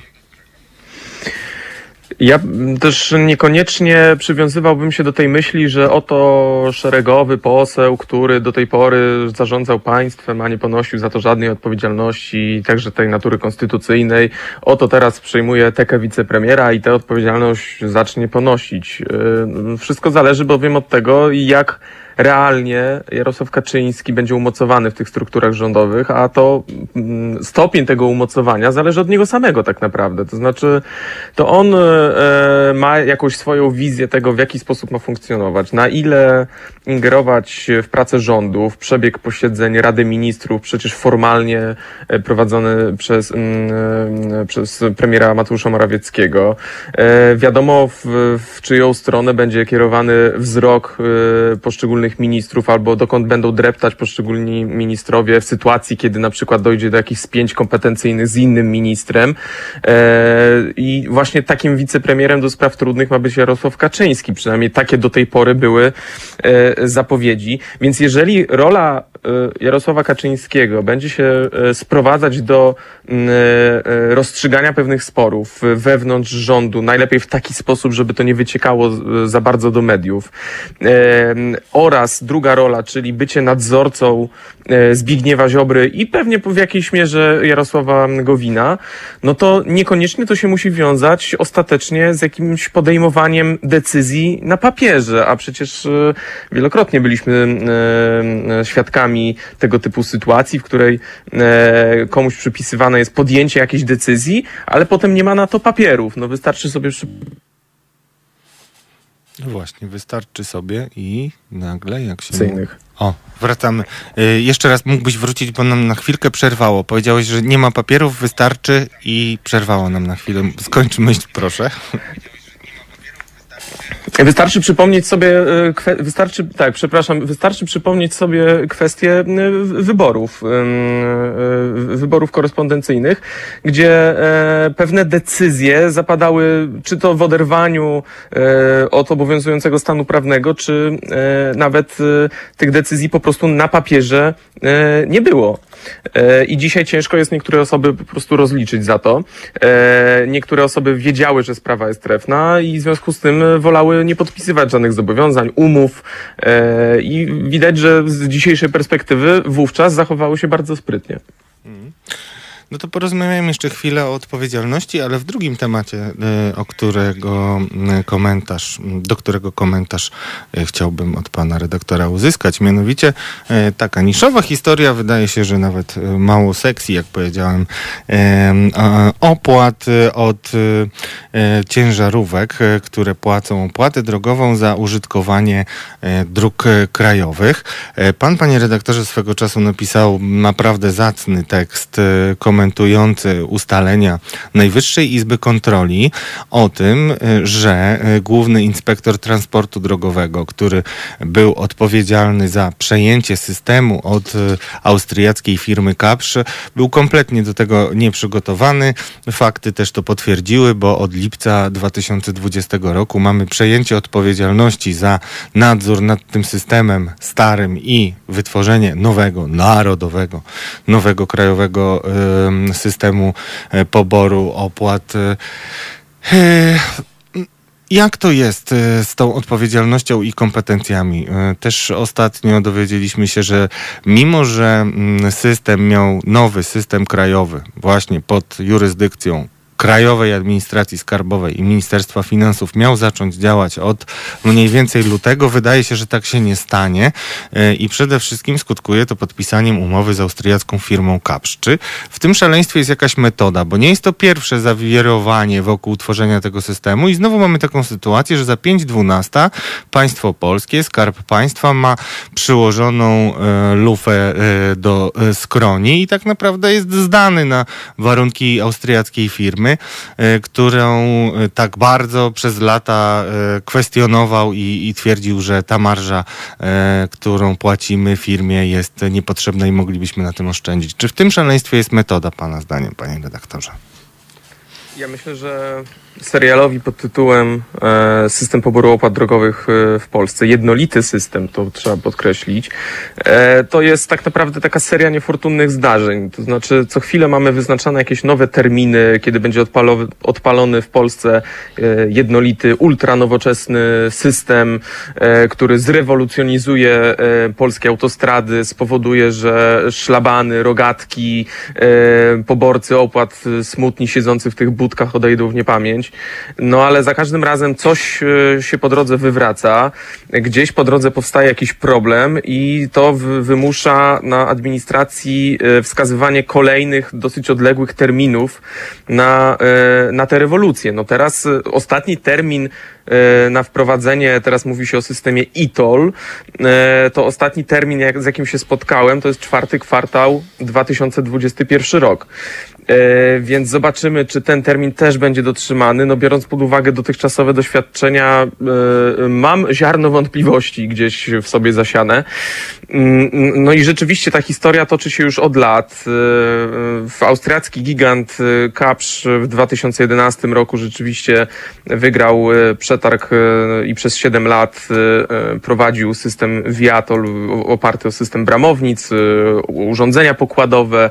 Ja też niekoniecznie przywiązywałbym się do tej myśli, że oto szeregowy poseł, który do tej pory zarządzał państwem, a nie ponosił za to żadnej odpowiedzialności, także tej natury konstytucyjnej, oto teraz przejmuje tekę wicepremiera i tę odpowiedzialność zacznie ponosić. Wszystko zależy bowiem od tego, jak realnie Jarosław Kaczyński będzie umocowany w tych strukturach rządowych, a to stopień tego umocowania zależy od niego samego tak naprawdę. To znaczy, to on ma jakąś swoją wizję tego, w jaki sposób ma funkcjonować, na ile ingerować w pracę rządu, w przebieg posiedzeń Rady Ministrów, przecież formalnie prowadzony przez premiera Mateusza Morawieckiego. Wiadomo, w czyją stronę będzie kierowany wzrok poszczególnych ministrów, albo dokąd będą dreptać poszczególni ministrowie w sytuacji, kiedy na przykład dojdzie do jakichś spięć kompetencyjnych z innym ministrem. I właśnie takim wicepremierem do spraw trudnych ma być Jarosław Kaczyński. Przynajmniej takie do tej pory były zapowiedzi. Więc jeżeli rola Jarosława Kaczyńskiego będzie się sprowadzać do rozstrzygania pewnych sporów wewnątrz rządu, najlepiej w taki sposób, żeby to nie wyciekało za bardzo do mediów, oraz druga rola, czyli bycie nadzorcą Zbigniewa Ziobry i pewnie w jakiejś mierze Jarosława Gowina, no to niekoniecznie to się musi wiązać ostatecznie z jakimś podejmowaniem decyzji na papierze, a przecież wielokrotnie byliśmy świadkami tego typu sytuacji, w której komuś przypisywane jest podjęcie jakiejś decyzji, ale potem nie ma na to papierów. No wystarczy sobie No właśnie, wystarczy sobie i nagle jak się... O, wracamy. Jeszcze raz mógłbyś wrócić, bo nam na chwilkę przerwało. Powiedziałeś, że nie ma papierów, wystarczy i przerwało nam na chwilę. Skończ myśl, proszę. Wystarczy przypomnieć sobie, wystarczy przypomnieć sobie kwestię wyborów korespondencyjnych, gdzie pewne decyzje zapadały, czy to w oderwaniu od obowiązującego stanu prawnego, czy nawet tych decyzji po prostu na papierze nie było. I dzisiaj ciężko jest niektóre osoby po prostu rozliczyć za to. Niektóre osoby wiedziały, że sprawa jest trefna i w związku z tym wolały nie podpisywać żadnych zobowiązań, umów i widać, że z dzisiejszej perspektywy wówczas zachowały się bardzo sprytnie. No to porozmawiamy jeszcze chwilę o odpowiedzialności, ale w drugim temacie, do którego komentarz chciałbym od pana redaktora uzyskać. Mianowicie taka niszowa historia, wydaje się, że nawet mało sexy, jak powiedziałem, opłat od ciężarówek, które płacą opłatę drogową za użytkowanie dróg krajowych. Pan, panie redaktorze, swego czasu napisał naprawdę zacny tekst komentujący ustalenia Najwyższej Izby Kontroli o tym, że główny inspektor transportu drogowego, który był odpowiedzialny za przejęcie systemu od austriackiej firmy Kapsch, był kompletnie do tego nieprzygotowany. Fakty też to potwierdziły, bo od lipca 2020 roku mamy przejęcie odpowiedzialności za nadzór nad tym systemem starym i wytworzenie nowego, narodowego, nowego krajowego systemu poboru opłat. Jak to jest z tą odpowiedzialnością i kompetencjami? Też ostatnio dowiedzieliśmy się, że mimo, że system miał nowy system krajowy właśnie pod jurysdykcją Krajowej Administracji Skarbowej i Ministerstwa Finansów miał zacząć działać od mniej więcej lutego. Wydaje się, że tak się nie stanie i przede wszystkim skutkuje to podpisaniem umowy z austriacką firmą Kapsch. Czy w tym szaleństwie jest jakaś metoda? Bo nie jest to pierwsze zawirowanie wokół tworzenia tego systemu i znowu mamy taką sytuację, że za 5/12 państwo polskie, Skarb Państwa ma przyłożoną lufę do skroni i tak naprawdę jest zdany na warunki austriackiej firmy, którą tak bardzo przez lata kwestionował i twierdził, że ta marża, którą płacimy firmie, jest niepotrzebna i moglibyśmy na tym oszczędzić. Czy w tym szaleństwie jest metoda, pana zdaniem, panie redaktorze? Ja myślę, że serialowi pod tytułem System poboru opłat drogowych w Polsce, jednolity system, to trzeba podkreślić, to jest tak naprawdę taka seria niefortunnych zdarzeń. To znaczy co chwilę mamy wyznaczane jakieś nowe terminy, kiedy będzie odpalony w Polsce jednolity, ultranowoczesny system, który zrewolucjonizuje polskie autostrady, spowoduje, że szlabany, rogatki, poborcy opłat smutni siedzący w tych budkach odejdą w niepamięć. No ale za każdym razem coś się po drodze wywraca, gdzieś po drodze powstaje jakiś problem i to wymusza na administracji wskazywanie kolejnych, dosyć odległych terminów na tę rewolucję. No teraz ostatni termin na wprowadzenie, teraz mówi się o systemie e-toll, to ostatni termin, z jakim się spotkałem, to jest 4. kwartał 2021 rok. Więc zobaczymy, czy ten termin też będzie dotrzymany. No biorąc pod uwagę dotychczasowe doświadczenia, mam ziarno wątpliwości gdzieś w sobie zasiane. No i rzeczywiście ta historia toczy się już od lat. Austriacki gigant Kapsch w 2011 roku rzeczywiście wygrał przetarg i przez 7 lat prowadził system Viator oparty o system bramownic, urządzenia pokładowe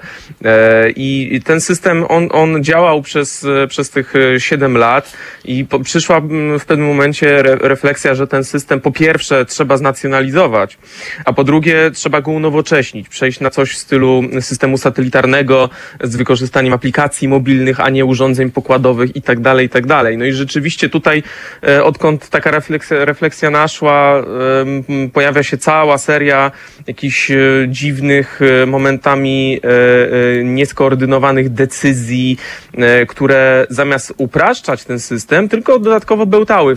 i ten system, on działał przez tych 7 lat i przyszła w pewnym momencie refleksja, że ten system po pierwsze trzeba znacjonalizować, a po drugie trzeba go unowocześnić, przejść na coś w stylu systemu satelitarnego z wykorzystaniem aplikacji mobilnych, a nie urządzeń pokładowych i tak dalej, i tak dalej. No i rzeczywiście tutaj, odkąd taka refleksja naszła, pojawia się cała seria jakichś dziwnych, momentami nieskoordynowanych decyzji, które zamiast upraszczać ten system, tylko dodatkowo bełtały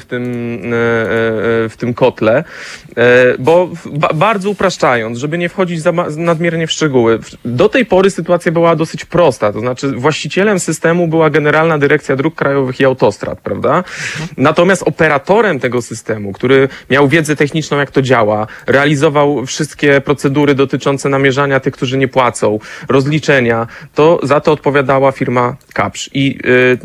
w tym kotle, bo bardzo upraszczając, żeby nie wchodzić nadmiernie w szczegóły. Do tej pory sytuacja była dosyć prosta, to znaczy właścicielem systemu była Generalna Dyrekcja Dróg Krajowych i Autostrad, prawda? Natomiast operatorem tego systemu, który miał wiedzę techniczną, jak to działa, realizował wszystkie procedury dotyczące namierzania tych, którzy nie płacą, rozliczenia, to za to odpowiadała firma Kapsch. I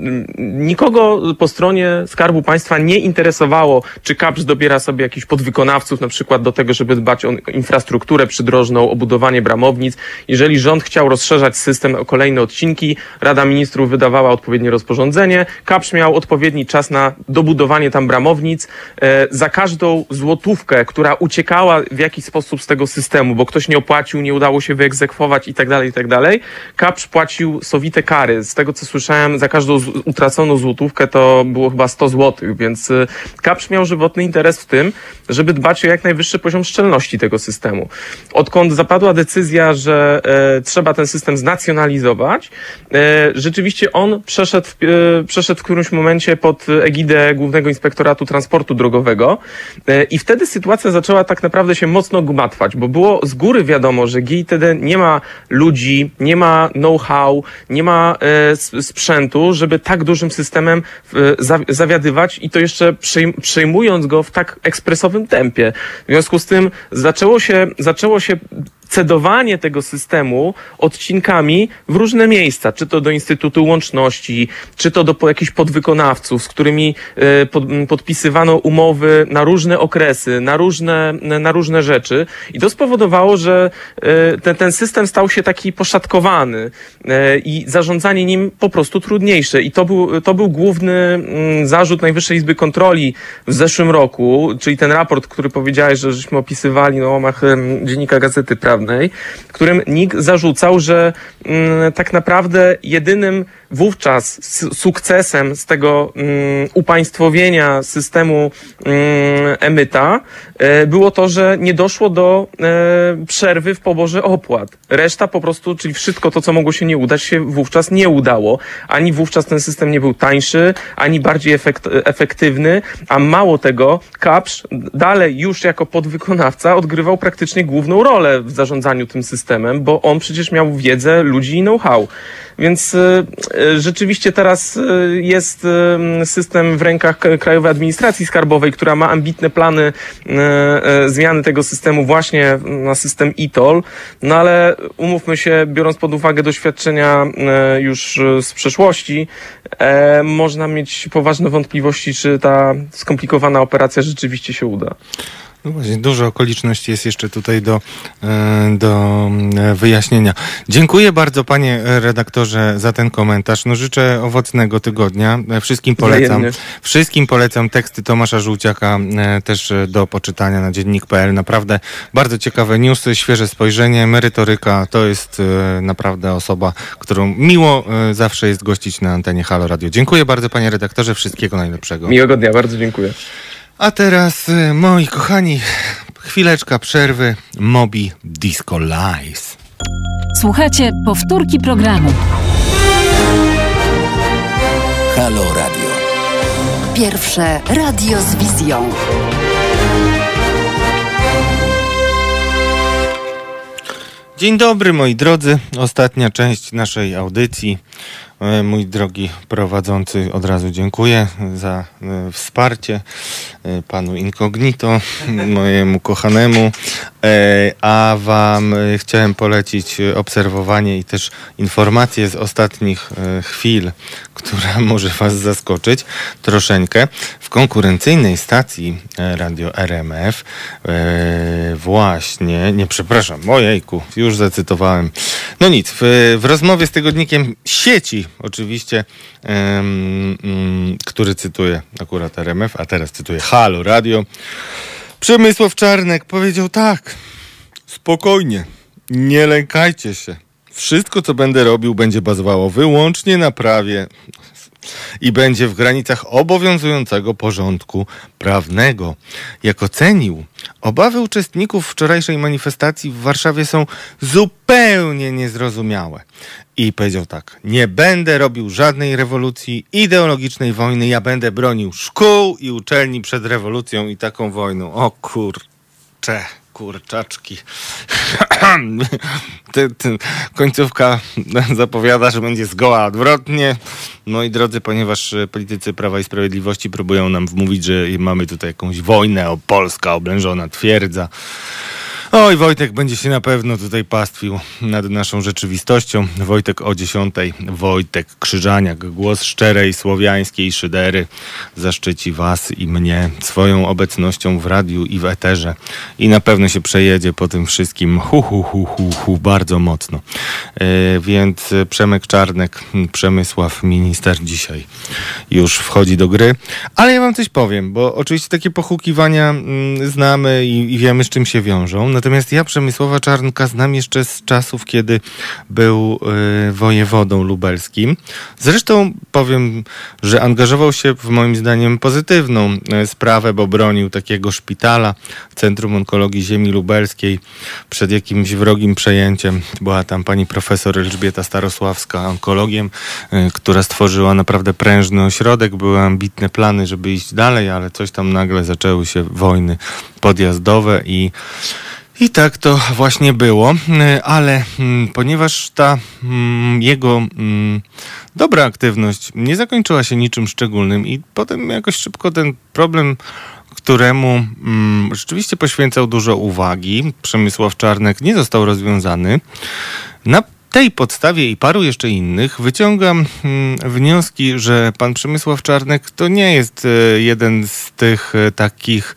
nikogo po stronie Skarbu Państwa nie interesowało, czy Kapsch dobiera sobie jakichś podwykonawców, na przykład do tego, żeby dbać o infrastrukturę przydrożną, o budowanie bramownic. Jeżeli rząd chciał rozszerzać system o kolejne odcinki, Rada Ministrów wydawała odpowiednie rozporządzenie, Kapsch miał odpowiedni czas na dobudowanie tam bramownic. Za każdą złotówkę, która uciekała w jakiś sposób z tego systemu, bo ktoś nie opłacił, nie udało się wyegzekwować i tak dalej, Kapsch płacił sowite kary. Z tego, co słyszałem, za każdą utraconą złotówkę to było chyba 100 złotych, więc Kapsch miał żywotny interes w tym, żeby dbać o jak najwyższy poziom szczelności tego systemu. Odkąd zapadła decyzja, że trzeba ten system znacjonalizować, rzeczywiście on przeszedł w którymś momencie pod egidę Głównego Inspektoratu Transportu Drogowego i wtedy sytuacja zaczęła tak naprawdę się mocno gmatwać, bo było z góry wiadomo, że GITD nie ma ludzi, nie ma know-how, nie ma sprzętu, żeby tak dużym systemem zawiadywać i to jeszcze przejmując go w tak ekspresowym tempie. W związku z tym zaczęło się cedowanie tego systemu odcinkami w różne miejsca, czy to do Instytutu Łączności, czy to do jakichś podwykonawców, z którymi podpisywano umowy na różne okresy, na różne rzeczy i to spowodowało, że ten system stał się taki poszatkowany i zarządzanie nim po prostu trudniejsze i to był główny zarzut Najwyższej Izby Kontroli w zeszłym roku, czyli ten raport, który powiedziałeś, że żeśmy opisywali na łamach Dziennika Gazety Prawnej, którym NIK zarzucał, że tak naprawdę jedynym wówczas sukcesem z tego upaństwowienia systemu emyta było to, że nie doszło do przerwy w poborze opłat. Reszta po prostu, czyli wszystko to, co mogło się nie udać, się wówczas nie udało. Ani wówczas ten system nie był tańszy, ani bardziej efektywny, a mało tego, Kapsch dalej już jako podwykonawca odgrywał praktycznie główną rolę w zarządzaniu zarządzaniu tym systemem, bo on przecież miał wiedzę ludzi i know-how. Więc rzeczywiście teraz jest system w rękach Krajowej Administracji Skarbowej, która ma ambitne plany zmiany tego systemu właśnie na system e-toll. No ale umówmy się, biorąc pod uwagę doświadczenia już z przeszłości, można mieć poważne wątpliwości, czy ta skomplikowana operacja rzeczywiście się uda. No właśnie, dużo okoliczności jest jeszcze tutaj do wyjaśnienia. Dziękuję bardzo, panie redaktorze, za ten komentarz. No, życzę owocnego tygodnia. Wszystkim polecam teksty Tomasza Żółciaka też do poczytania na dziennik.pl. Naprawdę bardzo ciekawe newsy, świeże spojrzenie, merytoryka. To jest naprawdę osoba, którą miło zawsze jest gościć na antenie Halo Radio. Dziękuję bardzo, panie redaktorze. Wszystkiego najlepszego. Miłego dnia, bardzo dziękuję. A teraz, moi kochani, chwileczka przerwy. Moby Disco Lies. Słuchajcie powtórki programu. Halo Radio. Pierwsze radio z wizją. Dzień dobry, moi drodzy. Ostatnia część naszej audycji. Mój drogi prowadzący, od razu dziękuję za wsparcie panu Incognito, mojemu kochanemu, a wam chciałem polecić obserwowanie i też informacje z ostatnich chwil, która może was zaskoczyć troszeczkę. W konkurencyjnej stacji Radio RMF ojejku, już zacytowałem. No nic, w rozmowie z tygodnikiem sieci, oczywiście, który cytuje akurat RMF, a teraz cytuję Halo Radio, Przemysław Czarnek powiedział tak: spokojnie, nie lękajcie się. Wszystko, co będę robił, będzie bazowało wyłącznie na prawie i będzie w granicach obowiązującego porządku prawnego. Jak ocenił, obawy uczestników wczorajszej manifestacji w Warszawie są zupełnie niezrozumiałe. I powiedział tak: nie będę robił żadnej rewolucji, ideologicznej wojny, ja będę bronił szkół i uczelni przed rewolucją i taką wojną. O kurczaczki. Końcówka zapowiada, że będzie zgoła odwrotnie. Moi drodzy, ponieważ politycy Prawa i Sprawiedliwości próbują nam wmówić, że mamy tutaj jakąś wojnę, o Polska oblężona twierdza. Oj, Wojtek będzie się na pewno tutaj pastwił nad naszą rzeczywistością. Wojtek o 10:00. Wojtek Krzyżaniak, głos szczerej słowiańskiej szydery, zaszczyci was i mnie swoją obecnością w radiu i w eterze. I na pewno się przejedzie po tym wszystkim bardzo mocno. Więc Przemek Czarnek, Przemysław, minister dzisiaj już wchodzi do gry. Ale ja wam coś powiem, bo oczywiście takie pohukiwania znamy i wiemy, z czym się wiążą. Natomiast ja Przemysława Czarnka znam jeszcze z czasów, kiedy był wojewodą lubelskim. Zresztą powiem, że angażował się w moim zdaniem pozytywną sprawę, bo bronił takiego szpitala, Centrum Onkologii Ziemi Lubelskiej, przed jakimś wrogim przejęciem. Była tam pani profesor Elżbieta Starosławska, onkologiem, która stworzyła naprawdę prężny ośrodek. Były ambitne plany, żeby iść dalej, ale coś tam nagle zaczęły się wojny podjazdowe i tak to właśnie było, ale ponieważ ta jego dobra aktywność nie zakończyła się niczym szczególnym i potem jakoś szybko ten problem, któremu rzeczywiście poświęcał dużo uwagi, Przemysław Czarnek, nie został rozwiązany. Na tej podstawie i paru jeszcze innych wyciągam wnioski, że pan Przemysław Czarnek to nie jest jeden z tych takich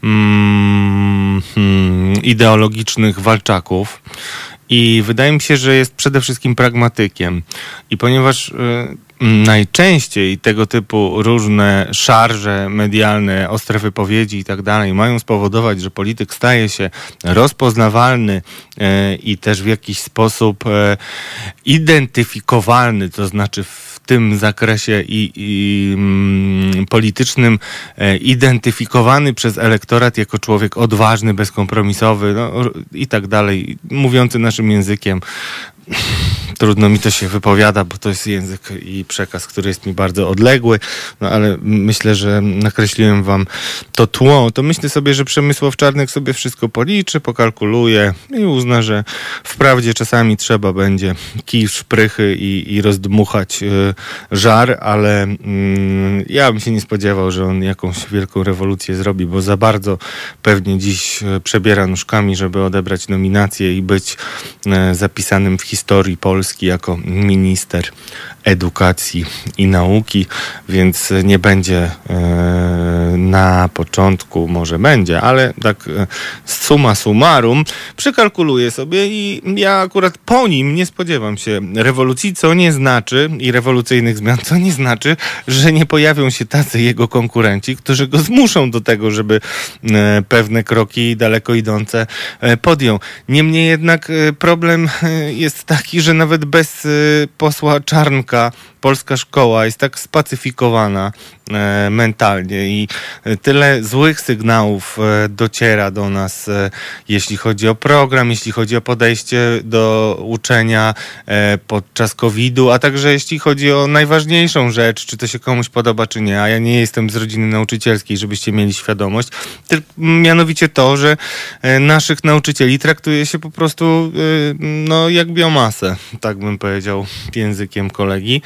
ideologicznych walczaków i wydaje mi się, że jest przede wszystkim pragmatykiem. I ponieważ najczęściej tego typu różne szarże medialne, ostre wypowiedzi i tak dalej mają spowodować, że polityk staje się rozpoznawalny i też w jakiś sposób identyfikowalny, to znaczy w tym zakresie politycznym identyfikowany przez elektorat jako człowiek odważny, bezkompromisowy, no, i tak dalej, mówiący naszym językiem. trudno mi to się wypowiada, bo to jest język i przekaz, który jest mi bardzo odległy, no ale myślę, że nakreśliłem wam to tło. To myślę sobie, że Przemysław Czarnek sobie wszystko policzy, pokalkuluje i uzna, że wprawdzie czasami trzeba będzie kij w szprychy i rozdmuchać żar, ale ja bym się nie spodziewał, że on jakąś wielką rewolucję zrobi, bo za bardzo pewnie dziś przebiera nóżkami, żeby odebrać nominację i być zapisanym w historii Polski jako minister edukacji i nauki, więc nie będzie na początku, może będzie, ale tak summa summarum przekalkuluję sobie i ja akurat po nim nie spodziewam się rewolucji, co nie znaczy i rewolucyjnych zmian, co nie znaczy, że nie pojawią się tacy jego konkurenci, którzy go zmuszą do tego, żeby pewne kroki daleko idące podjął. Niemniej jednak problem jest taki, że nawet bez posła Czarnka polska szkoła jest tak spacyfikowana mentalnie i tyle złych sygnałów dociera do nas, jeśli chodzi o program, jeśli chodzi o podejście do uczenia podczas COVID-u, a także jeśli chodzi o najważniejszą rzecz, czy to się komuś podoba, czy nie, a ja nie jestem z rodziny nauczycielskiej, żebyście mieli świadomość, mianowicie to, że naszych nauczycieli traktuje się po prostu no jak biomasę, tak bym powiedział językiem kolegi,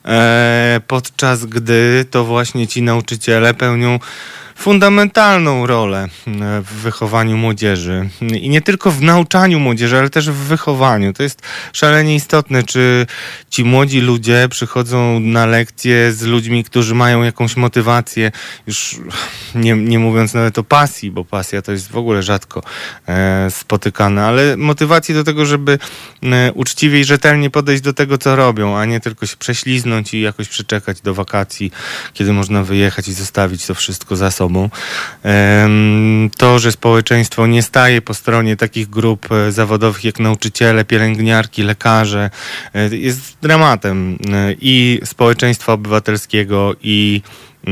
podczas gdy to właśnie ci nauczyciele pełnią fundamentalną rolę w wychowaniu młodzieży i nie tylko w nauczaniu młodzieży, ale też w wychowaniu. To jest szalenie istotne, czy ci młodzi ludzie przychodzą na lekcje z ludźmi, którzy mają jakąś motywację, już nie mówiąc nawet o pasji, bo pasja to jest w ogóle rzadko spotykane, ale motywację do tego, żeby uczciwie i rzetelnie podejść do tego, co robią, a nie tylko się prześliznąć i jakoś przeczekać do wakacji, kiedy można wyjechać i zostawić to wszystko za sobą. To, że społeczeństwo nie staje po stronie takich grup zawodowych jak nauczyciele, pielęgniarki, lekarze, jest dramatem i społeczeństwa obywatelskiego, i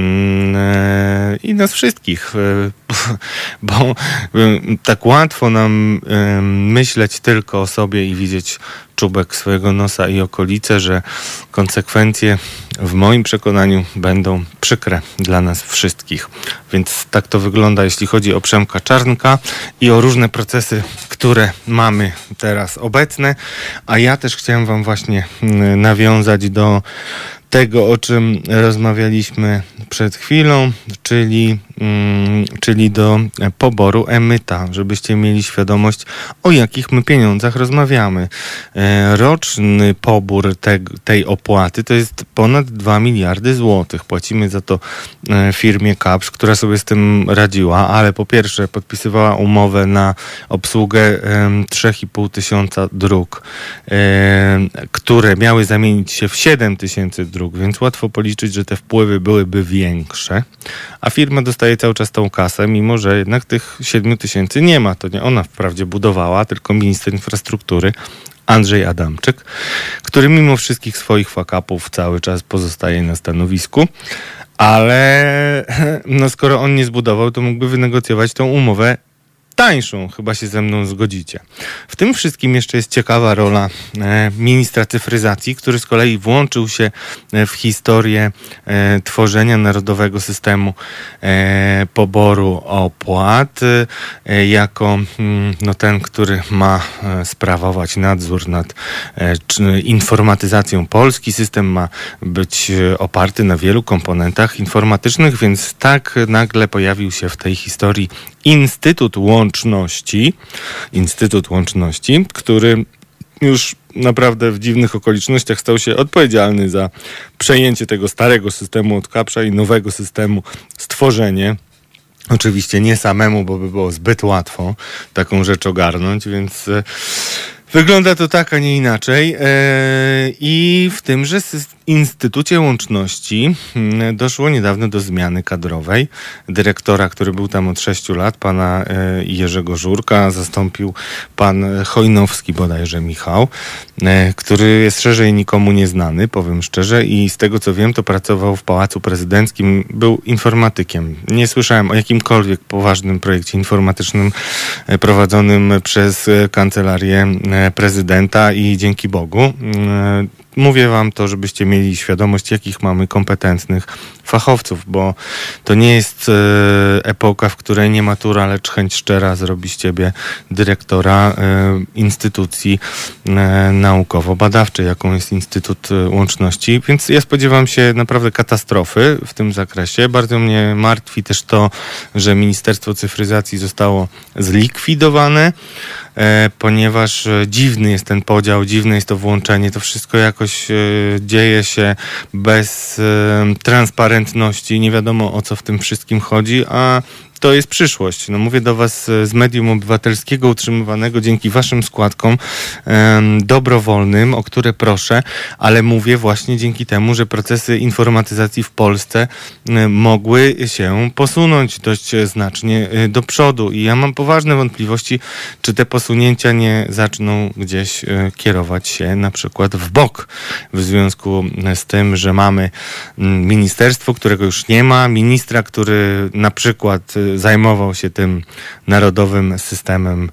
nas wszystkich, bo tak łatwo nam myśleć tylko o sobie i widzieć czubek swojego nosa i okolice, że konsekwencje w moim przekonaniu będą przykre dla nas wszystkich. Więc tak to wygląda, jeśli chodzi o Przemka Czarnka i o różne procesy, które mamy teraz obecne. A ja też chciałem wam właśnie nawiązać do tego, o czym rozmawialiśmy przed chwilą, czyli do poboru emyta, żebyście mieli świadomość, o jakich my pieniądzach rozmawiamy. Roczny pobór tej opłaty to jest ponad 2 miliardy złotych. Płacimy za to firmie Kapsch, która sobie z tym radziła, ale po pierwsze podpisywała umowę na obsługę 3,5 tysiąca dróg, które miały zamienić się w 7 tysięcy dróg, więc łatwo policzyć, że te wpływy byłyby większe, a firma dostaje cały czas tą kasę, mimo że jednak tych 7 tysięcy nie ma. To nie ona wprawdzie budowała, tylko minister infrastruktury Andrzej Adamczyk, który mimo wszystkich swoich fuck-upów cały czas pozostaje na stanowisku, ale no skoro on nie zbudował, to mógłby wynegocjować tą umowę tańszą, chyba się ze mną zgodzicie. W tym wszystkim jeszcze jest ciekawa rola ministra cyfryzacji, który z kolei włączył się w historię tworzenia narodowego systemu poboru opłat jako no, ten, który ma sprawować nadzór nad informatyzacją Polski. System ma być oparty na wielu komponentach informatycznych, więc tak nagle pojawił się w tej historii Instytut Łączności, który już naprawdę w dziwnych okolicznościach stał się odpowiedzialny za przejęcie tego starego systemu od Kapsza i nowego systemu stworzenie. Oczywiście nie samemu, bo by było zbyt łatwo taką rzecz ogarnąć, więc wygląda to tak, a nie inaczej. I w tymże Instytucie Łączności doszło niedawno do zmiany kadrowej. Dyrektora, który był tam od 6 lat, pana Jerzego Żurka, zastąpił pan Chojnowski bodajże Michał, który jest szerzej nikomu nieznany, powiem szczerze, i z tego co wiem, to pracował w Pałacu Prezydenckim, był informatykiem. Nie słyszałem o jakimkolwiek poważnym projekcie informatycznym prowadzonym przez kancelarię prezydenta i dzięki Bogu. Mówię wam to, żebyście mieli świadomość, jakich mamy kompetentnych fachowców, bo to nie jest epoka, w której nie matura, lecz chęć szczera zrobi z ciebie dyrektora instytucji naukowo-badawczej, jaką jest Instytut Łączności. Więc ja spodziewam się naprawdę katastrofy w tym zakresie. Bardzo mnie martwi też to, że Ministerstwo Cyfryzacji zostało zlikwidowane, ponieważ dziwny jest ten podział, dziwne jest to włączenie. To wszystko jakoś dzieje się bez transparentności. Nie wiadomo, o co w tym wszystkim chodzi, a to jest przyszłość. No mówię do was z medium obywatelskiego utrzymywanego dzięki waszym składkom dobrowolnym, o które proszę, ale mówię właśnie dzięki temu, że procesy informatyzacji w Polsce mogły się posunąć dość znacznie do przodu i ja mam poważne wątpliwości, czy te posunięcia nie zaczną gdzieś kierować się na przykład w bok w związku z tym, że mamy ministerstwo, którego już nie ma, ministra, który na przykład zajmował się tym narodowym systemem,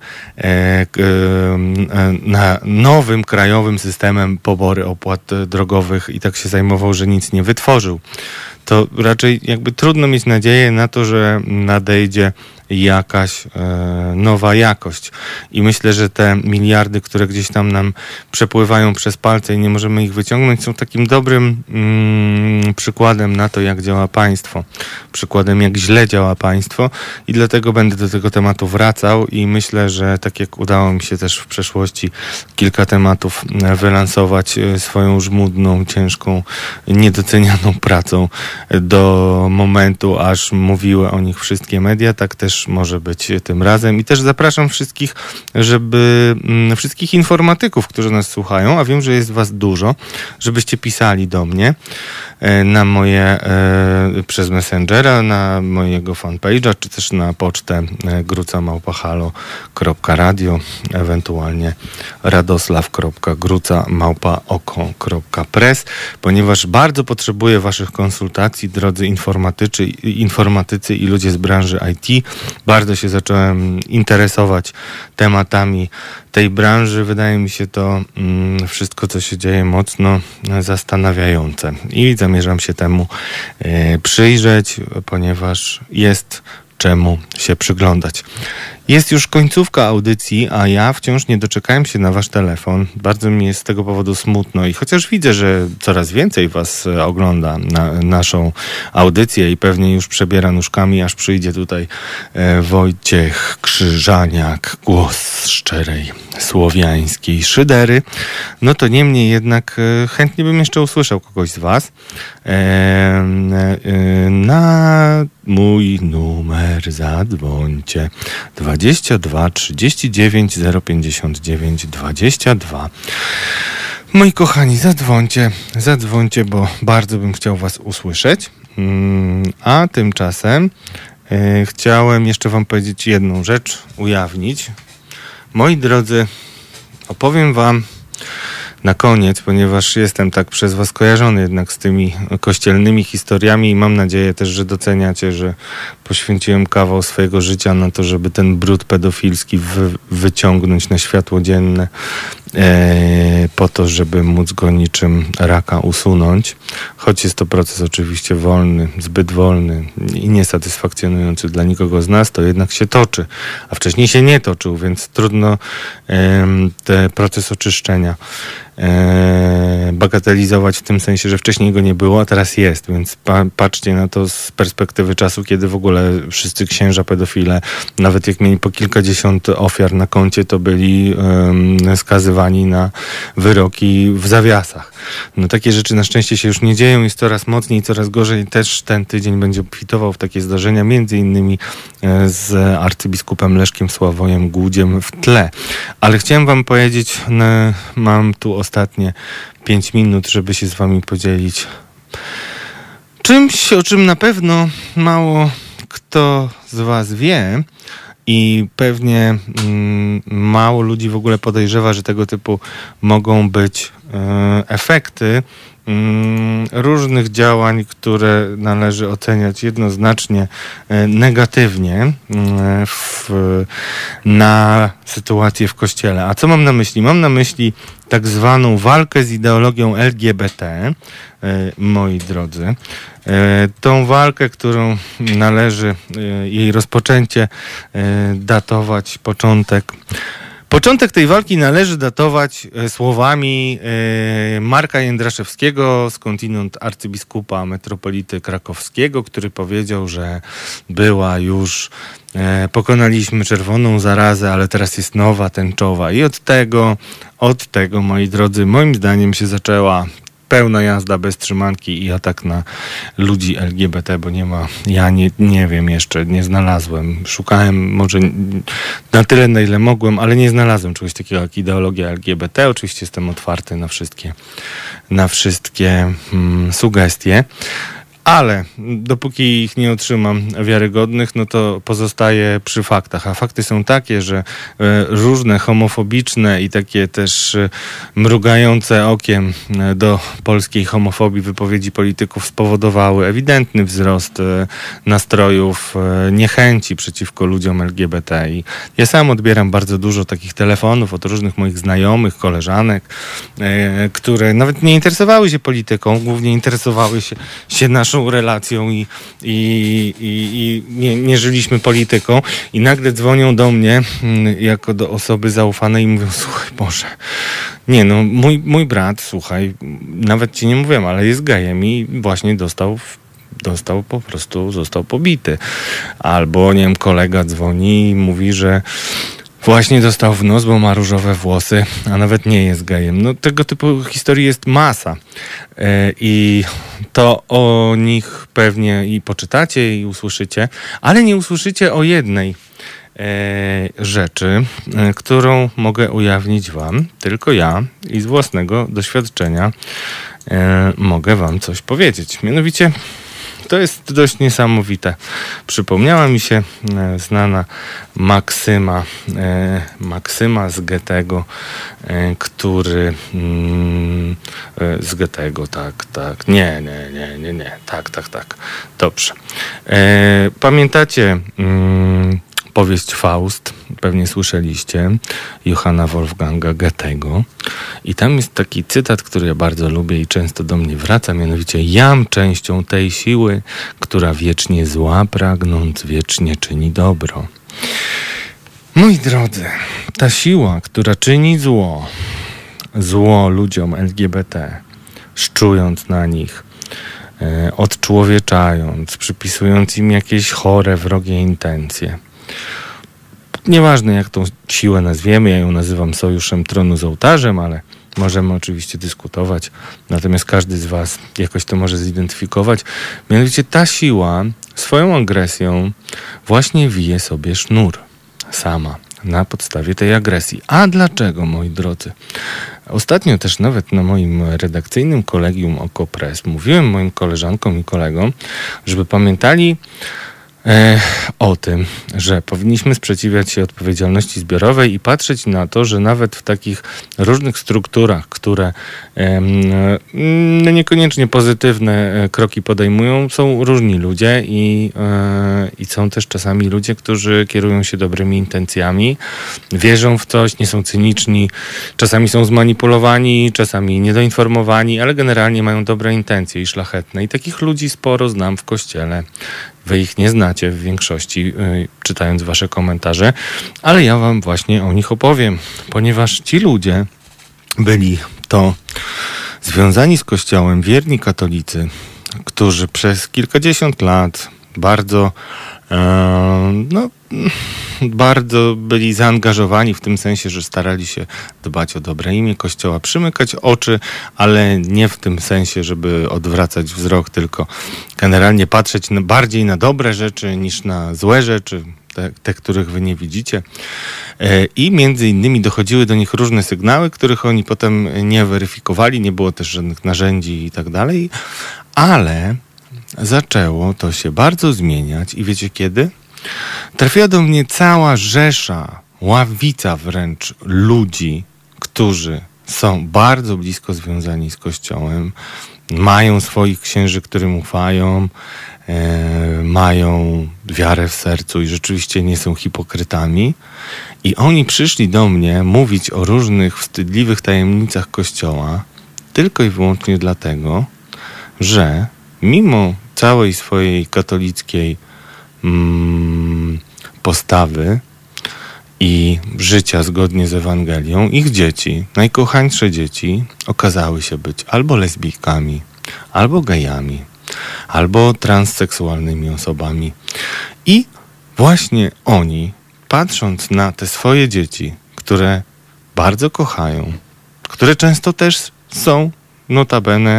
nowym krajowym systemem poboru opłat drogowych i tak się zajmował, że nic nie wytworzył. To raczej jakby trudno mieć nadzieję na to, że nadejdzie jakaś nowa jakość. I myślę, że te miliardy, które gdzieś tam nam przepływają przez palce i nie możemy ich wyciągnąć, są takim dobrym przykładem na to, jak działa państwo. Przykładem, jak źle działa państwo i dlatego będę do tego tematu wracał i myślę, że tak jak udało mi się też w przeszłości kilka tematów wylansować swoją żmudną, ciężką, niedocenianą pracą do momentu, aż mówiły o nich wszystkie media, tak też może być tym razem. I też zapraszam wszystkich, wszystkich informatyków, którzy nas słuchają, a wiem, że jest was dużo, żebyście pisali do mnie na moje, przez Messengera, na mojego fanpage'a, czy też na pocztę gruca@halo.radio, ewentualnie radosław.gruca@oko.press, ponieważ bardzo potrzebuję waszych konsultacji, drodzy informatycy i ludzie z branży IT. Bardzo się zacząłem interesować tematami tej branży. Wydaje mi się to wszystko, co się dzieje, mocno zastanawiające. I zamierzam się temu przyjrzeć, ponieważ jest czemu się przyglądać. Jest już końcówka audycji, a ja wciąż nie doczekałem się na wasz telefon. Bardzo mi jest z tego powodu smutno i chociaż widzę, że coraz więcej was ogląda naszą audycję i pewnie już przebiera nóżkami, aż przyjdzie tutaj Wojciech Krzyżaniak, głos szczerej słowiańskiej szydery, no to niemniej jednak chętnie bym jeszcze usłyszał kogoś z was. Na mój numer zadzwońcie 22 39 059 22. Moi kochani, zadzwońcie, bo bardzo bym chciał was usłyszeć. A tymczasem chciałem jeszcze wam powiedzieć jedną rzecz, ujawnić. Moi drodzy, opowiem wam na koniec, ponieważ jestem tak przez was kojarzony jednak z tymi kościelnymi historiami i mam nadzieję też, że doceniacie, że poświęciłem kawał swojego życia na to, żeby ten brud pedofilski wyciągnąć na światło dzienne po to, żeby móc go niczym raka usunąć. Choć jest to proces oczywiście wolny, zbyt wolny i niesatysfakcjonujący dla nikogo z nas, to jednak się toczy, a wcześniej się nie toczył, więc trudno ten proces oczyszczenia bagatelizować w tym sensie, że wcześniej go nie było, a teraz jest, więc patrzcie na to z perspektywy czasu, kiedy w ogóle wszyscy księża pedofile, nawet jak mieli po kilkadziesiąt ofiar na koncie, to byli skazywani na wyroki w zawiasach. No takie rzeczy na szczęście się już nie dzieją, jest coraz mocniej, coraz gorzej. Też ten tydzień będzie obfitował w takie zdarzenia, między innymi z arcybiskupem Leszkiem Sławojem Głudziem w tle. Ale chciałem wam powiedzieć, mam tu ostatnie 5 minut, żeby się z wami podzielić czymś, o czym na pewno mało kto z was wie i pewnie mało ludzi w ogóle podejrzewa, że tego typu mogą być efekty różnych działań, które należy oceniać jednoznacznie negatywnie na sytuację w Kościele. A co mam na myśli? Mam na myśli tak zwaną walkę z ideologią LGBT, moi drodzy. Tą walkę, którą należy, jej rozpoczęcie datować, Początek tej walki należy datować słowami Marka Jędraszewskiego, skądinąd arcybiskupa metropolity krakowskiego, który powiedział, że pokonaliśmy czerwoną zarazę, ale teraz jest nowa, tęczowa. I od tego, moi drodzy, moim zdaniem się zaczęła pełna jazda bez trzymanki i atak na ludzi LGBT, bo nie wiem jeszcze, nie znalazłem. Szukałem może na tyle, na ile mogłem, ale nie znalazłem czegoś takiego jak ideologia LGBT. Oczywiście jestem otwarty na wszystkie sugestie. Ale dopóki ich nie otrzymam wiarygodnych, no to pozostaję przy faktach. A fakty są takie, że różne homofobiczne i takie też mrugające okiem do polskiej homofobii wypowiedzi polityków spowodowały ewidentny wzrost nastrojów niechęci przeciwko ludziom LGBT. I ja sam odbieram bardzo dużo takich telefonów od różnych moich znajomych, koleżanek, które nawet nie interesowały się polityką, głównie interesowały się naszą relacją i nie żyliśmy polityką i nagle dzwonią do mnie jako do osoby zaufanej i mówią: słuchaj, Boże, mój brat, słuchaj, nawet ci nie mówiłem, ale jest gejem i właśnie został pobity. Albo, nie wiem, kolega dzwoni i mówi, że właśnie dostał w nos, bo ma różowe włosy, a nawet nie jest gejem. No tego typu historii jest masa. I to o nich pewnie i poczytacie, i usłyszycie, ale nie usłyszycie o jednej rzeczy, którą mogę ujawnić wam. Tylko ja i z własnego doświadczenia mogę wam coś powiedzieć. Mianowicie to jest dość niesamowite. Przypomniała mi się znana maksyma z Goethego, który z Goethego, tak, nie, tak, dobrze. Pamiętacie powieść Faust? Pewnie słyszeliście, Johanna Wolfganga Goethego. I tam jest taki cytat, który ja bardzo lubię i często do mnie wraca, mianowicie: jam częścią tej siły, która wiecznie zła pragnąc, wiecznie czyni dobro. Moi drodzy, ta siła, która czyni zło ludziom LGBT, szczując na nich, odczłowieczając, przypisując im jakieś chore, wrogie intencje. Nieważne, jak tą siłę nazwiemy, ja ją nazywam sojuszem tronu z ołtarzem, ale możemy oczywiście dyskutować, natomiast każdy z was jakoś to może zidentyfikować. Mianowicie ta siła swoją agresją właśnie wije sobie sznur sama na podstawie tej agresji. A dlaczego, moi drodzy? Ostatnio też nawet na moim redakcyjnym kolegium OKO.press mówiłem moim koleżankom i kolegom, żeby pamiętali o tym, że powinniśmy sprzeciwiać się odpowiedzialności zbiorowej i patrzeć na to, że nawet w takich różnych strukturach, które niekoniecznie pozytywne kroki podejmują, są różni ludzie i są też czasami ludzie, którzy kierują się dobrymi intencjami, wierzą w coś, nie są cyniczni, czasami są zmanipulowani, czasami niedoinformowani, ale generalnie mają dobre intencje i szlachetne. I takich ludzi sporo znam w Kościele. Wy ich nie znacie w większości, czytając wasze komentarze, ale ja wam właśnie o nich opowiem, ponieważ ci ludzie byli to związani z Kościołem, wierni katolicy, którzy przez kilkadziesiąt lat bardzo byli zaangażowani w tym sensie, że starali się dbać o dobre imię Kościoła, przymykać oczy, ale nie w tym sensie, żeby odwracać wzrok, tylko generalnie patrzeć bardziej na dobre rzeczy niż na złe rzeczy, te, których wy nie widzicie. I między innymi dochodziły do nich różne sygnały, których oni potem nie weryfikowali, nie było też żadnych narzędzi i tak dalej, ale zaczęło to się bardzo zmieniać i wiecie kiedy? Trafiła do mnie cała rzesza, ławica wręcz ludzi, którzy są bardzo blisko związani z Kościołem, mają swoich księży, którym ufają, mają wiarę w sercu i rzeczywiście nie są hipokrytami. I oni przyszli do mnie mówić o różnych wstydliwych tajemnicach Kościoła tylko i wyłącznie dlatego, że mimo całej swojej katolickiej postawy i życia zgodnie z Ewangelią, ich dzieci, najkochańsze dzieci, okazały się być albo lesbijkami, albo gejami, albo transseksualnymi osobami. I właśnie oni, patrząc na te swoje dzieci, które bardzo kochają, które często też są notabene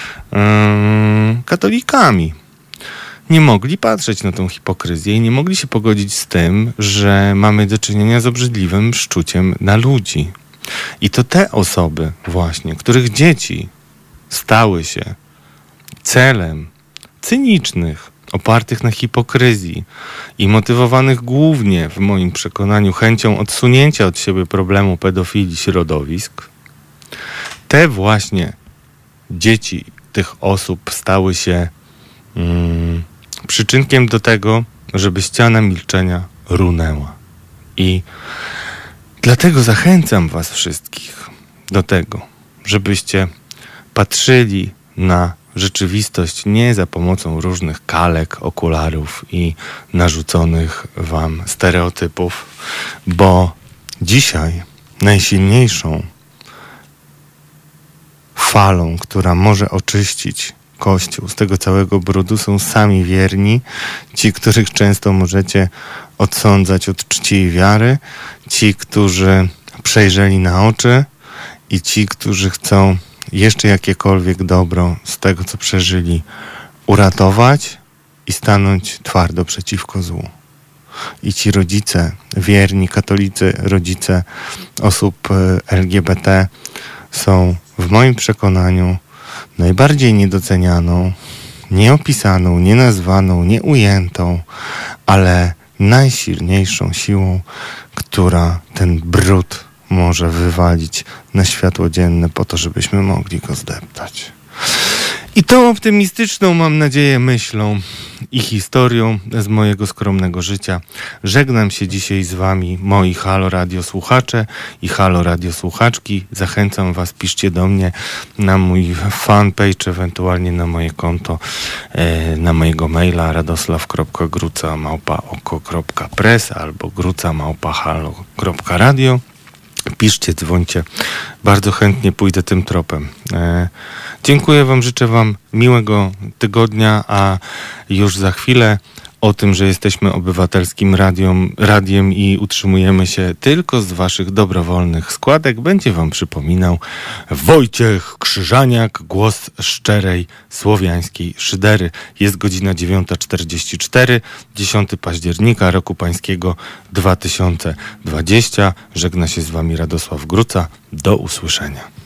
katolikami, nie mogli patrzeć na tą hipokryzję i nie mogli się pogodzić z tym, że mamy do czynienia z obrzydliwym szczuciem na ludzi. I to te osoby właśnie, których dzieci stały się celem cynicznych, opartych na hipokryzji i motywowanych głównie, w moim przekonaniu, chęcią odsunięcia od siebie problemu pedofilii środowisk, te właśnie dzieci tych osób stały się przyczynkiem do tego, żeby ściana milczenia runęła. I dlatego zachęcam was wszystkich do tego, żebyście patrzyli na rzeczywistość nie za pomocą różnych kalek, okularów i narzuconych wam stereotypów, bo dzisiaj najsilniejszą falą, która może oczyścić Kościół z tego całego brudu, są sami wierni, ci, których często możecie odsądzać od czci i wiary, ci, którzy przejrzeli na oczy i ci, którzy chcą jeszcze jakiekolwiek dobro z tego, co przeżyli, uratować i stanąć twardo przeciwko złu. I ci rodzice, wierni katolicy, rodzice osób LGBT są w moim przekonaniu najbardziej niedocenianą, nieopisaną, nienazwaną, nieujętą, ale najsilniejszą siłą, która ten brud może wywalić na światło dzienne po to, żebyśmy mogli go zdeptać. I tą optymistyczną, mam nadzieję, myślą i historią z mojego skromnego życia żegnam się dzisiaj z wami, moi Halo Radio słuchacze i Halo Radio słuchaczki. Zachęcam was, piszcie do mnie na mój fanpage, ewentualnie na moje konto, na mojego maila radosław.gruca@oko.press albo gruca@halo.radio. Piszcie, dzwońcie. Bardzo chętnie pójdę tym tropem. Dziękuję wam, życzę wam miłego tygodnia, a już za chwilę o tym, że jesteśmy obywatelskim radiem i utrzymujemy się tylko z waszych dobrowolnych składek, będzie wam przypominał Wojciech Krzyżaniak, głos szczerej słowiańskiej szydery. Jest godzina 9:44, 10 października roku pańskiego 2020. Żegna się z wami Radosław Gruca. Do usłyszenia.